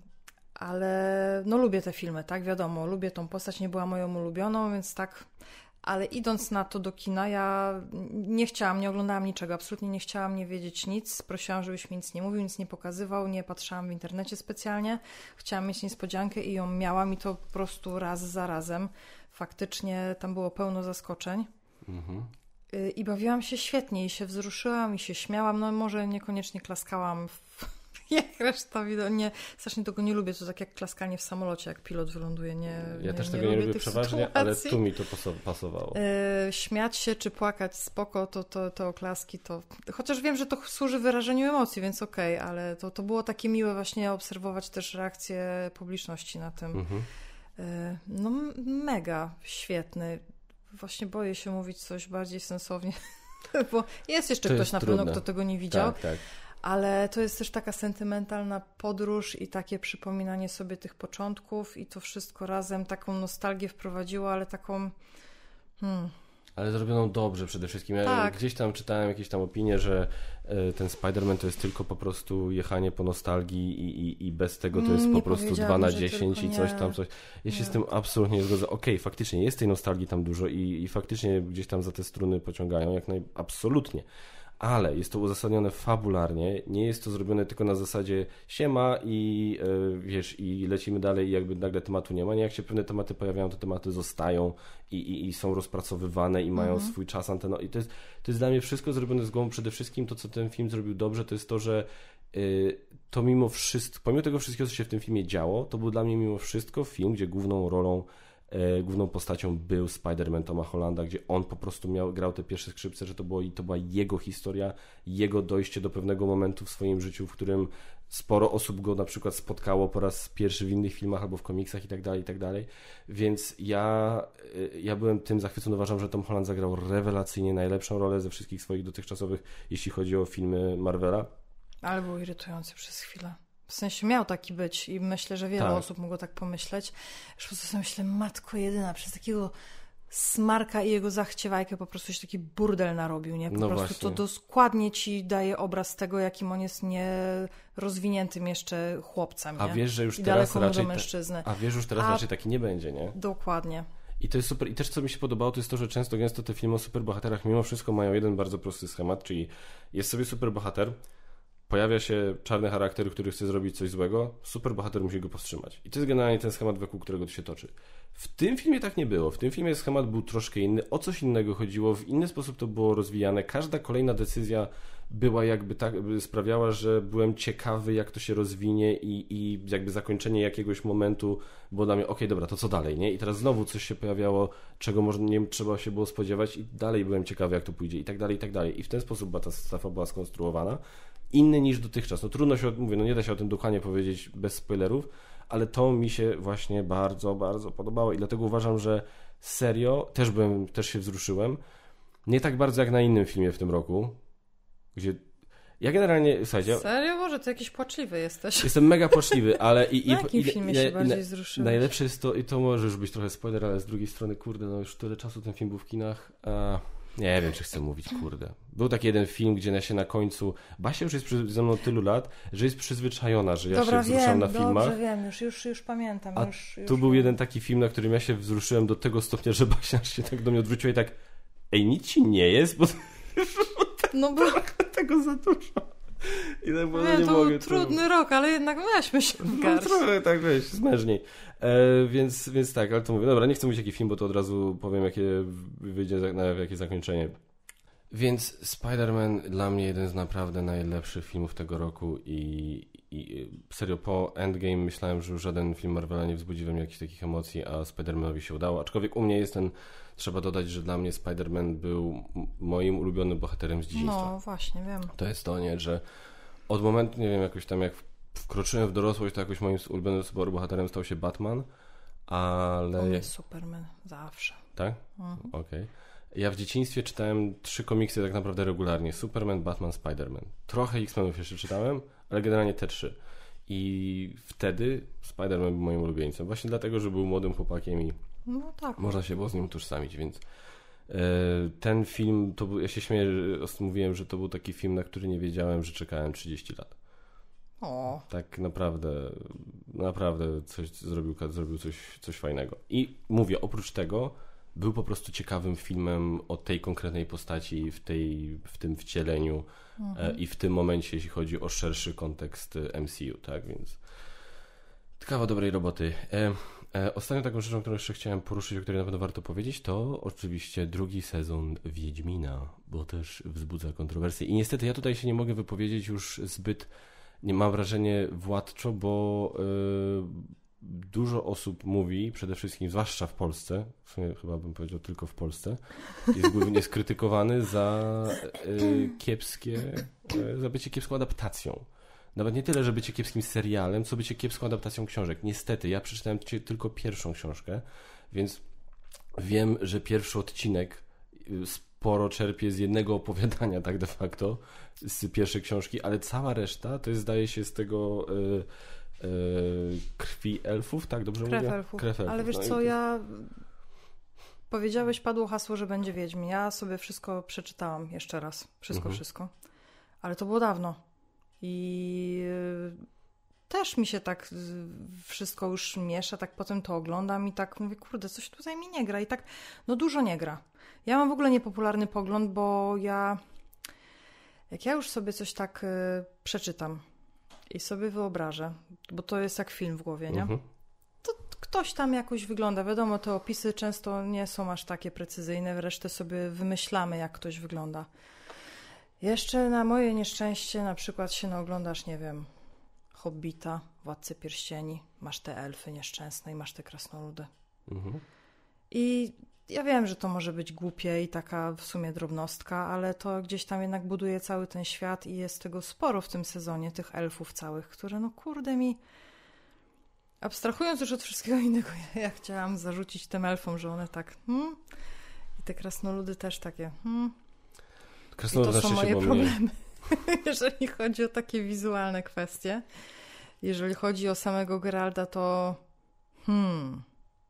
ale no lubię te filmy, tak? Wiadomo, lubię tą postać, nie była moją ulubioną, więc tak... Ale idąc na to do kina, ja nie chciałam, nie oglądałam niczego, absolutnie nie chciałam nie wiedzieć nic. Prosiłam, żebyś mi nic nie mówił, nic nie pokazywał, nie patrzyłam w internecie specjalnie. Chciałam mieć niespodziankę i ją miałam i to po prostu raz za razem. Faktycznie tam było pełno zaskoczeń. Mhm. I bawiłam się świetnie i się wzruszyłam i się śmiałam. No może niekoniecznie klaskałam w... jak reszta wideo. Nie, strasznie tego nie lubię. To tak jak klaskanie w samolocie, jak pilot wyląduje. Nie, ja nie, też nie tego nie lubię lubię przeważnie, sytuacji. ale tu mi to pasowało. Yy, śmiać się czy płakać spoko, to, to, to oklaski to... Chociaż wiem, że to służy wyrażeniu emocji, więc okej, okay, ale to, to było takie miłe właśnie obserwować też reakcję publiczności na tym. Mhm. Yy, no mega świetny. Właśnie boję się mówić coś bardziej sensownie, bo jest jeszcze to ktoś jest na trudne. pewno, kto tego nie widział. Tak, tak. Ale to jest też taka sentymentalna podróż i takie przypominanie sobie tych początków i to wszystko razem taką nostalgię wprowadziło, ale taką... Hmm. Ale zrobioną dobrze przede wszystkim. Ja tak. Gdzieś tam czytałem jakieś tam opinie, że ten Spider-Man to jest tylko po prostu jechanie po nostalgii i, i, i bez tego to jest nie po prostu dwa na dziesięć i coś nie. tam, coś. Ja się nie. z tym absolutnie nie zgodzę. Okej, okay, faktycznie jest tej nostalgii tam dużo i, i faktycznie gdzieś tam za te struny pociągają, jak naj... absolutnie. Ale jest to uzasadnione fabularnie, nie jest to zrobione tylko na zasadzie siema i yy, wiesz, i lecimy dalej i jakby nagle tematu nie ma. Nie, jak się pewne tematy pojawiają, to tematy zostają i, i, i są rozpracowywane i mają mm-hmm. swój czas antenowy. I to jest, to jest dla mnie wszystko zrobione z głową. Przede wszystkim to, co ten film zrobił dobrze, to jest to, że yy, to mimo wszystko, pomimo tego wszystkiego, co się w tym filmie działo, to był dla mnie mimo wszystko film, gdzie główną rolą e, główną postacią był Spider-Man Toma Hollanda, gdzie on po prostu miał, grał te pierwsze skrzypce, że to, było, to była jego historia, jego dojście do pewnego momentu w swoim życiu, w którym sporo osób go na przykład spotkało po raz pierwszy w innych filmach albo w komiksach i tak dalej, i tak dalej. Więc ja, ja byłem tym zachwycony. Uważam, że Tom Holland zagrał rewelacyjnie najlepszą rolę ze wszystkich swoich dotychczasowych, jeśli chodzi o filmy Marvela. Ale był irytujący przez chwilę. W sensie miał taki być i myślę, że wiele tak. osób mogło tak pomyśleć. Już po prostu sobie myślę, matko jedyna, przez takiego smarka i jego zachciewajkę po prostu się taki burdel narobił, nie? Po no prostu właśnie. to dokładnie ci daje obraz tego, jakim on jest nierozwiniętym jeszcze chłopcem, nie? A wiesz, że już I teraz daleko raczej do mężczyzny. A wiesz, już teraz A... raczej taki nie będzie, nie? Dokładnie. I to jest super. I też co mi się podobało, to jest to, że często gęsto te filmy o superbohaterach mimo wszystko mają jeden bardzo prosty schemat, czyli jest sobie superbohater, pojawia się czarny charakter, który chce zrobić coś złego, superbohater musi go powstrzymać. I to jest generalnie ten schemat, wokół którego to się toczy. W tym filmie tak nie było. W tym filmie schemat był troszkę inny, o coś innego chodziło, w inny sposób to było rozwijane. Każda kolejna decyzja była jakby tak, sprawiała, że byłem ciekawy, jak to się rozwinie i, i jakby zakończenie jakiegoś momentu było dla mnie, okej, okay, dobra, to co dalej, nie? I teraz znowu coś się pojawiało, czego może nie trzeba się było spodziewać i dalej byłem ciekawy, jak to pójdzie i tak dalej, i tak dalej. I w ten sposób ta stafa była skonstruowana. Inny niż dotychczas. No trudno się, mówię, no nie da się o tym dokładnie powiedzieć bez spoilerów, ale to mi się właśnie bardzo, bardzo podobało i dlatego uważam, że serio, też byłem, też się wzruszyłem. Nie tak bardzo jak na innym filmie w tym roku, gdzie ja generalnie, słuchajcie... Serio? Boże, ty jakiś płaczliwy jesteś. Jestem mega płaczliwy, ale... I, w jakim i, filmie i, się i, bardziej i, wzruszyłeś? Najlepsze jest to, i to może już być trochę spoiler, ale z drugiej strony, kurde, no już tyle czasu ten film był w kinach, a... Nie wiem, czy chcę mówić, kurde. Był taki jeden film, gdzie ja się na końcu... Basia już jest przy, ze mną tylu lat, że jest przyzwyczajona, że ja Dobra, się wzruszam wiem, na filmach. Dobrze, wiem, już, już, już pamiętam. A już, już tu był wiem. jeden taki film, na którym ja się wzruszyłem do tego stopnia, że Basia się tak do mnie odwróciła i tak ej, nic ci nie jest, bo no bo tego za dużo. I tak, bo nie, nie to mogę, był trudny to... rok, ale jednak weźmy się w garść. No trochę tak, weź, zmężniej. E, więc, więc tak, ale to mówię, dobra, nie chcę mówić jaki film, bo to od razu powiem, jakie wyjdzie, na jakie zakończenie. Więc Spider-Man dla mnie jeden z naprawdę najlepszych filmów tego roku i, i serio po Endgame myślałem, że już żaden film Marvela nie wzbudzi we mnie jakichś takich emocji, a Spider-Manowi się udało. Aczkolwiek u mnie jest ten, trzeba dodać, że dla mnie Spider-Man był moim ulubionym bohaterem z dzieciństwa. No właśnie, wiem. To jest to, nie, że od momentu, nie wiem, jakoś tam jak wkroczyłem w dorosłość, to jakoś moim ulubionym bohaterem stał się Batman, ale... On jest Superman, zawsze. Tak? Mhm. Okej. Okay. Ja w dzieciństwie czytałem trzy komiksy tak naprawdę regularnie. Superman, Batman, Spider-Man. Trochę X-Menów jeszcze czytałem, ale generalnie te trzy. I wtedy Spider-Man był moim ulubieńcem. Właśnie dlatego, że był młodym chłopakiem i no tak. można się było z nim utożsamić, więc e, ten film, to był, ja się śmieję, że mówiłem, że to był taki film, na który nie wiedziałem, że czekałem trzydzieści lat. O. Tak naprawdę, naprawdę coś zrobił, zrobił coś, coś fajnego. I mówię, oprócz tego był po prostu ciekawym filmem o tej konkretnej postaci w, tej, w tym wcieleniu mhm. e, i w tym momencie, jeśli chodzi o szerszy kontekst M C U, tak, więc kawał dobrej roboty. E, e, ostatnią taką rzeczą, którą jeszcze chciałem poruszyć, o której na pewno warto powiedzieć, to oczywiście drugi sezon Wiedźmina, bo też wzbudza kontrowersje i niestety ja tutaj się nie mogę wypowiedzieć już zbyt, nie mam wrażenie władczo, bo e, dużo osób mówi, przede wszystkim, zwłaszcza w Polsce, w sumie chyba bym powiedział tylko w Polsce, jest głównie skrytykowany za y, kiepskie, y, za bycie kiepską adaptacją. Nawet nie tyle, że bycie kiepskim serialem, co bycie kiepską adaptacją książek. Niestety, ja przeczytałem tylko pierwszą książkę, więc wiem, że pierwszy odcinek sporo czerpie z jednego opowiadania, tak de facto, z pierwszej książki, ale cała reszta to jest, zdaje się, z tego... Y, krwi elfów, tak dobrze Krew mówię? Elfów. Krew elfów. Ale wiesz no co, to... ja powiedziałeś, padło hasło, że będzie Wiedźmin. Ja sobie wszystko przeczytałam jeszcze raz. Wszystko, mhm. wszystko. Ale to było dawno. I też mi się tak wszystko już miesza, tak potem to oglądam i tak mówię, kurde, coś tutaj mi nie gra. I tak, no dużo nie gra. Ja mam w ogóle niepopularny pogląd, bo ja jak ja już sobie coś tak y, przeczytam i sobie wyobrażę, bo to jest jak film w głowie, nie? Mhm. To ktoś tam jakoś wygląda. Wiadomo, te opisy często nie są aż takie precyzyjne, wreszcie sobie wymyślamy, jak ktoś wygląda. Jeszcze na moje nieszczęście na przykład się naoglądasz, nie wiem, Hobbita, Władcy Pierścieni, masz te elfy nieszczęsne i masz te krasnoludy. Mhm. I ja wiem, że to może być głupie i taka w sumie drobnostka, ale to gdzieś tam jednak buduje cały ten świat i jest tego sporo w tym sezonie, tych elfów całych, które no kurde mi... Abstrahując już od wszystkiego innego, ja, ja chciałam zarzucić tym elfom, że one tak... Hmm? I te krasnoludy też takie... Hmm? I to są moje problemy, jeżeli chodzi o takie wizualne kwestie. Jeżeli chodzi o samego Geralda, to... Hmm...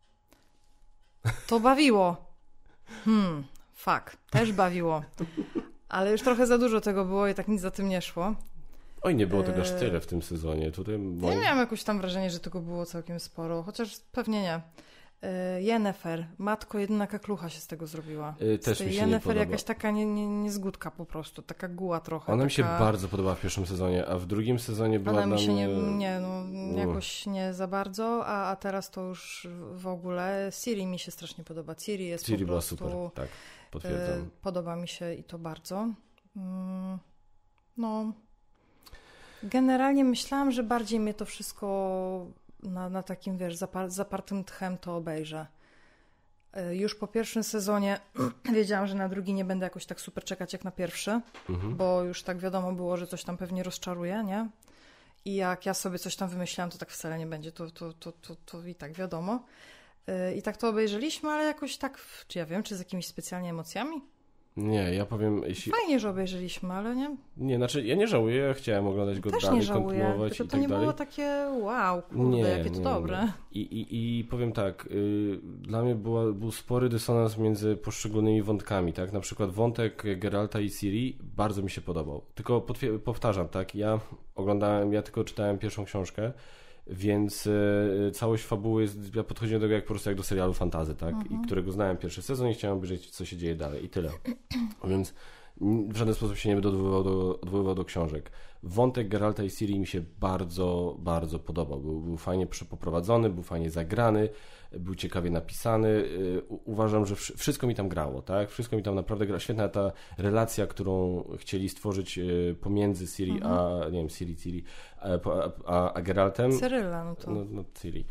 To bawiło. Hmm, fuck, też bawiło. Ale już trochę za dużo tego było i tak nic za tym nie szło. Oj, nie było tego aż tyle w tym sezonie. Tutaj moim... Ja miałam jakieś tam wrażenie, że tego było całkiem sporo, chociaż pewnie nie. Yennefer, matko, jedyna kaklucha się z tego zrobiła. Yy, też mi się Yennefer nie podoba. Jakaś taka nie, nie, niezgódka po prostu, taka guła trochę. Ona taka... mi się bardzo podobała w pierwszym sezonie, a w drugim sezonie była Ona mi się mnie... nie, nie no, jakoś nie za bardzo, a, a teraz to już w ogóle Ciri mi się strasznie podoba. Ciri jest Ciri po była prostu... super, tak, potwierdzam. Y, podoba mi się i to bardzo. Mm, no... Generalnie myślałam, że bardziej mnie to wszystko na, na takim, wiesz, zapar- zapartym tchem to obejrzę. Już po pierwszym sezonie wiedziałam, że na drugi nie będę jakoś tak super czekać jak na pierwszy, mhm. bo już tak wiadomo było, że coś tam pewnie rozczaruje, nie? I jak ja sobie coś tam wymyślałam, to tak wcale nie będzie, to, to, to, to, to i tak wiadomo. I tak to obejrzeliśmy, ale jakoś tak, czy ja wiem, czy z jakimiś specjalnie emocjami? Nie, ja powiem... Jeśli... Fajnie, że obejrzeliśmy, ale nie... Nie, znaczy ja nie żałuję, ja chciałem oglądać go Też dalej, nie żałuję, kontynuować tylko i to tak nie dalej. było takie wow, kurde, nie, jakie to nie, dobre. Nie. I, i, I powiem tak, yy, dla mnie była, był spory dysonans między poszczególnymi wątkami, tak? Na przykład wątek Geralta i Ciri bardzo mi się podobał. Tylko potwier- powtarzam, tak? Ja oglądałem, ja tylko czytałem pierwszą książkę, więc y, całość fabuły jest, ja podchodziłem do tego jak po prostu jak do serialu fantasy, tak? Mhm. I którego znałem pierwszy sezon i chciałem obejrzeć, co się dzieje dalej i tyle. Więc w żaden sposób się nie będę odwoływał do, odwoływał do książek. Wątek Geralta i Ciri mi się bardzo, bardzo podobał. Był, był fajnie poprowadzony, był fajnie zagrany, był ciekawie napisany. U, uważam, że wsz- wszystko mi tam grało, tak? Wszystko mi tam naprawdę grało. Świetna ta relacja, którą chcieli stworzyć pomiędzy Ciri mhm. a, nie wiem, Ciri, Ciri, a, a, a Geraltem. Cyrylla, no to... No, no Ciri.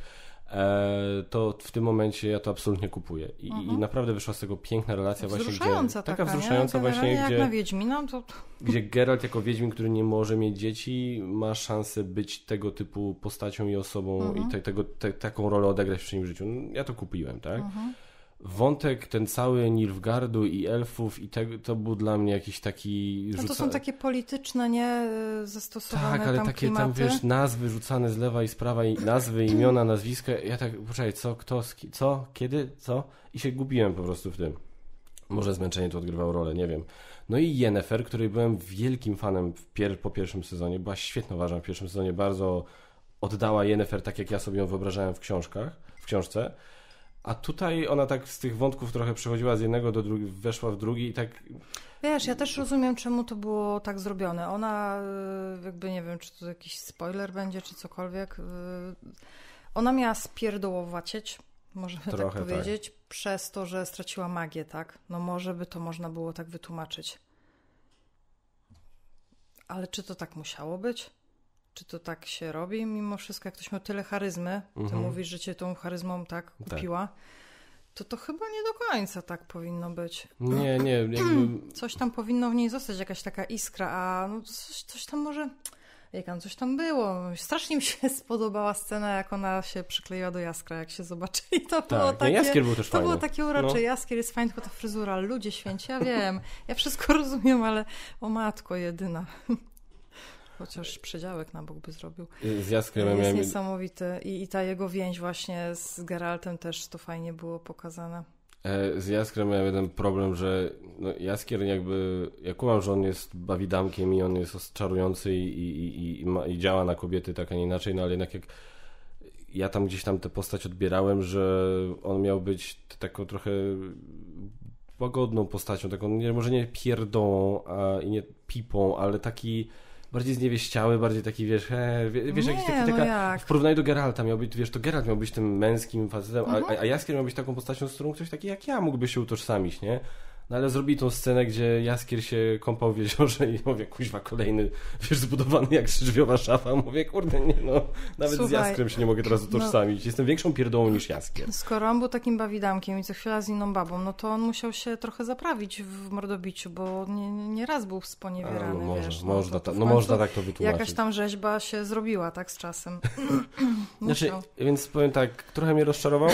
To w tym momencie ja to absolutnie kupuję. I, uh-huh. i naprawdę wyszła z tego piękna relacja właśnie, gdzie... Taka, taka wzruszająca właśnie, jak gdzie... na Wiedźmina, to... Gdzie Geralt jako Wiedźmin, który nie może mieć dzieci, ma szansę być tego typu postacią i osobą uh-huh. i te, tego, te, taką rolę odegrać w swoim życiu. Ja to kupiłem, tak? Uh-huh. Wątek ten cały Nilfgaardu i elfów i te, to był dla mnie jakiś taki... No rzuca... to są takie polityczne, nie? Zastosowane Tak, ale tam takie klimaty. tam, wiesz, nazwy rzucane z lewa i z prawa, i nazwy, imiona, nazwiska. Ja tak, poczekaj, co, kto, co, kiedy, co? I się gubiłem po prostu w tym. Może zmęczenie tu odgrywało rolę, nie wiem. No i Yennefer, której byłem wielkim fanem w pier- po pierwszym sezonie. Była świetna, uważam, w pierwszym sezonie. Bardzo oddała Yennefer tak, jak ja sobie ją wyobrażałem w książkach, w książce. A tutaj ona tak z tych wątków trochę przechodziła z jednego do drugiego, weszła w drugi i tak... Wiesz, ja też rozumiem, czemu to było tak zrobione. Ona, jakby nie wiem, czy to jakiś spoiler będzie, czy cokolwiek. Ona miała spierdołowacieć, możemy trochę tak powiedzieć, tak. Przez to, że straciła magię, tak? No może by to można było tak wytłumaczyć. Ale czy to tak musiało być? Czy to tak się robi? Mimo wszystko, jak ktoś miał tyle charyzmy, ty mhm. mówisz, że cię tą charyzmą tak kupiła, tak. to to chyba nie do końca tak powinno być. Nie, nie. Jakby... Coś tam powinno w niej zostać, jakaś taka iskra, a no coś, coś tam może... Jak tam coś tam było. Strasznie mi się spodobała scena, jak ona się przykleiła do Jaskra, jak się zobaczyli. To tak, było takie, Jaskier był też to fajny. było takie urocze. No. Jaskier jest fajny, tylko ta fryzura. Ludzie święci, ja wiem. Ja wszystko rozumiem, ale o matko jedyna. Chociaż przedziałek na bok by zrobił. Z Jaskrem jest miałem... niesamowity. I, I ta jego więź właśnie z Geraltem też to fajnie było pokazane. Z Jaskrem miałem jeden problem, że no Jaskier jakby, ja kumam, że on jest bawidamkiem i on jest czarujący i, i, i, i, ma, i działa na kobiety tak, a nie inaczej, no ale jednak jak ja tam gdzieś tam tę postać odbierałem, że on miał być taką trochę łagodną postacią, taką nie, może nie pierdołą a, i nie pipą, ale taki bardziej zniewieściały, bardziej taki, wiesz, he, wiesz, nie, jakiś taki, no taka, jak? w porównaniu do Geralta miał być, wiesz, to Geralt miał być tym męskim facetem, mhm. a, a Jaskier miał być taką postacią, z którą ktoś taki jak ja mógłby się utożsamić, nie? No ale zrobili tą scenę, gdzie Jaskier się kąpał w jeziorze i mówię, kuźwa, kolejny, wiesz, zbudowany jak drzwiowa szafa. Mówię, kurde, nie no, nawet Słuchaj, z Jaskrem się nie mogę teraz utożsamić. No, jestem większą pierdołą niż Jaskier. Skoro on był takim bawidamkiem i co chwila z inną babą, no to on musiał się trochę zaprawić w mordobiciu, bo nie, nie raz był sponiewierany, A, no może, wiesz. No, można, ta, no można tak to wytłumaczyć. Jakaś tam rzeźba się zrobiła, tak, z czasem. Znaczy, więc powiem tak, trochę mnie rozczarował.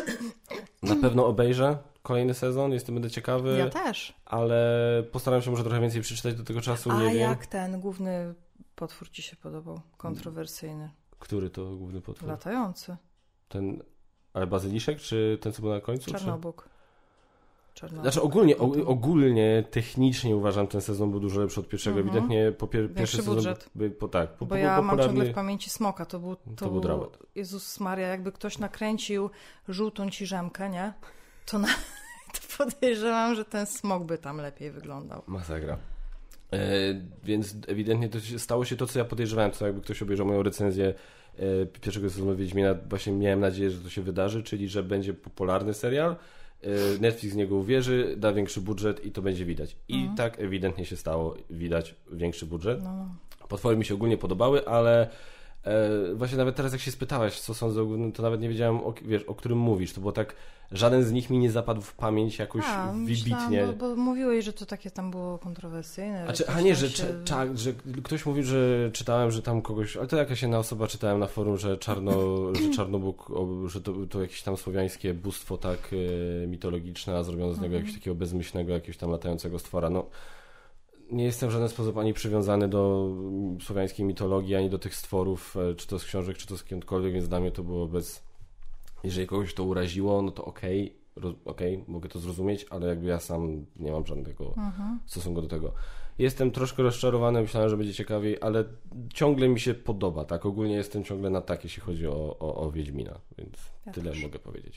Na pewno obejrzę kolejny sezon, jestem będę ciekawy. Ja też. Ale postaram się może trochę więcej przeczytać do tego czasu, A nie wiem. jak ten główny potwór ci się podobał? Kontrowersyjny. Który to główny potwór? Latający. Ten, ale bazyliszek, czy ten, co był na końcu? Czarnobóg. Czarnobóg. Znaczy ogólnie, o, ogólnie technicznie uważam, ten sezon był dużo lepszy od pierwszego. Mhm. Ewidentnie po pier- pierwszy sezon budżet. By, po, tak, po, Bo po, ja popularny... mam ciągle w pamięci Smoka. To był, to, to był dramat. Jezus Maria, jakby ktoś nakręcił żółtą ciżemkę, nie? To, na, to podejrzewam, że ten Smok by tam lepiej wyglądał. Masakra. E, więc ewidentnie to się, stało się to, co ja podejrzewałem. Co jakby ktoś obejrzał moją recenzję e, pierwszego sezonu Wiedźmina, właśnie miałem nadzieję, że to się wydarzy, czyli że będzie popularny serial. Netflix z niego uwierzy, da większy budżet i to będzie widać. I mm. tak ewidentnie się stało, widać większy budżet. No. Potwory mi się ogólnie podobały, ale e, właśnie nawet teraz jak się spytałaś, co sądzę, to nawet nie wiedziałem, o, wiesz, o którym mówisz. To było tak, żaden z nich mi nie zapadł w pamięć jakoś a, wybitnie. Myślałam, bo, bo mówiłeś, że to takie tam było kontrowersyjne. A, czy, a nie, że, się... cza, że ktoś mówił, że czytałem, że tam kogoś, ale to jakaś jedna osoba czytałem na forum, że, czarno, że Czarnobóg, że to, to jakieś tam słowiańskie bóstwo tak e, mitologiczne, a zrobiono z niego mhm. jakiegoś takiego bezmyślnego, jakiegoś tam latającego stwora. No, nie jestem w żaden sposób ani przywiązany do słowiańskiej mitologii, ani do tych stworów, czy to z książek, czy to skądkolwiek, więc dla mnie to było bez... Jeżeli kogoś to uraziło, no to okej, okay, okej, okay, mogę to zrozumieć, ale jakby ja sam nie mam żadnego mhm. stosunku do tego. Jestem troszkę rozczarowany, myślałem, że będzie ciekawiej, ale ciągle mi się podoba, tak? Ogólnie jestem ciągle na tak, jeśli chodzi o, o, o Wiedźmina, więc ja tyle też. Mogę powiedzieć.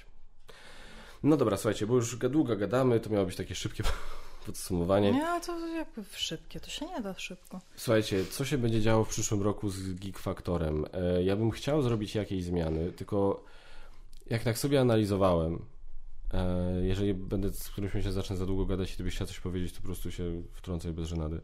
No dobra, słuchajcie, bo już długo gadamy, to miało być takie szybkie podsumowanie. Nie, to jakby szybkie, to się nie da szybko. Słuchajcie, co się będzie działo w przyszłym roku z Geek Factorem? Ja bym chciał zrobić jakieś zmiany, tylko jak tak sobie analizowałem, jeżeli będę z którymś się zacznę za długo gadać i ty byś chciał coś powiedzieć, to po prostu się wtrącaj bez żenady.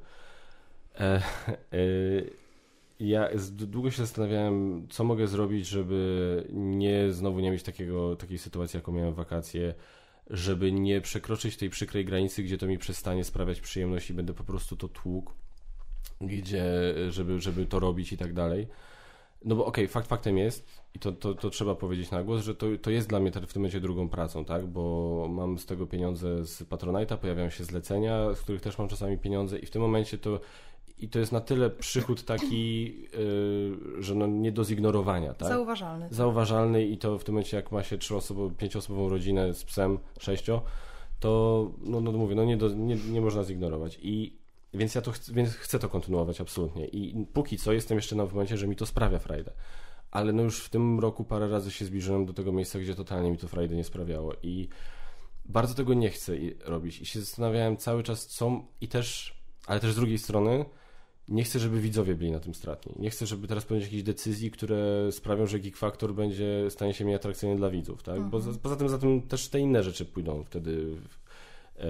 Ja długo się zastanawiałem, co mogę zrobić, żeby nie znowu nie mieć takiego, takiej sytuacji, jaką miałem w wakacje, żeby nie przekroczyć tej przykrej granicy, gdzie to mi przestanie sprawiać przyjemność i będę po prostu to tłukł, gdzie, żeby, żeby to robić i tak dalej. No bo okej, okay, fakt faktem jest, i to, to, to trzeba powiedzieć na głos, że to, to jest dla mnie w tym momencie drugą pracą, tak? Bo mam z tego pieniądze z Patronite'a, pojawiają się zlecenia, z których też mam czasami pieniądze i w tym momencie to i to jest na tyle przychód taki, yy, że no nie do zignorowania, tak? Zauważalny. Zauważalny i to w tym momencie jak ma się trzyosobową, pięcioosobową rodzinę z psem, sześcio, to no, no mówię, no nie, do, nie, nie można zignorować i Więc ja to ch- więc chcę to kontynuować absolutnie i póki co jestem jeszcze na momencie, że mi to sprawia frajdę. Ale no już w tym roku parę razy się zbliżyłem do tego miejsca, gdzie totalnie mi to frajdę nie sprawiało i bardzo tego nie chcę robić i się zastanawiałem cały czas co i też, ale też z drugiej strony nie chcę, żeby widzowie byli na tym stratni. Nie chcę, żeby teraz podjąć jakieś decyzji, które sprawią, że Geek Factor będzie, stanie się mniej atrakcyjny dla widzów, tak? Mhm. Bo za, poza tym za tym też te inne rzeczy pójdą wtedy e,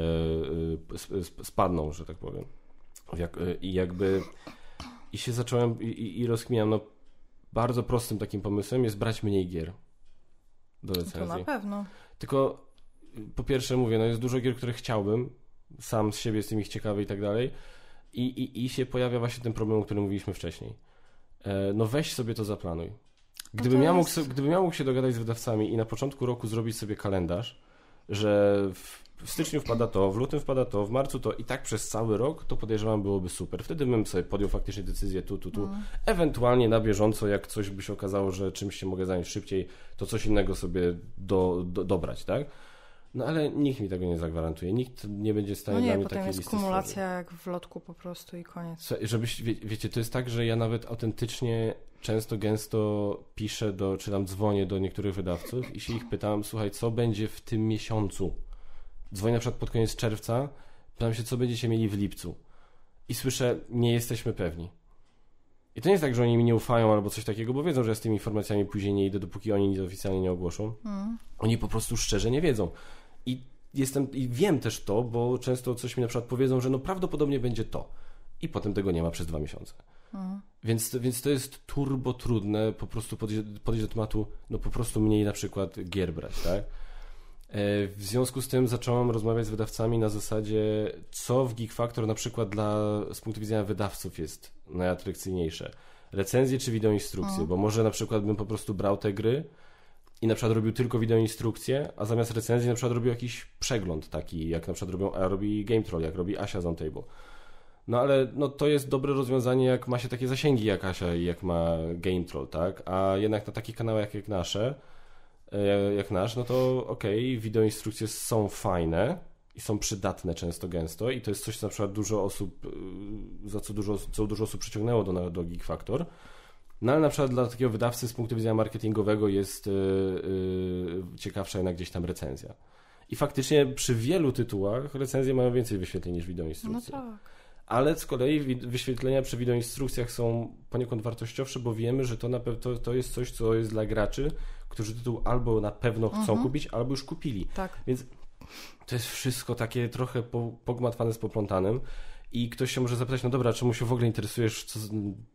e, spadną, że tak powiem. Jak, I jakby i się zacząłem i, i rozkminiam, no bardzo prostym takim pomysłem jest brać mniej gier do recenzji. To na pewno. Tylko po pierwsze mówię, no jest dużo gier, które chciałbym, sam z siebie jestem ich ciekawy i tak dalej i, i, i się pojawia właśnie ten problem, o którym mówiliśmy wcześniej. E, no weź sobie to zaplanuj. Gdybym, no to ja mógł, jest... gdybym ja mógł się dogadać z wydawcami i na początku roku zrobić sobie kalendarz, że w W styczniu wpada to, w lutym wpada to, w marcu to i tak przez cały rok, to podejrzewam byłoby super. Wtedy bym sobie podjął faktycznie decyzję tu, tu, tu. Mm. Ewentualnie na bieżąco, jak coś by się okazało, że czymś się mogę zająć szybciej, to coś innego sobie do, do, dobrać, tak? No ale nikt mi tego nie zagwarantuje. Nikt nie będzie w stanie no nie, dla mnie takiej listy stworzyć. No nie, potem jest kumulacja jak w lotku po prostu i koniec. Co, żebyś, wie, wiecie, to jest tak, że ja nawet autentycznie często, gęsto piszę do, czy tam dzwonię do niektórych wydawców i się ich pytam, słuchaj, co będzie w tym miesiącu? Dzwonię na przykład pod koniec czerwca, pytam się, co będziecie mieli w lipcu. I słyszę, nie jesteśmy pewni. I to nie jest tak, że oni mi nie ufają albo coś takiego, bo wiedzą, że ja z tymi informacjami później nie idę, dopóki oni nic oficjalnie nie ogłoszą. Mm. Oni po prostu szczerze nie wiedzą. I jestem i wiem też to, bo często coś mi na przykład powiedzą, że no prawdopodobnie będzie to i potem tego nie ma przez dwa miesiące. Mhm. Więc, więc to jest turbo trudne po prostu podejść, podejść do tematu, no po prostu mniej na przykład gier brać, tak? W związku z tym zacząłem rozmawiać z wydawcami na zasadzie, co w Geek Factor na przykład dla, z punktu widzenia wydawców jest najatrakcyjniejsze. Recenzje czy wideoinstrukcje, mhm. bo może na przykład bym po prostu brał te gry i na przykład robił tylko wideoinstrukcję, a zamiast recenzji na przykład robił jakiś przegląd taki, jak na przykład robią, a robi Game Troll, jak robi Asia z On Table. No ale no, to jest dobre rozwiązanie, jak ma się takie zasięgi jak Asia i jak ma Game Troll, tak? A jednak na takich kanałach jak nasze, jak nasz, no to okej, okay, wideoinstrukcje są fajne i są przydatne często, gęsto i to jest coś, co na przykład dużo osób, za co dużo, co dużo osób przyciągnęło do, do Geek Factor. No ale na przykład dla takiego wydawcy z punktu widzenia marketingowego jest yy, yy, ciekawsza jednak gdzieś tam recenzja. I faktycznie przy wielu tytułach recenzje mają więcej wyświetleń niż wideoinstrukcje. No tak. Ale z kolei wyświetlenia przy wideoinstrukcjach są poniekąd wartościowsze, bo wiemy, że to, na pe- to, to jest coś, co jest dla graczy, którzy tytuł albo na pewno chcą mhm. kupić, albo już kupili. Tak. Więc to jest wszystko takie trochę po, pogmatwane z poplątanym i ktoś się może zapytać, no dobra, czemu się w ogóle interesujesz, co,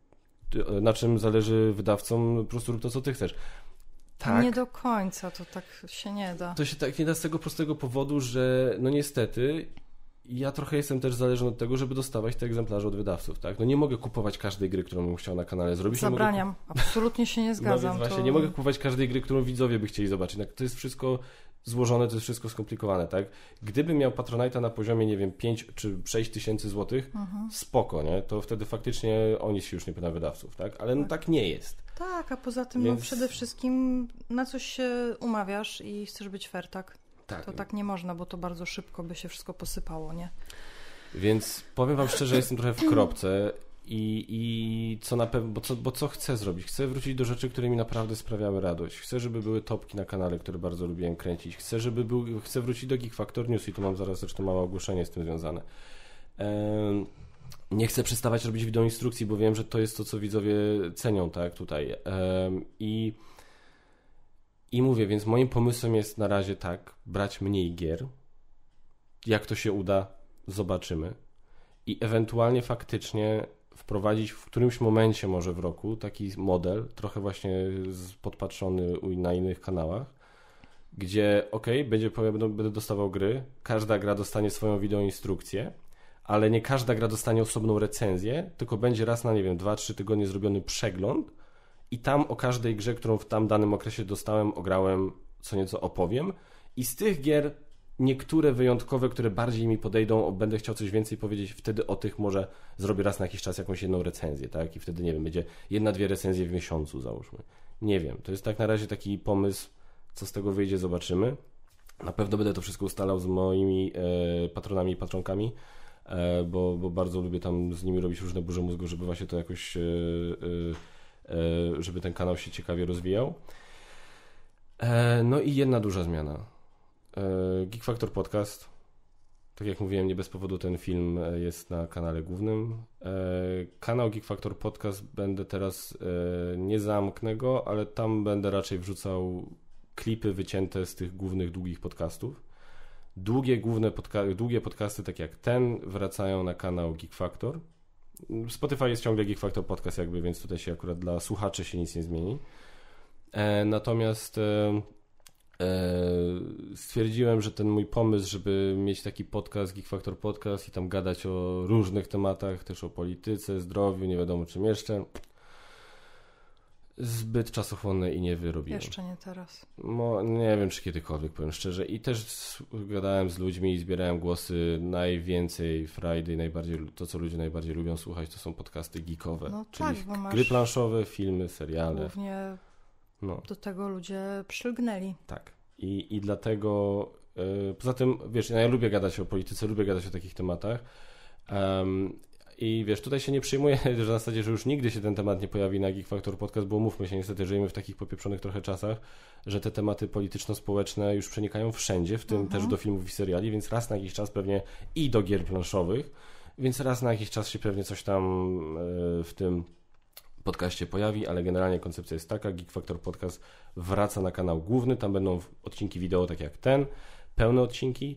na czym zależy wydawcom, po prostu rób to, co ty chcesz. Tak. Nie do końca, to tak się nie da. To się tak nie da z tego prostego powodu, że no niestety ja trochę jestem też zależny od tego, żeby dostawać te egzemplarze od wydawców, tak? No nie mogę kupować każdej gry, którą bym chciał na kanale zrobić. Zabraniam, nie mogę... absolutnie się nie zgadzam. No więc właśnie, to... nie mogę kupować każdej gry, którą widzowie by chcieli zobaczyć. To jest wszystko złożone, to jest wszystko skomplikowane, tak? Gdybym miał Patronite'a na poziomie, nie wiem, pięć czy sześć tysięcy złotych, mhm. spoko, nie? To wtedy faktycznie oni się już nie pytają wydawców, tak? Ale no tak nie jest. Tak, a poza tym Więc... no przede wszystkim na coś się umawiasz i chcesz być fair, tak? Tak. To tak nie można, bo to bardzo szybko by się wszystko posypało, nie? Więc powiem wam szczerze, jestem trochę w kropce i, i co na pewno, bo co, bo co chcę zrobić? Chcę wrócić do rzeczy, które mi naprawdę sprawiały radość. Chcę, żeby były topki na kanale, które bardzo lubiłem kręcić. Chcę, żeby był, chcę wrócić do Geek Factor News i tu mam zaraz zresztą małe ogłoszenie z tym związane. Ehm, nie chcę przestawać robić wideoinstrukcji, bo wiem, że to jest to, co widzowie cenią, tak, tutaj. Ehm, i, I mówię, więc moim pomysłem jest na razie tak, brać mniej gier. Jak to się uda, zobaczymy. I ewentualnie faktycznie wprowadzić w którymś momencie może w roku taki model, trochę właśnie podpatrzony na innych kanałach, gdzie okej, okay, będzie, będę dostawał gry, każda gra dostanie swoją wideoinstrukcję, ale nie każda gra dostanie osobną recenzję, tylko będzie raz na, nie wiem, dwa trzy tygodnie zrobiony przegląd i tam o każdej grze, którą w tam danym okresie dostałem, ograłem, co nieco opowiem i z tych gier niektóre wyjątkowe, które bardziej mi podejdą, będę chciał coś więcej powiedzieć, wtedy o tych może zrobię raz na jakiś czas jakąś jedną recenzję, tak? I wtedy, nie wiem, będzie jedna, dwie recenzje w miesiącu, załóżmy. Nie wiem, to jest tak na razie taki pomysł, co z tego wyjdzie, zobaczymy. Na pewno będę to wszystko ustalał z moimi e, patronami i patronkami, e, bo, bo bardzo lubię tam z nimi robić różne burze mózgu, żeby właśnie to jakoś, e, e, e, żeby ten kanał się ciekawie rozwijał. E, no i jedna duża zmiana. Geek Factor Podcast. Tak jak mówiłem, nie bez powodu ten film jest na kanale głównym. Kanał Geek Factor Podcast będę teraz, nie zamknę go, ale tam będę raczej wrzucał klipy wycięte z tych głównych, długich podcastów. Długie, główne podca- długie podcasty, tak jak ten, wracają na kanał Geek Factor. Spotify jest ciągle Geek Factor Podcast jakby, więc tutaj się akurat dla słuchaczy się nic nie zmieni. Natomiast stwierdziłem, że ten mój pomysł, żeby mieć taki podcast, Geek Factor Podcast i tam gadać o różnych tematach, też o polityce, zdrowiu, nie wiadomo czym jeszcze, zbyt czasochłonne i nie wyrobiłem. Jeszcze nie teraz. No, nie wiem, czy kiedykolwiek, powiem szczerze. I też gadałem z ludźmi i zbierałem głosy. Najwięcej Friday, najbardziej, to co ludzie najbardziej lubią słuchać, to są podcasty geekowe. No czyli tak, bo masz gry planszowe, filmy, seriale. Głównie no. do tego ludzie przylgnęli. Tak. I, i dlatego, yy, poza tym, wiesz, ja lubię gadać o polityce, lubię gadać o takich tematach. Um, I wiesz, tutaj się nie przyjmuję, że w zasadzie, że już nigdy się ten temat nie pojawi na Geek Factor Podcast, bo mówmy się, niestety żyjemy w takich popieprzonych trochę czasach, że te tematy polityczno-społeczne już przenikają wszędzie, w tym mhm. też do filmów i seriali, więc raz na jakiś czas pewnie i do gier planszowych, więc raz na jakiś czas się pewnie coś tam yy, w tym podcaście pojawi, ale generalnie koncepcja jest taka, Geek Factor Podcast wraca na kanał główny, tam będą odcinki wideo tak jak ten, pełne odcinki.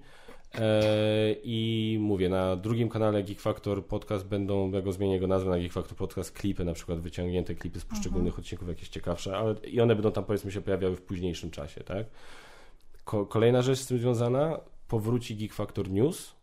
I mówię, na drugim kanale Geek Factor Podcast będą, ja go zmienię jego nazwę na Geek Factor Podcast, klipy, na przykład wyciągnięte klipy z poszczególnych uh-huh. odcinków, jakieś ciekawsze, ale i one będą tam, powiedzmy, się pojawiały w późniejszym czasie, tak? Ko- kolejna rzecz z tym związana, powróci Geek Factor News,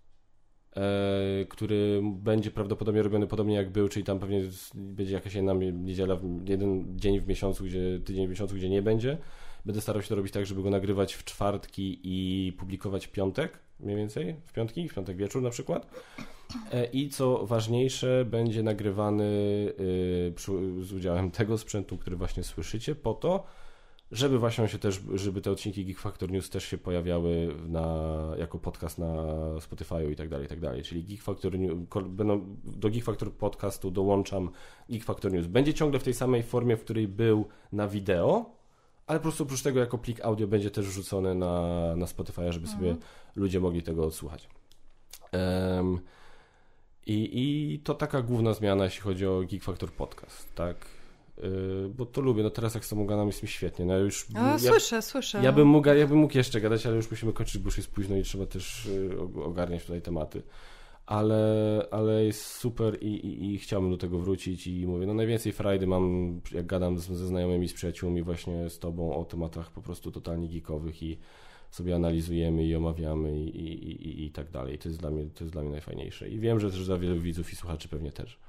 e, który będzie prawdopodobnie robiony podobnie jak był, czyli tam pewnie będzie jakaś jedna niedziela, jeden dzień w miesiącu, gdzie tydzień w miesiącu, gdzie nie będzie. Będę starał się to robić tak, żeby go nagrywać w czwartki i publikować w piątek, mniej więcej, w piątki, w piątek wieczór na przykład. I co ważniejsze, będzie nagrywany y, przy, z udziałem tego sprzętu, który właśnie słyszycie, po to, żeby właśnie się też, żeby te odcinki Geek Factor News też się pojawiały na, jako podcast na Spotify'u i tak dalej, i tak dalej. Czyli Geek Factor News, będą, do Geek Factor podcastu dołączam Geek Factor News. Będzie ciągle w tej samej formie, w której był na wideo, ale po prostu oprócz tego jako plik audio będzie też wrzucony na, na Spotify, żeby sobie mhm. ludzie mogli tego odsłuchać. Um, i, I to taka główna zmiana, jeśli chodzi o Geek Factor Podcast, tak? Yy, bo to lubię. No teraz jak z tą gadam, jest mi świetnie. No już, o, ja, słyszę, słyszę. Ja bym, mógł, ja bym mógł jeszcze gadać, ale już musimy kończyć, bo już jest późno i trzeba też yy, ogarniać tutaj tematy. Ale, ale jest super i, i, i chciałbym do tego wrócić i mówię, no najwięcej frajdy mam, jak gadam z, ze znajomymi, z przyjaciółmi właśnie z tobą o tematach po prostu totalnie geekowych i sobie analizujemy i omawiamy i, i, i, i tak dalej. To jest dla mnie, to jest dla mnie najfajniejsze. I wiem, że też dla wielu widzów i słuchaczy pewnie też.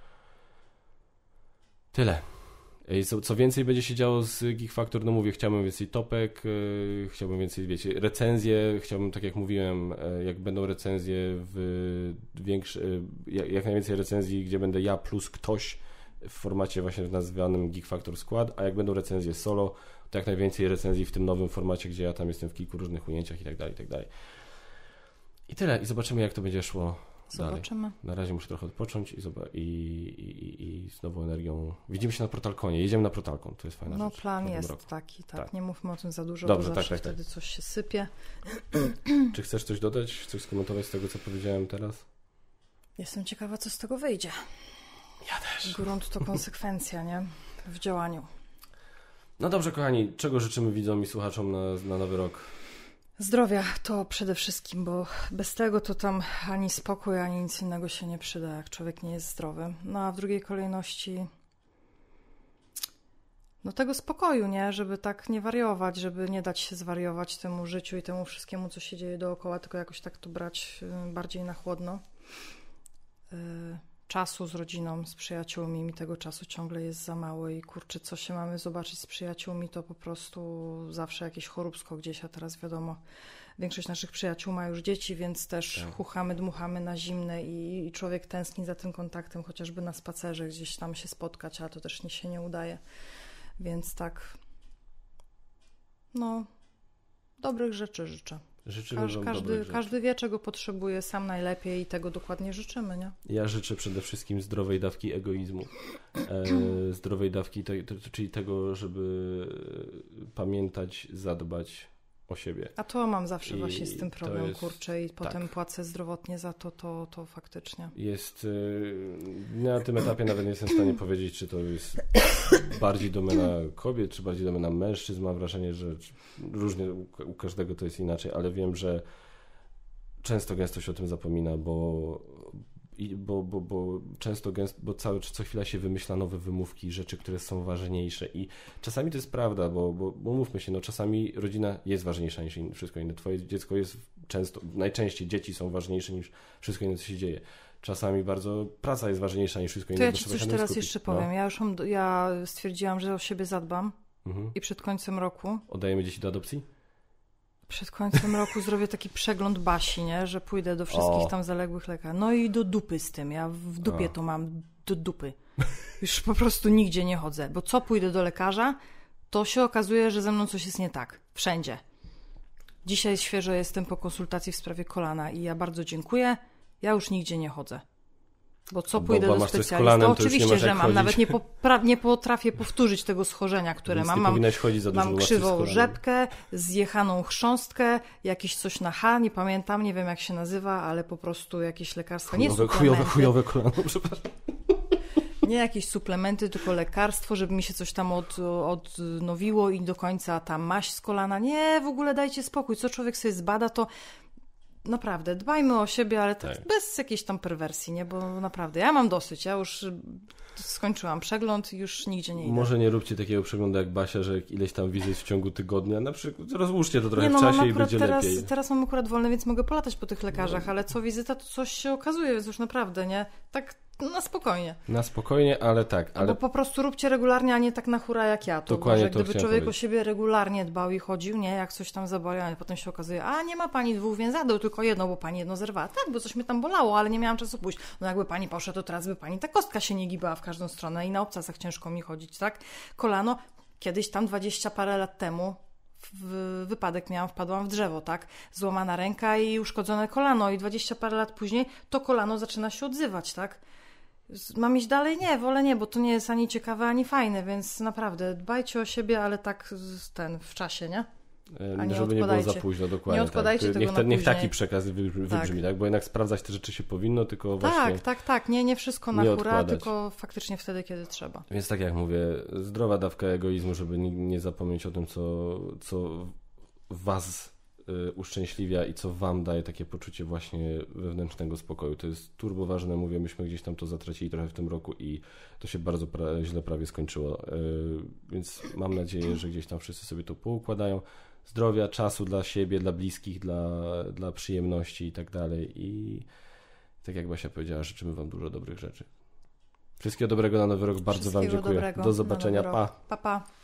Tyle. Co, co więcej będzie się działo z Geek Factor, no mówię, chciałbym więcej topek, yy, chciałbym więcej, wiecie, recenzje, chciałbym, tak jak mówiłem, yy, jak będą recenzje w większe, yy, jak najwięcej recenzji, gdzie będę ja plus ktoś w formacie właśnie nazwanym Geek Factor Skład, a jak będą recenzje solo, to jak najwięcej recenzji w tym nowym formacie, gdzie ja tam jestem w kilku różnych ujęciach i tak dalej, i tak dalej. I tyle. I zobaczymy, jak to będzie szło. Zobaczymy. Dalej. Na razie muszę trochę odpocząć i, zob- i, i, i z nową energią. Widzimy się na Protalkonie. Jedziemy na Protalkon. To jest fajna no, rzecz. No plan jest roku. taki, tak. tak. Nie mówmy o tym za dużo, Dobrze, bo tak, zawsze tak, wtedy tak. coś się sypie. Czy chcesz coś dodać? Coś skomentować z tego, co powiedziałem teraz? Jestem ciekawa, co z tego wyjdzie. Ja też. Grunt to konsekwencja, nie? W działaniu. No dobrze, kochani. Czego życzymy widzom i słuchaczom na, na nowy rok? Zdrowia to przede wszystkim, bo bez tego to tam ani spokój, ani nic innego się nie przyda, jak człowiek nie jest zdrowy. No a w drugiej kolejności no tego spokoju, nie? Żeby tak nie wariować, żeby nie dać się zwariować temu życiu i temu wszystkiemu, co się dzieje dookoła, tylko jakoś tak to brać bardziej na chłodno. Czasu z rodziną, z przyjaciółmi, mi tego czasu ciągle jest za mało i kurczę, co się mamy zobaczyć z przyjaciółmi, to po prostu zawsze jakieś choróbsko gdzieś, a teraz wiadomo, większość naszych przyjaciół ma już dzieci, więc też tak. chuchamy, dmuchamy na zimne i, i człowiek tęskni za tym kontaktem, chociażby na spacerze gdzieś tam się spotkać, a to też nie się nie udaje, więc tak no dobrych rzeczy życzę. Życzymy Każ, wam każdy, każdy wie, czego potrzebuje sam najlepiej i tego dokładnie życzymy, nie? Ja życzę przede wszystkim zdrowej dawki egoizmu. E, zdrowej dawki, te, te, czyli tego, żeby pamiętać, zadbać o siebie. A to mam zawsze I właśnie z tym problem, jest, kurczę, i tak. potem płacę zdrowotnie za to, to, to faktycznie. Jest, na tym etapie nawet nie jestem w stanie powiedzieć, czy to jest bardziej domena kobiet, czy bardziej domena mężczyzn. Mam wrażenie, że różnie u każdego to jest inaczej, ale wiem, że często gęsto się o tym zapomina, bo I, bo, bo, bo często gęsto, bo cały, co chwila się wymyśla nowe wymówki, rzeczy, które są ważniejsze i czasami to jest prawda, bo, bo, bo mówmy się, no czasami rodzina jest ważniejsza niż in, wszystko inne. Twoje dziecko jest często, najczęściej dzieci są ważniejsze niż wszystko inne, co się dzieje. Czasami bardzo praca jest ważniejsza niż wszystko inne. To ja ci coś teraz skupić. jeszcze powiem. No. Ja już mam, ja stwierdziłam, że o siebie zadbam mhm. i przed końcem roku... Oddajemy dzieci do adopcji? Przed końcem roku zrobię taki przegląd Basi, nie? Że pójdę do wszystkich o. tam zaległych lekarzy. No i do dupy z tym. Ja w dupie o. to mam, do dupy. Już po prostu nigdzie nie chodzę. Bo co pójdę do lekarza, to się okazuje, że ze mną coś jest nie tak. Wszędzie. Dzisiaj świeżo jestem po konsultacji w sprawie kolana i ja bardzo dziękuję. Ja już nigdzie nie chodzę. Bo co pójdę bo, bo do specjalisty? Kolanem, to oczywiście, że mam. Chodzić. Nawet nie, popra- nie potrafię powtórzyć tego schorzenia, które mam. Mam, za mam krzywą rzepkę, zjechaną chrząstkę, jakieś coś na H, nie pamiętam, nie wiem jak się nazywa, ale po prostu jakieś lekarstwa. Chujowe, nie suplementy. Chujowe, chujowe kolano, przepraszam. Nie jakieś suplementy, tylko lekarstwo, żeby mi się coś tam od, odnowiło i do końca ta maść z kolana. Nie, w ogóle dajcie spokój. Co człowiek sobie zbada, to naprawdę, dbajmy o siebie, ale tak, tak. bez jakiejś tam perwersji, nie? Bo naprawdę, ja mam dosyć, ja już skończyłam przegląd i już nigdzie nie idę. Może nie róbcie takiego przeglądu jak Basia, że ileś tam wizyt w ciągu tygodnia, na przykład rozłóżcie to trochę nie, no, w czasie i akurat będzie teraz, lepiej. Teraz mam akurat wolne, więc mogę polatać po tych lekarzach, no. Ale co wizyta to coś się okazuje, więc już naprawdę, nie? Tak na spokojnie. Na spokojnie, ale tak. Ale... Bo po prostu róbcie regularnie, a nie tak na hura jak ja. To Dokładnie że to gdyby człowiek powiedzieć. o siebie regularnie dbał i chodził, nie, jak coś tam zaboli, ale potem się okazuje, a nie ma pani dwóch więzadeł, tylko jedno, bo pani jedno zerwała. Tak, bo coś mnie tam bolało, ale nie miałam czasu pójść. No jakby pani poszła, to teraz by pani ta kostka się nie gibała w każdą stronę i na obcasach ciężko mi chodzić, tak? Kolano, kiedyś tam dwadzieścia parę lat temu w wypadek miałam, wpadłam w drzewo, tak? Złamana ręka i uszkodzone kolano i dwadzieścia parę lat później to kolano zaczyna się odzywać, tak? Mam iść dalej? Nie, wolę nie, bo to nie jest ani ciekawe, ani fajne, więc naprawdę dbajcie o siebie, ale tak ten w czasie, nie? A nie żeby nie było za późno, dokładnie. Nie odkładajcie tak. tego niech, na niech później. taki przekaz wybrzmi, tak. tak? Bo jednak sprawdzać te rzeczy się powinno, tylko właśnie... Tak, tak, tak. Nie, nie wszystko na nie hura, odkładać. tylko faktycznie wtedy, kiedy trzeba. Więc tak jak mówię, zdrowa dawka egoizmu, żeby nie, nie zapomnieć o tym, co, co was y, uszczęśliwia i co wam daje takie poczucie właśnie wewnętrznego spokoju. To jest turbo ważne, mówię, myśmy gdzieś tam to zatracili trochę w tym roku i to się bardzo pra- źle prawie skończyło. Y, więc mam nadzieję, że gdzieś tam wszyscy sobie to poukładają. Zdrowia, czasu dla siebie, dla bliskich, dla, dla przyjemności i tak dalej. I tak jak Basia powiedziała, życzymy wam dużo dobrych rzeczy. Wszystkiego dobrego na nowy rok. Bardzo wam dziękuję. Do zobaczenia. Pa. Pa, pa.